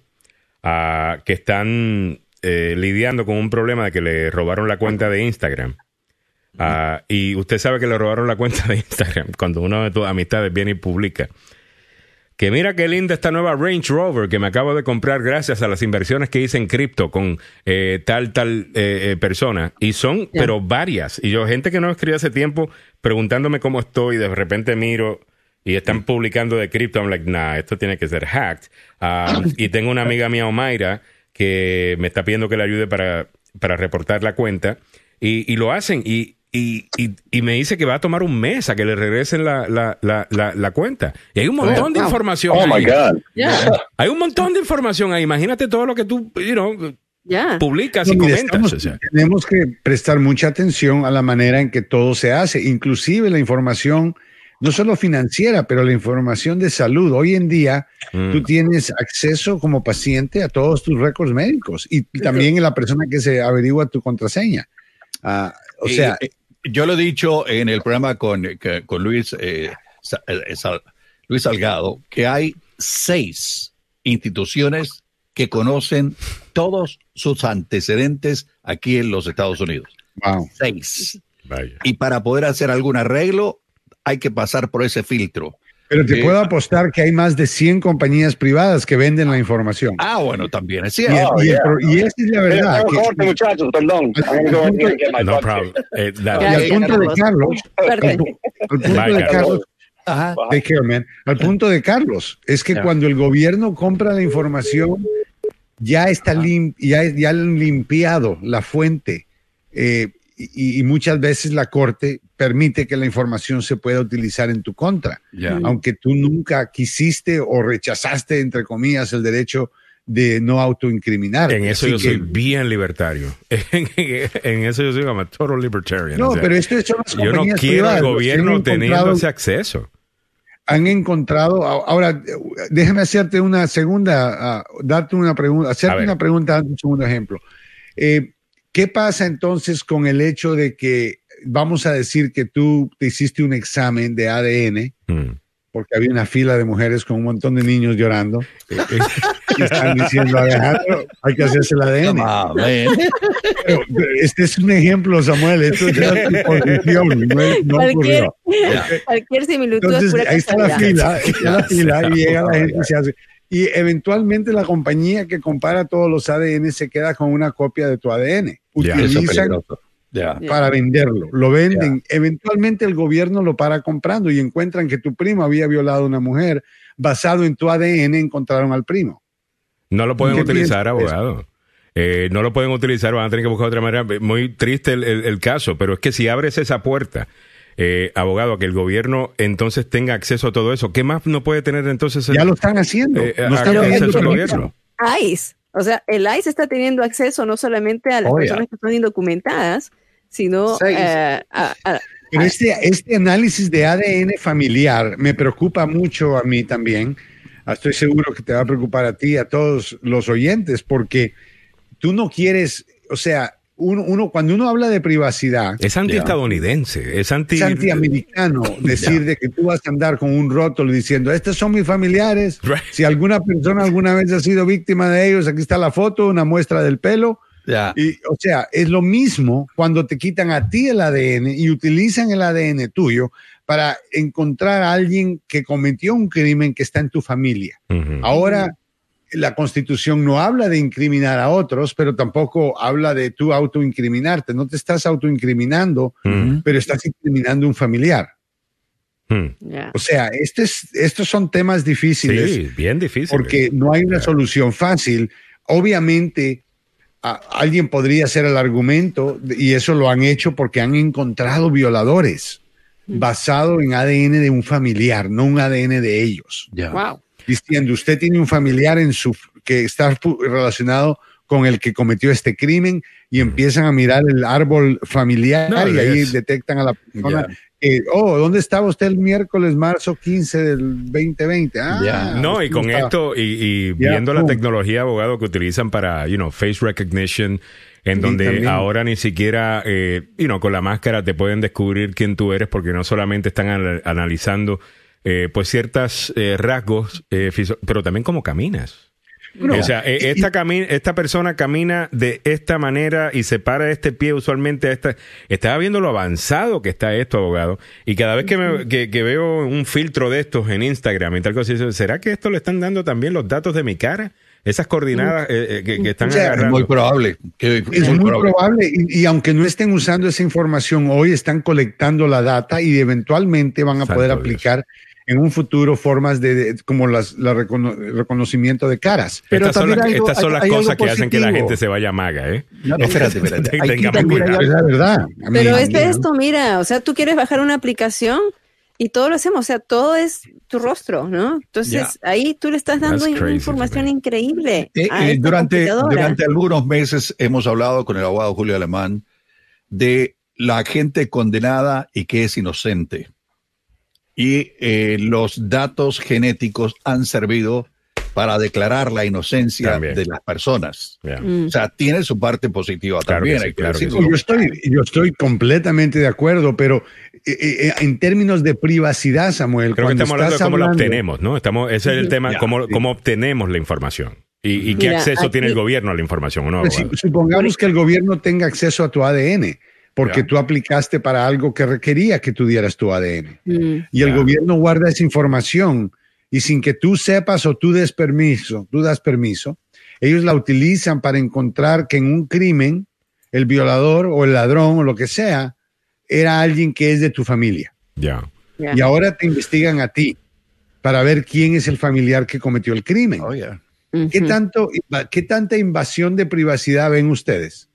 ah, que están eh, lidiando con un problema de que le robaron la cuenta de Instagram. Ah, y usted sabe que le robaron la cuenta de Instagram cuando uno de tus amistades viene y publica que mira qué linda esta nueva Range Rover que me acabo de comprar gracias a las inversiones que hice en cripto con eh, tal, tal eh, eh, persona. Y son, Ya. pero varias. Y yo, gente que no escribe hace tiempo preguntándome cómo estoy, de repente miro y están publicando de cripto. I'm like, nah, esto tiene que ser hacked. Um, y tengo una amiga mía, Omaira, que me está pidiendo que le ayude para, para reportar la cuenta. Y, y lo hacen. Y, y, y, y me dice que va a tomar un mes a que le regresen la, la, la, la, la cuenta. Y hay un montón de wow. información Oh my ahí. God. Ya, Hay un montón de información ahí. Imagínate todo lo que tú, you know, ya. publicas No, y mire, comentas. estamos- O sea. tenemos que prestar mucha atención a la manera en que todo se hace, inclusive la información no solo financiera, pero la información de salud. Hoy en día mm. tú tienes acceso como paciente a todos tus récords médicos y, y también la persona que se averigua tu contraseña. Uh, o sea, eh, yo lo he dicho en el programa con, con Luis, eh, Sal, Luis Salgado, que hay seis instituciones que conocen todos sus antecedentes aquí en los Estados Unidos. Wow. Seis. Vaya. Y para poder hacer algún arreglo hay que pasar por ese filtro. Pero te eh, puedo apostar que hay más de cien compañías privadas que venden la información. Ah, bueno, también es Y, cierto. oh, y, yeah. el, y esa es la verdad. Que, corte, muchachos, perdón. No problem. Eh, y al punto de Carlos, al, al punto Bye, de Carlos, Ajá. take care, man. Al punto de Carlos, es que yeah. cuando el gobierno compra la información, ya está lim, ya, ya han limpiado la fuente. Eh, Y, y muchas veces la corte permite que la información se pueda utilizar en tu contra, yeah. aunque tú nunca quisiste o rechazaste, entre comillas, el derecho de no autoincriminar. En eso Así yo que, soy bien libertario. En, en eso yo soy como total libertarian. No, o sea, pero esto son las yo no compañías quiero privadas, al gobierno teniendo ese acceso. Han encontrado, ahora déjame hacerte una segunda, uh, darte una pregunta, hacerte una pregunta, un segundo ejemplo. Eh, ¿Qué pasa entonces con el hecho de que vamos a decir que tú te hiciste un examen de A D N, mm. porque había una fila de mujeres con un montón de niños llorando y están diciendo, Alejandro, hay que hacerse el A D N? Pero, pero este es un ejemplo, Samuel, esto es una suposición, no, no cualquier, ocurrió. Cualquier similitud Entonces, es pura ahí está la fila, ahí está la fila y llega la gente y se hace... Y eventualmente la compañía que compara todos los A D N se queda con una copia de tu A D N. Yeah. Utilizan yeah. para venderlo. Lo venden. Yeah. Eventualmente el gobierno lo para comprando y encuentran que tu primo había violado a una mujer. Basado en tu A D N encontraron al primo. No lo pueden utilizar, abogado. Eh, no lo pueden utilizar, van a tener que buscar otra manera. Muy triste el, el, el caso, pero es que si abres esa puerta... Eh, abogado, que el gobierno entonces tenga acceso a todo eso. ¿Qué más no puede tener entonces? El, ya lo están haciendo. Eh, no están acceso al gobierno. I C E, o sea, el I C E está teniendo acceso no solamente a las oh, personas yeah. que están indocumentadas, sino sí, eh, sí. A, a, Pero este, este análisis de A D N familiar me preocupa mucho a mí también. Estoy seguro que te va a preocupar a ti, a todos los oyentes, porque tú no quieres, o sea, Uno, uno, cuando uno habla de privacidad... Es antiestadounidense, yeah. es anti... Es antiamericano decir yeah. de que tú vas a andar con un rótulo diciendo, estos son mis familiares, right. si alguna persona alguna vez ha sido víctima de ellos, aquí está la foto, una muestra del pelo. Yeah. Y, o sea, es lo mismo cuando te quitan a ti el A D N y utilizan el A D N tuyo para encontrar a alguien que cometió un crimen que está en tu familia. Uh-huh. Ahora... La Constitución no habla de incriminar a otros, pero tampoco habla de tú autoincriminarte. No te estás autoincriminando, mm. pero estás incriminando a un familiar. Mm. Yeah. O sea, este es, estos son temas difíciles. Sí, bien difíciles. Porque no hay una yeah. solución fácil. Obviamente, a, alguien podría hacer el argumento, y eso lo han hecho porque han encontrado violadores mm. basado en A D N de un familiar, no un A D N de ellos. Yeah. Wow. Diciendo, usted tiene un familiar en su que está relacionado con el que cometió este crimen y empiezan a mirar el árbol familiar no, y ahí es. detectan a la persona. Yeah. Eh, oh, ¿dónde estaba usted el miércoles, marzo quince del veinte veinte? Ah, yeah. No, y con estaba. esto, y, y yeah, viendo boom. la tecnología, abogado, que utilizan para, you know, face recognition, en donde también. ahora ni siquiera, eh, you know, con la máscara te pueden descubrir quién tú eres, porque no solamente están al- analizando Eh, pues ciertos eh, rasgos, eh, pero también cómo caminas. No. O sea, eh, esta, cami- esta persona camina de esta manera y se para este pie usualmente a esta... Estaba viendo lo avanzado que está esto, abogado, y cada vez que, me, que, que veo un filtro de estos en Instagram y tal cosa, ¿será que esto le están dando también los datos de mi cara? Esas coordinadas eh, eh, que, que están o sea, agarrando. Es muy probable. Que, es, es muy, muy probable. probable. Y, y aunque no estén usando esa información hoy, están colectando la data y eventualmente van a Santo poder aplicar... Dios. En un futuro formas de, de como las la recono, reconocimiento de caras. Pero estas son, las, algo, estas son las hay, cosas hay que hacen que la gente se vaya maga, ¿eh? No, no, espérate, espérate. Tengamos cuidado. Es la verdad. Pero es de esto, mira, o sea, tú quieres bajar una aplicación y todo lo hacemos, o sea, todo es tu rostro, ¿no? Entonces, yeah. ahí tú le estás dando una información increíble. Eh, eh, durante, durante algunos meses hemos hablado con el abogado Julio Alemán de la gente condenada y que es inocente. y eh, los datos genéticos han servido para declarar la inocencia también de las personas. Yeah. Mm. O sea, tiene su parte positiva claro también. Sí, hay que claro que sí. Yo estoy, yo estoy completamente de acuerdo, pero eh, eh, en términos de privacidad, Samuel, creo que estamos hablando de cómo hablando... la obtenemos, ¿no? Estamos, ese es el tema, yeah, cómo, sí. cómo obtenemos la información. ¿Y, y qué Mira, acceso aquí... tiene el gobierno a la información? ¿No? Pues, supongamos que el gobierno tenga acceso a tu A D N, porque yeah. tú aplicaste para algo que requería que tú dieras tu A D N. Mm. Y el yeah. gobierno guarda esa información y sin que tú sepas o tú des permiso, tú das permiso, ellos la utilizan para encontrar que en un crimen el violador o el ladrón o lo que sea era alguien que es de tu familia. Yeah. Yeah. Y ahora te investigan a ti para ver quién es el familiar que cometió el crimen. Oh, yeah. ¿Qué, tanto, ¿Qué tanta invasión de privacidad ven ustedes?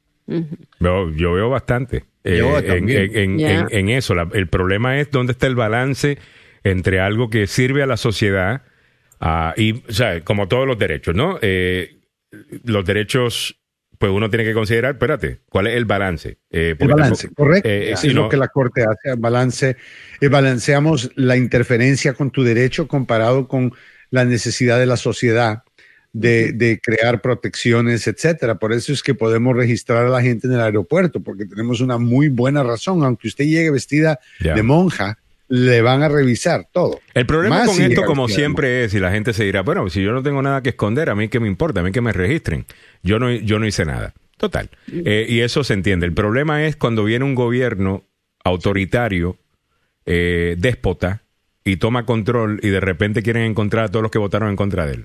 Yo, yo veo bastante eh, en, en, en, yeah. en, en eso. La, el problema es dónde está el balance entre algo que sirve a la sociedad uh, y, o sea, como todos los derechos, ¿no? Eh, los derechos, pues uno tiene que considerar, espérate, ¿cuál es el balance? Eh, el balance, tampoco, correcto. Eh, es no, lo que la Corte hace, balance, eh, balanceamos la interferencia con tu derecho comparado con la necesidad de la sociedad. De, de crear protecciones, etcétera. Por eso es que podemos registrar a la gente en el aeropuerto, porque tenemos una muy buena razón. Aunque usted llegue vestida yeah. de monja, le van a revisar todo. El problema Más con si esto, como siempre es, y la gente se dirá, bueno, si yo no tengo nada que esconder, a mí qué me importa, a mí que me registren. Yo no, yo no hice nada. Total. Eh, y eso se entiende. El problema es cuando viene un gobierno autoritario, eh, déspota, y toma control, y de repente quieren encontrar a todos los que votaron en contra de él.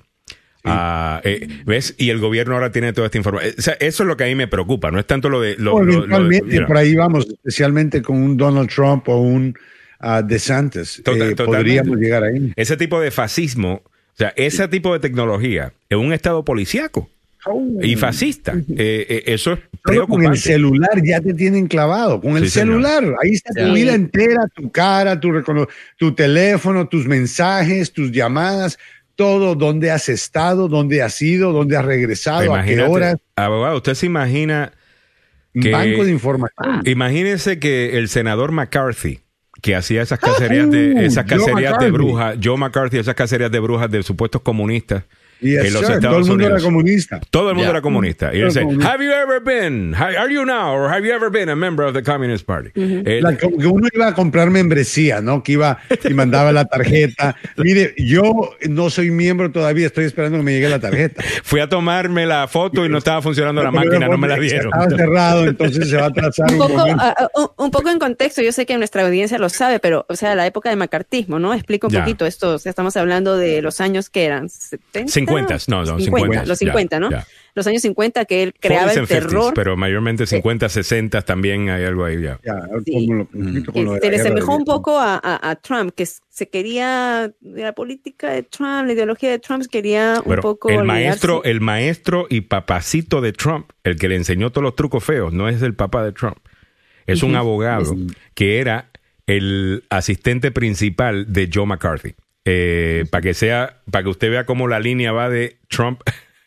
Uh, eh, ¿Ves? Y el gobierno ahora tiene toda esta información. O sea, eso es lo que a mí me preocupa. No es tanto lo de... Lo, no, lo, lo, you know. Por ahí vamos, especialmente con un Donald Trump o un uh, DeSantis. Total, eh, podríamos llegar ahí. Ese tipo de fascismo, o sea, ese tipo de tecnología en un estado policíaco oh. y fascista. Eh, eh, eso es preocupante. Con el celular ya te tienen clavado. Con el sí, celular. Señor. Ahí está tu sí. vida entera, tu cara, tu, recono- tu teléfono, tus mensajes, tus llamadas. Todo, dónde has estado, dónde has ido, dónde has regresado, imagínate, a qué horas. Abogado, usted se imagina que... Banco de información. Imagínese que el senador McCarthy, que hacía esas cacerías de, esas cacerías de brujas, Joe McCarthy, esas cacerías de brujas de supuestos comunistas, Yes, en los sir. Estados Todo el mundo Unidos. era comunista. Todo el mundo Yeah. era comunista. Y él dice, have you ever been, are you now, or have you ever been a member of the Communist Party? Uh-huh. eh, La, que uno iba a comprar membresía, ¿no? Que iba y mandaba la tarjeta. Mire, yo no soy miembro todavía, estoy esperando que me llegue la tarjeta. Fui a tomarme la foto y no estaba funcionando la máquina, no me la dieron. Estaba cerrado, entonces se va a atrasar un, un poco, momento. Uh, uh, un poco en contexto, yo sé que nuestra audiencia lo sabe, pero, o sea, la época de macartismo, ¿no? Explica un ya. poquito esto, o sea, estamos hablando de los años que eran setenta. cincuenta, no, no. cincuenta, los cincuenta, ya, ¿no? Ya. Los años cincuenta que él creaba el terror. Pero mayormente cincuenta, sesenta también hay algo ahí ya. ya sí. Lo, lo se le semejó un poco a, a, a Trump, que se quería, la política de Trump, la ideología de Trump quería bueno, un poco... El maestro, el maestro y papacito de Trump, el que le enseñó todos los trucos feos, no es el papá de Trump. Es uh-huh. un abogado uh-huh. que era el asistente principal de Joe McCarthy. Eh, para que sea, para que usted vea cómo la línea va de Trump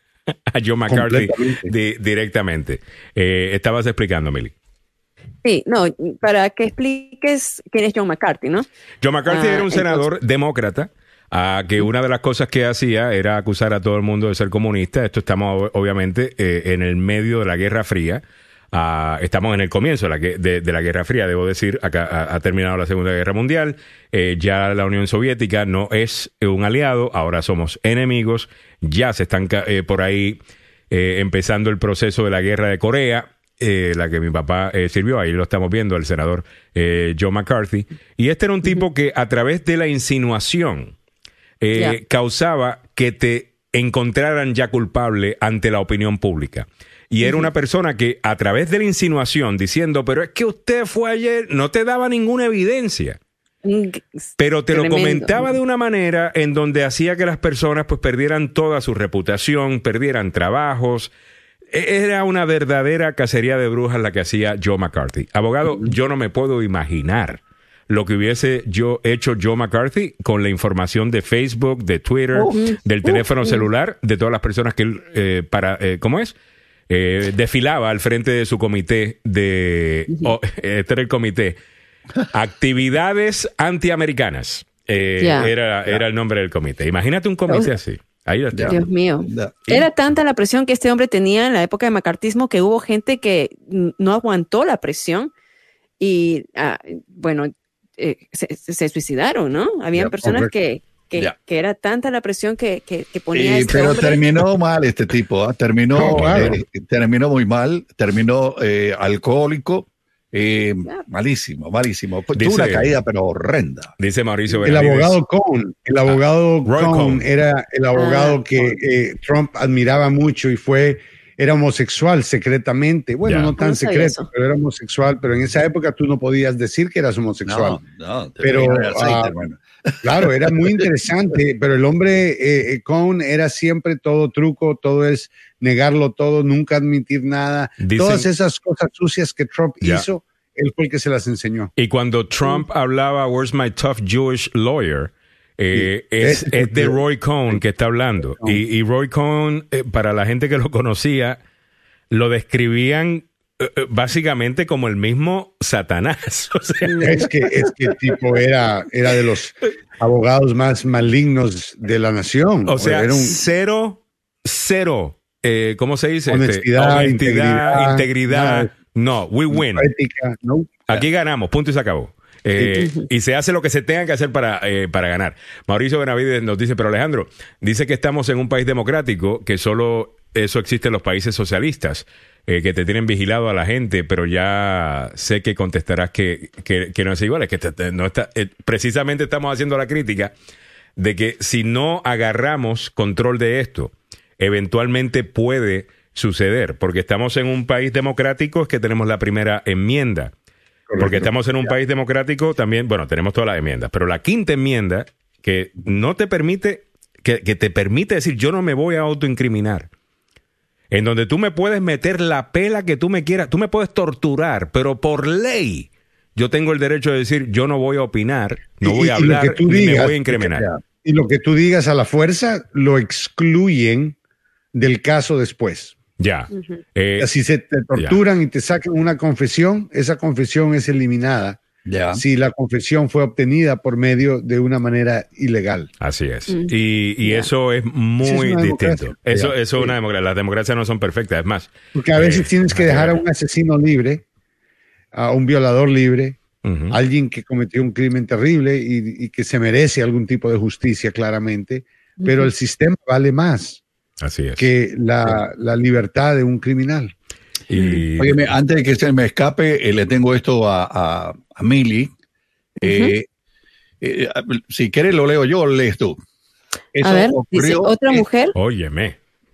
a Joe McCarthy di, directamente. Eh, estabas explicando, Mili. Sí, no, para que expliques quién es Joe McCarthy, ¿no? Joe McCarthy ah, era un senador entonces... demócrata, a que una de las cosas que hacía era acusar a todo el mundo de ser comunista. Esto estamos obviamente eh, en el medio de la Guerra Fría. Uh, estamos en el comienzo de la, de, de la Guerra Fría, debo decir. Acá ha, ha terminado la Segunda Guerra Mundial. Eh, ya la Unión Soviética no es un aliado, ahora somos enemigos. Ya se están eh, por ahí eh, empezando el proceso de la Guerra de Corea, eh, la que mi papá eh, sirvió. Ahí lo estamos viendo, el senador eh, Joe McCarthy. Y este era un tipo que a través de la insinuación eh, yeah. causaba que te encontraran ya culpable ante la opinión pública. Y era una persona que a través de la insinuación diciendo, pero es que usted fue ayer, no te daba ninguna evidencia. Pero te Tremendo. Lo comentaba de una manera en donde hacía que las personas pues perdieran toda su reputación, perdieran trabajos. Era una verdadera cacería de brujas la que hacía Joe McCarthy. Abogado, uh-huh. yo no me puedo imaginar lo que hubiese yo hecho Joe McCarthy con la información de Facebook, de Twitter, uh-huh. del teléfono uh-huh. celular, de todas las personas que él, eh, para, eh, ¿cómo es? Eh, desfilaba al frente de su comité de, uh-huh. oh, este era el comité, actividades antiamericanas. eh, Yeah. era, era el nombre del comité. Imagínate un comité así. Ahí lo tengo. Dios mío. Yeah. Era tanta la presión que este hombre tenía en la época de macartismo que hubo gente que no aguantó la presión y, ah, bueno, eh, se, se suicidaron, ¿no? Habían Yeah, personas correcto. que, que, Yeah. que era tanta la presión que, que, que ponía Y, este pero hombre. terminó mal este tipo, ¿ah? terminó, No, claro. eh, terminó muy mal, terminó eh, alcohólico, eh, Yeah. malísimo, malísimo. Tuvo Dice- una caída, pero horrenda. Dice Mauricio El Benavides. abogado Cohn, el abogado Roy Cohn Cohn. era el abogado Ah, que eh, Trump admiraba mucho y fue, era homosexual secretamente. Bueno, Ya. no tan No sabía secreto, eso. pero era homosexual, pero en esa época tú no podías decir que eras homosexual. No, no, te Pero, pegan el aceite, ah, hermano. Claro, era muy interesante, pero el hombre eh, eh, Cohn era siempre todo truco, todo es negarlo todo, nunca admitir nada. Dicen- Todas esas cosas sucias que Trump Ya. hizo, él fue el que se las enseñó. Y cuando Trump hablaba, "Where's my tough Jewish lawyer?", eh, Sí. es, Ese es de fue- Roy Cohn que está hablando. Y, y Roy Cohn, eh, para la gente que lo conocía, lo describían eh, eh, básicamente como el mismo Satanás. O sea, Es que, es que el tipo era, era de los abogados más malignos de la nación. o sea era un, cero, cero, eh, ¿cómo se dice? Este, Honestidad, integridad, integridad. nada. No, we win. ética, ¿no? Aquí ganamos, punto y se acabó. Eh, y se hace lo que se tenga que hacer para, eh, para ganar. Mauricio Benavides nos dice, pero Alejandro, dice que estamos en un país democrático, que solo eso existe en los países socialistas, eh, que te tienen vigilado a la gente, pero ya sé que contestarás que, que, que no es igual, es que te- te- no está, eh, precisamente estamos haciendo la crítica de que si no agarramos control de esto, eventualmente puede suceder, porque estamos en un país democrático, es que tenemos la primera enmienda. Porque estamos en un país democrático también, bueno, tenemos todas las enmiendas, pero la quinta enmienda que no te permite, que, que te permite decir yo no me voy a autoincriminar, en donde tú me puedes meter la pela que tú me quieras, tú me puedes torturar, pero por ley yo tengo el derecho de decir yo no voy a opinar, no Y- voy y- a y lo hablar, que tú ni me digas, voy a incriminar. Y lo que tú digas a la fuerza lo excluyen del caso después. Ya. Eh, Si se te torturan y te sacan una confesión, esa confesión es eliminada Ya. si la confesión fue obtenida por medio de una manera ilegal. Así es. Mm. Y, y Ya. eso es muy Sí, es una distinto. democracia. Eso, Ya. eso es una democracia. Las democracias no son perfectas, es más. Porque a veces eh, tienes que dejar a un asesino libre, a un violador libre, Ujú. alguien que cometió un crimen terrible y, y que se merece algún tipo de justicia claramente, pero el sistema vale más Así es. que la, la libertad de un criminal. Y, Óyeme, antes de que se me escape, eh, le tengo esto a, a, a Mili. Eh, eh, si quieres lo leo yo o lo lees tú. Eso A ver, dice, ocurrió otra en- mujer, óyeme.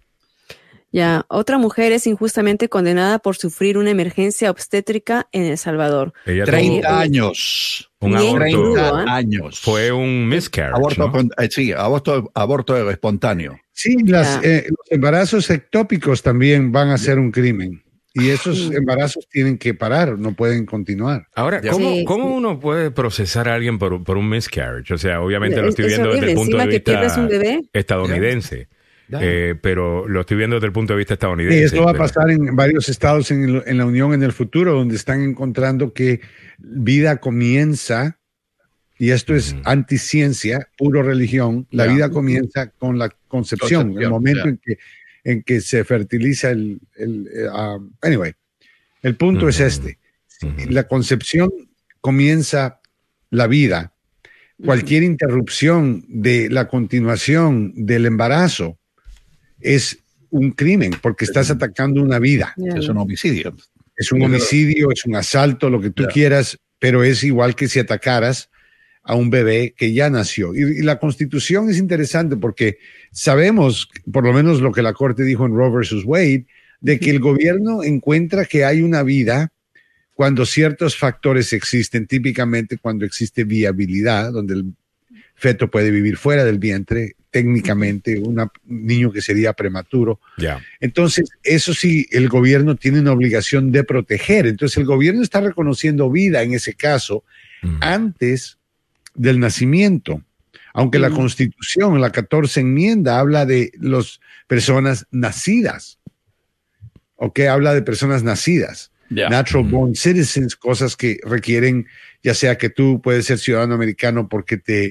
ya, otra mujer es injustamente condenada por sufrir una emergencia obstétrica en El Salvador. Ella treinta tuvo años. un Bien aborto. crudo, treinta ¿eh? años. Fue un miscarriage, aborto, ¿no? con- eh, sí, aborto, aborto espontáneo. Sí, las, Ya. eh, los embarazos ectópicos también van a ser un crimen. Y esos embarazos tienen que parar, no pueden continuar. Ahora, Ya. ¿cómo, Sí, cómo sí. uno puede procesar a alguien por, por un miscarriage? O sea, obviamente lo Es- estoy es viendo horrible. desde el punto de Encima que vista pierdes un bebé. estadounidense. Ya. Eh, pero lo estoy viendo desde el punto de vista estadounidense. Y eso va a pero- pasar en varios estados en, el- en la Unión en el futuro, donde están encontrando que vida comienza, y esto es Ujú. anticiencia, puro religión, la Ya. vida comienza con la concepción, Concepción, el momento ya. en que, en que se fertiliza el... el eh, um, anyway, el punto es Ujú. este. Ujú. La concepción comienza la vida. Cualquier interrupción de la continuación del embarazo es un crimen porque estás atacando una vida. Ya. Es un homicidio. Es un homicidio, es un asalto, lo que tú Ya. quieras, pero es igual que si atacaras a un bebé que ya nació. Y, y la Constitución es interesante porque sabemos, por lo menos lo que la Corte dijo en Roe versus Wade, de que el gobierno encuentra que hay una vida cuando ciertos factores existen, típicamente cuando existe viabilidad, donde el feto puede vivir fuera del vientre, técnicamente, una- un niño que sería prematuro. Ya. Entonces, eso sí, el gobierno tiene una obligación de proteger. Entonces, el gobierno está reconociendo vida en ese caso Mm. antes del nacimiento. Aunque la Mm. Constitución, la catorce enmienda, habla de las personas nacidas. ¿Ok? Habla de personas nacidas. Ya. Natural born citizens, cosas que requieren, ya sea que tú puedes ser ciudadano americano porque te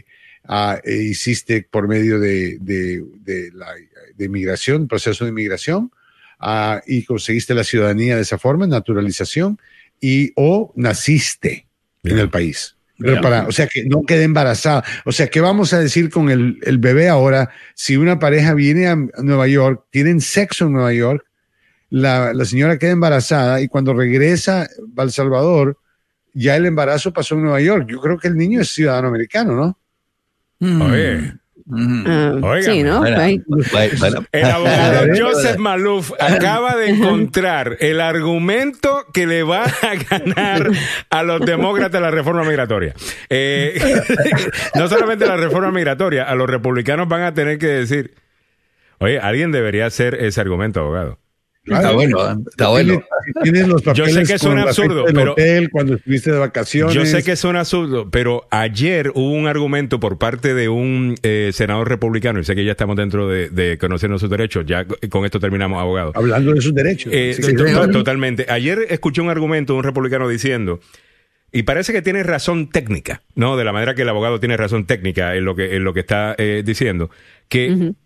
uh, e hiciste por medio de, de, de la de inmigración, proceso de inmigración, uh, y conseguiste la ciudadanía de esa forma, naturalización, y o naciste yeah. en el país. Pero para, o sea, que no quede embarazada. O sea, ¿qué vamos a decir con el, el bebé ahora? Si una pareja viene a Nueva York, tienen sexo en Nueva York, la, la señora queda embarazada y cuando regresa a El Salvador, ya el embarazo pasó en Nueva York. Yo creo que el niño es ciudadano americano, ¿no? Mm. Oye. Mm. Uh, sí, ¿no? Bueno, bueno. El abogado Joseph Maloof acaba de encontrar el argumento que le va a ganar a los demócratas la reforma migratoria. Eh, no solamente la reforma migratoria, a los republicanos van a tener que decir, oye, alguien debería hacer ese argumento, abogado. Está bueno, está bueno. Tienes los papeles. Yo sé que suena absurdo, pero hotel, cuando estuviste de vacaciones. Yo sé que suena absurdo, pero ayer hubo un argumento por parte de un eh, senador republicano, y sé que ya estamos dentro de, de conocernos sus derechos, ya con esto terminamos, abogado. Hablando de sus derechos. Eh, sí, sí, to- totalmente. Ayer escuché un argumento de un republicano diciendo, y parece que tiene razón técnica, ¿no? De la manera que el abogado tiene razón técnica en lo que, en lo que está eh, diciendo, que uh-huh.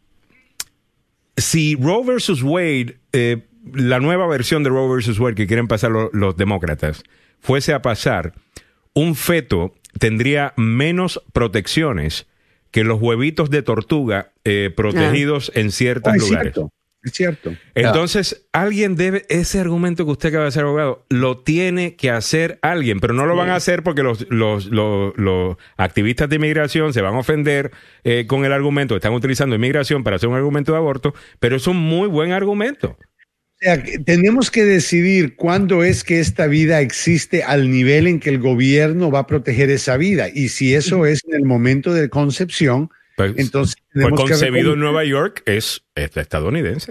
si Roe versus Wade, eh, la nueva versión de Roe versus Wade que quieren pasar lo, los demócratas, fuese a pasar, un feto tendría menos protecciones que los huevitos de tortuga eh, protegidos ah. en ciertos oh, es lugares. Cierto, es cierto. Entonces, ah. alguien debe, ese argumento que usted acaba de hacer, abogado, lo tiene que hacer alguien, pero no lo van a hacer porque los, los, los, los activistas de inmigración se van a ofender eh, con el argumento, están utilizando inmigración para hacer un argumento de aborto, pero es un muy buen argumento. O sea, tenemos que decidir cuándo es que esta vida existe al nivel en que el gobierno va a proteger esa vida. Y si eso es en el momento de concepción, pues, entonces tenemos fue concebido que en Nueva York, es, es estadounidense.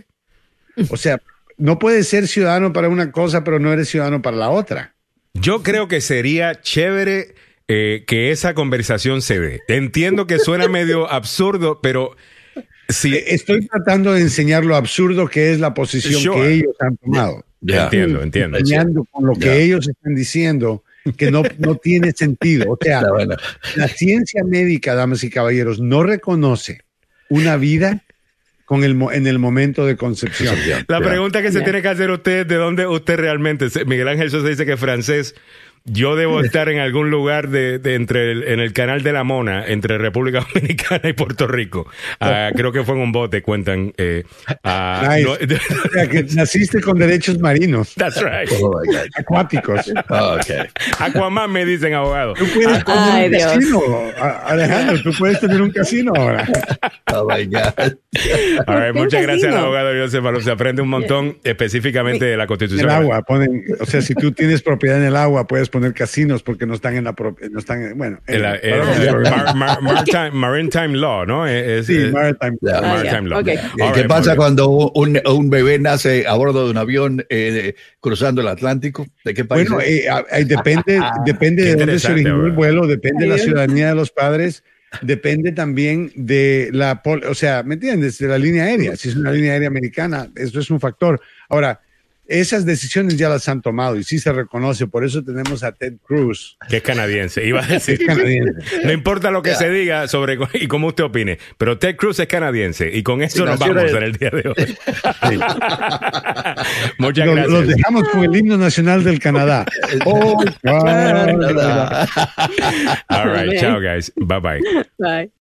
O sea, no puedes ser ciudadano para una cosa, pero no eres ciudadano para la otra. Yo creo que sería chévere eh, que esa conversación se dé. Entiendo que suena medio absurdo, pero... Sí. Estoy tratando de enseñar lo absurdo que es la posición sure. que ellos han tomado. Yeah. Entiendo, entiendo. Enseñando con lo que yeah. ellos están diciendo que no, no tiene sentido. O sea, bueno. la ciencia médica, damas y caballeros, no reconoce una vida con el, en el momento de concepción. La pregunta que se yeah. tiene que hacer usted es de dónde usted realmente... Miguel Ángel Sosa dice que es francés. Yo debo estar en algún lugar de, de entre el, en el canal de la Mona, entre República Dominicana y Puerto Rico. Uh, creo que fue en un bote, cuentan. Eh, uh, nice. no, o sea, que naciste con derechos marinos. That's right. Oh, acuáticos. Oh, okay. Aquaman me dicen, abogado. Tú puedes tener Ay, un Dios. casino, Alejandro. Tú puedes tener un casino ahora. Oh, my God. All right, muchas gracias al abogado Joseph Maloof. Se aprende un montón específicamente de la Constitución. El agua, ponen, o sea, si tú tienes propiedad en el agua, puedes poner casinos porque no están en la propiedad, no están en, bueno, el, el, el, el mar, mar, maritime, maritime law, ¿no? Es, sí, es, maritime, yeah. maritime ah, yeah. law. Okay. ¿Qué right, pasa cuando un, un bebé nace a bordo de un avión eh, cruzando el Atlántico? ¿De qué país? Bueno, eh, eh, depende, depende de dónde se originó el vuelo, depende de la ciudadanía de los padres, depende también de la, o sea, ¿me entiendes? De la línea aérea. Si es una línea aérea americana, eso es un factor. Ahora, esas decisiones ya las han tomado y sí se reconoce, por eso tenemos a Ted Cruz. Que es canadiense, iba a decir. Es canadiense. No importa lo que yeah. se diga sobre y cómo usted opine, pero Ted Cruz es canadiense y con eso sí, nos vamos en el día de hoy. Sí. Muchas los, gracias. Los dejamos con el himno nacional del Canadá. Oh, Canadá. All right, chao guys. Bye bye. Bye.